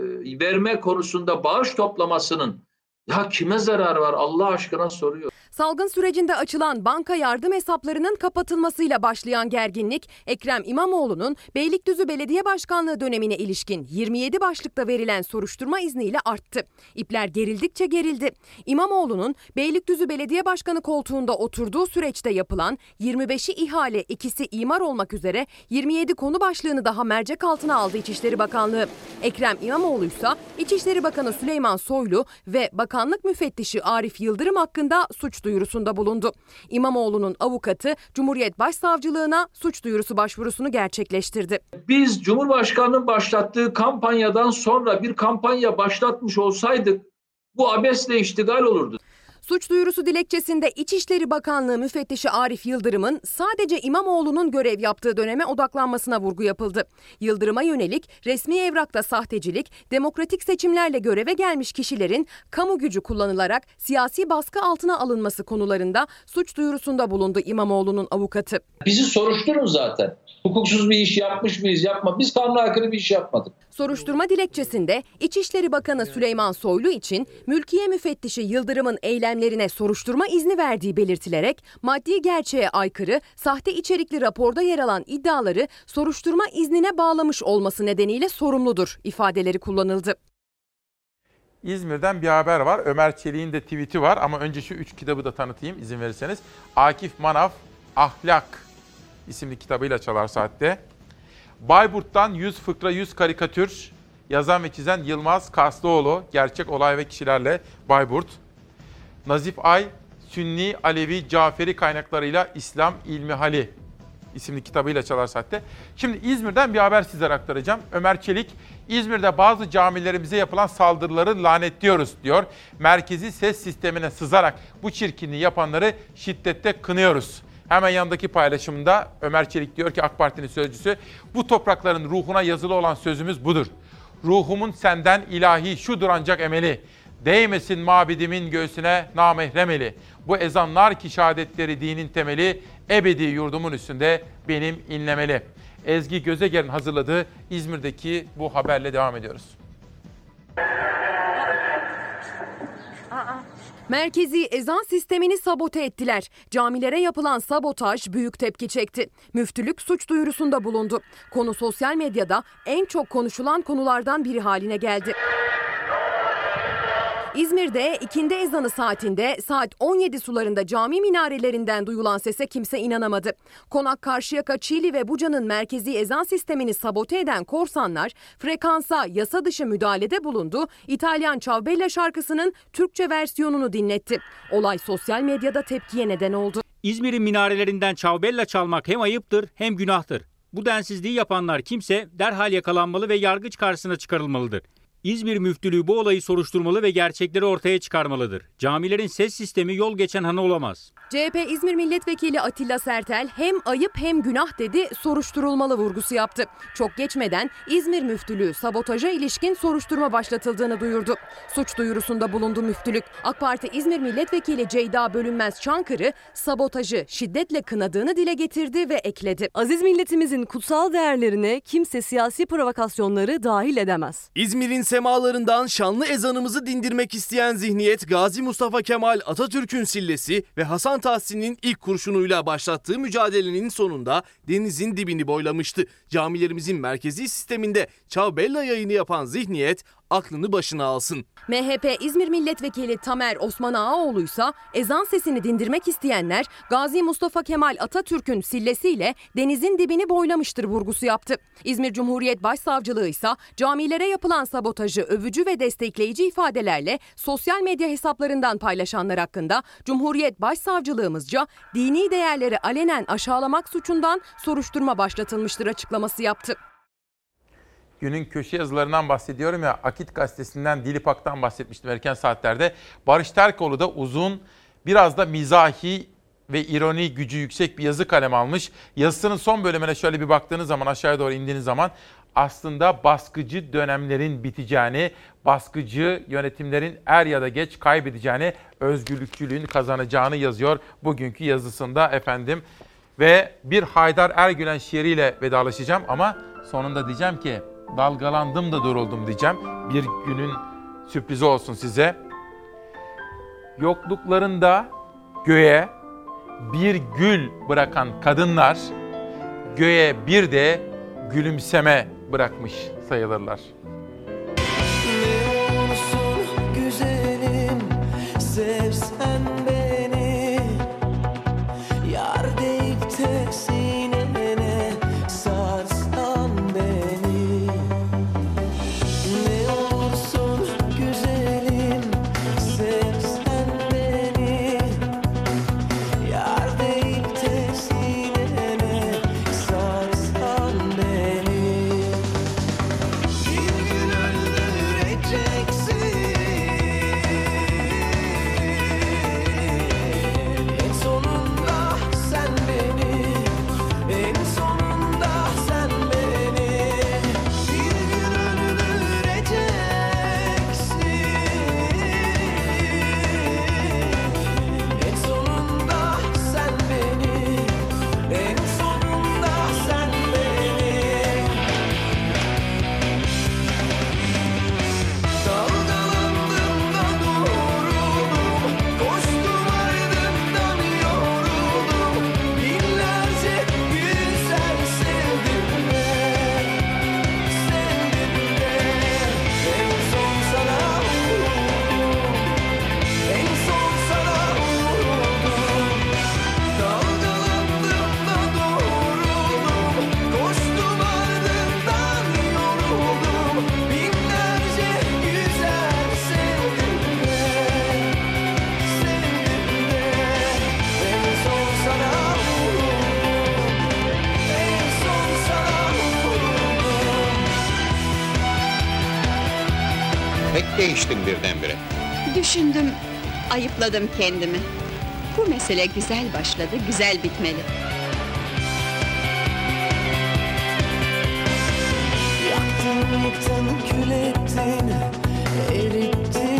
verme konusunda bağış toplamasının ya kime zararı var Allah aşkına soruyor. Salgın sürecinde açılan banka yardım hesaplarının kapatılmasıyla başlayan gerginlik, Ekrem İmamoğlu'nun Beylikdüzü Belediye Başkanlığı dönemine ilişkin yirmi yedi başlıkta verilen soruşturma izniyle arttı. İpler gerildikçe gerildi. İmamoğlu'nun Beylikdüzü Belediye Başkanı koltuğunda oturduğu süreçte yapılan yirmi beşi ihale, ikisi imar olmak üzere yirmi yedi konu başlığını daha mercek altına aldı İçişleri Bakanlığı. Ekrem İmamoğlu ise İçişleri Bakanı Süleyman Soylu ve Bakanlık Müfettişi Arif Yıldırım hakkında suç duyurusunda bulundu. İmamoğlu'nun avukatı Cumhuriyet Başsavcılığına suç duyurusu başvurusunu gerçekleştirdi. Biz Cumhurbaşkanı'nın başlattığı kampanyadan sonra bir kampanya başlatmış olsaydık bu abesle iştigal olurdu. Suç duyurusu dilekçesinde İçişleri Bakanlığı Müfettişi Arif Yıldırım'ın sadece İmamoğlu'nun görev yaptığı döneme odaklanmasına vurgu yapıldı. Yıldırım'a yönelik resmi evrakta sahtecilik, demokratik seçimlerle göreve gelmiş kişilerin kamu gücü kullanılarak siyasi baskı altına alınması konularında suç duyurusunda bulundu İmamoğlu'nun avukatı. Bizi soruşturun zaten. Hukuksuz bir iş yapmış mıyız yapma. Biz kanuna aykırı bir iş yapmadık. Soruşturma dilekçesinde İçişleri Bakanı Süleyman Soylu için Mülkiye Müfettişi Yıldırım'ın eylem dönemlerine soruşturma izni verdiği belirtilerek maddi gerçeğe aykırı, sahte içerikli raporda yer alan iddiaları soruşturma iznine bağlamış olması nedeniyle sorumludur ifadeleri kullanıldı. İzmir'den bir haber var. Ömer Çelik'in de tweet'i var ama önce şu üç kitabı da tanıtayım izin verirseniz. Akif Manaf, Ahlak isimli kitabıyla Çalar Saat'te. Bayburt'tan yüz fıkra yüz karikatür, yazan ve çizen Yılmaz Karslıoğlu, gerçek olay ve kişilerle Bayburt. Nazif Ay, Sünni, Alevi, Caferi kaynaklarıyla İslam İlmihali isimli kitabıyla Çalar Saat'te. Şimdi İzmir'den bir haber sizlere aktaracağım. Ömer Çelik, İzmir'de bazı camilerimize yapılan saldırıları lanetliyoruz diyor. Merkezi ses sistemine sızarak bu çirkinliği yapanları şiddetle kınıyoruz. Hemen yanındaki paylaşımında Ömer Çelik diyor ki AK Parti'nin sözcüsü, bu toprakların ruhuna yazılı olan sözümüz budur. Ruhumun senden ilahi şudur ancak emeli. Değmesin mabidimin göğsüne namahrem eli. Bu ezanlar ki şehadetleri dinin temeli, ebedi yurdumun üstünde benim inlemeli. Ezgi Gözeger'in hazırladığı İzmir'deki bu haberle devam ediyoruz. Merkezi ezan sistemini sabote ettiler. Camilere yapılan sabotaj büyük tepki çekti. Müftülük suç duyurusunda bulundu. Konu sosyal medyada en çok konuşulan konulardan biri haline geldi. İzmir'de ikindi ezanı saatinde saat on yedi sularında cami minarelerinden duyulan sese kimse inanamadı. Konak, Karşıyaka, Çiğli ve Buca'nın merkezi ezan sistemini sabote eden korsanlar frekansa yasa dışı müdahalede bulundu. İtalyan Ciao Bella şarkısının Türkçe versiyonunu dinletti. Olay sosyal medyada tepkiye neden oldu. İzmir'in minarelerinden Ciao Bella çalmak hem ayıptır hem günahtır. Bu densizliği yapanlar kimse derhal yakalanmalı ve yargıç karşısına çıkarılmalıdır. İzmir Müftülüğü bu olayı soruşturmalı ve gerçekleri ortaya çıkarmalıdır. Camilerin ses sistemi yol geçen hanı olamaz. C H P İzmir Milletvekili Atilla Sertel hem ayıp hem günah dedi, soruşturulmalı vurgusu yaptı. Çok geçmeden İzmir Müftülüğü sabotaja ilişkin soruşturma başlatıldığını duyurdu. Suç duyurusunda bulundu müftülük. AK Parti İzmir Milletvekili Ceyda Bölünmez Çankırı sabotajı şiddetle kınadığını dile getirdi ve ekledi. Aziz milletimizin kutsal değerlerine kimse siyasi provokasyonları dahil edemez. İzmir'in semalarından şanlı ezanımızı dindirmek isteyen zihniyet Gazi Mustafa Kemal Atatürk'ün sillesi ve Hasan Tahsin'in ilk kurşunuyla başlattığı mücadelenin sonunda denizin dibini boylamıştı. Camilerimizin merkezi sisteminde Ciao Bella yayını yapan zihniyet aklını başına alsın. M H P İzmir Milletvekili Tamer Osman Ağaoğlu ise ezan sesini dindirmek isteyenler Gazi Mustafa Kemal Atatürk'ün sillesiyle denizin dibini boylamıştır vurgusu yaptı. İzmir Cumhuriyet Başsavcılığı ise camilere yapılan sabotajı övücü ve destekleyici ifadelerle sosyal medya hesaplarından paylaşanlar hakkında Cumhuriyet Başsavcılığımızca dini değerleri alenen aşağılamak suçundan soruşturma başlatılmıştır açıklaması yaptı. Günün köşe yazılarından bahsediyorum ya, Akit Gazetesi'nden Dilipak'tan bahsetmiştim erken saatlerde. Barış Terkoğlu da uzun, biraz da mizahi ve ironi gücü yüksek bir yazı kalem almış. Yazısının son bölümüne şöyle bir baktığınız zaman, aşağıya doğru indiğiniz zaman aslında baskıcı dönemlerin biteceğini, baskıcı yönetimlerin er ya da geç kaybedeceğini, özgürlükçülüğün kazanacağını yazıyor bugünkü yazısında efendim. Ve bir Haydar Ergülen şiiriyle vedalaşacağım ama sonunda diyeceğim ki dalgalandım da duruldum diyeceğim. Bir günün sürprizi olsun size. Yokluklarında göğe bir gül bırakan kadınlar göğe bir de gülümseme bırakmış sayılırlar. Ne olsun güzelim, sevsen beni, yar deyip de sinene sarsan beni. Ne olursun güzelim, sevsen beni, yar deyip de sinene sarsan beni. Bir gün öldüreceksin Pek değiştin birdenbire. Düşündüm, ayıpladım kendimi. Bu mesele güzel başladı, güzel bitmeli. Yaktın, yıktın, kül ettin, erittin.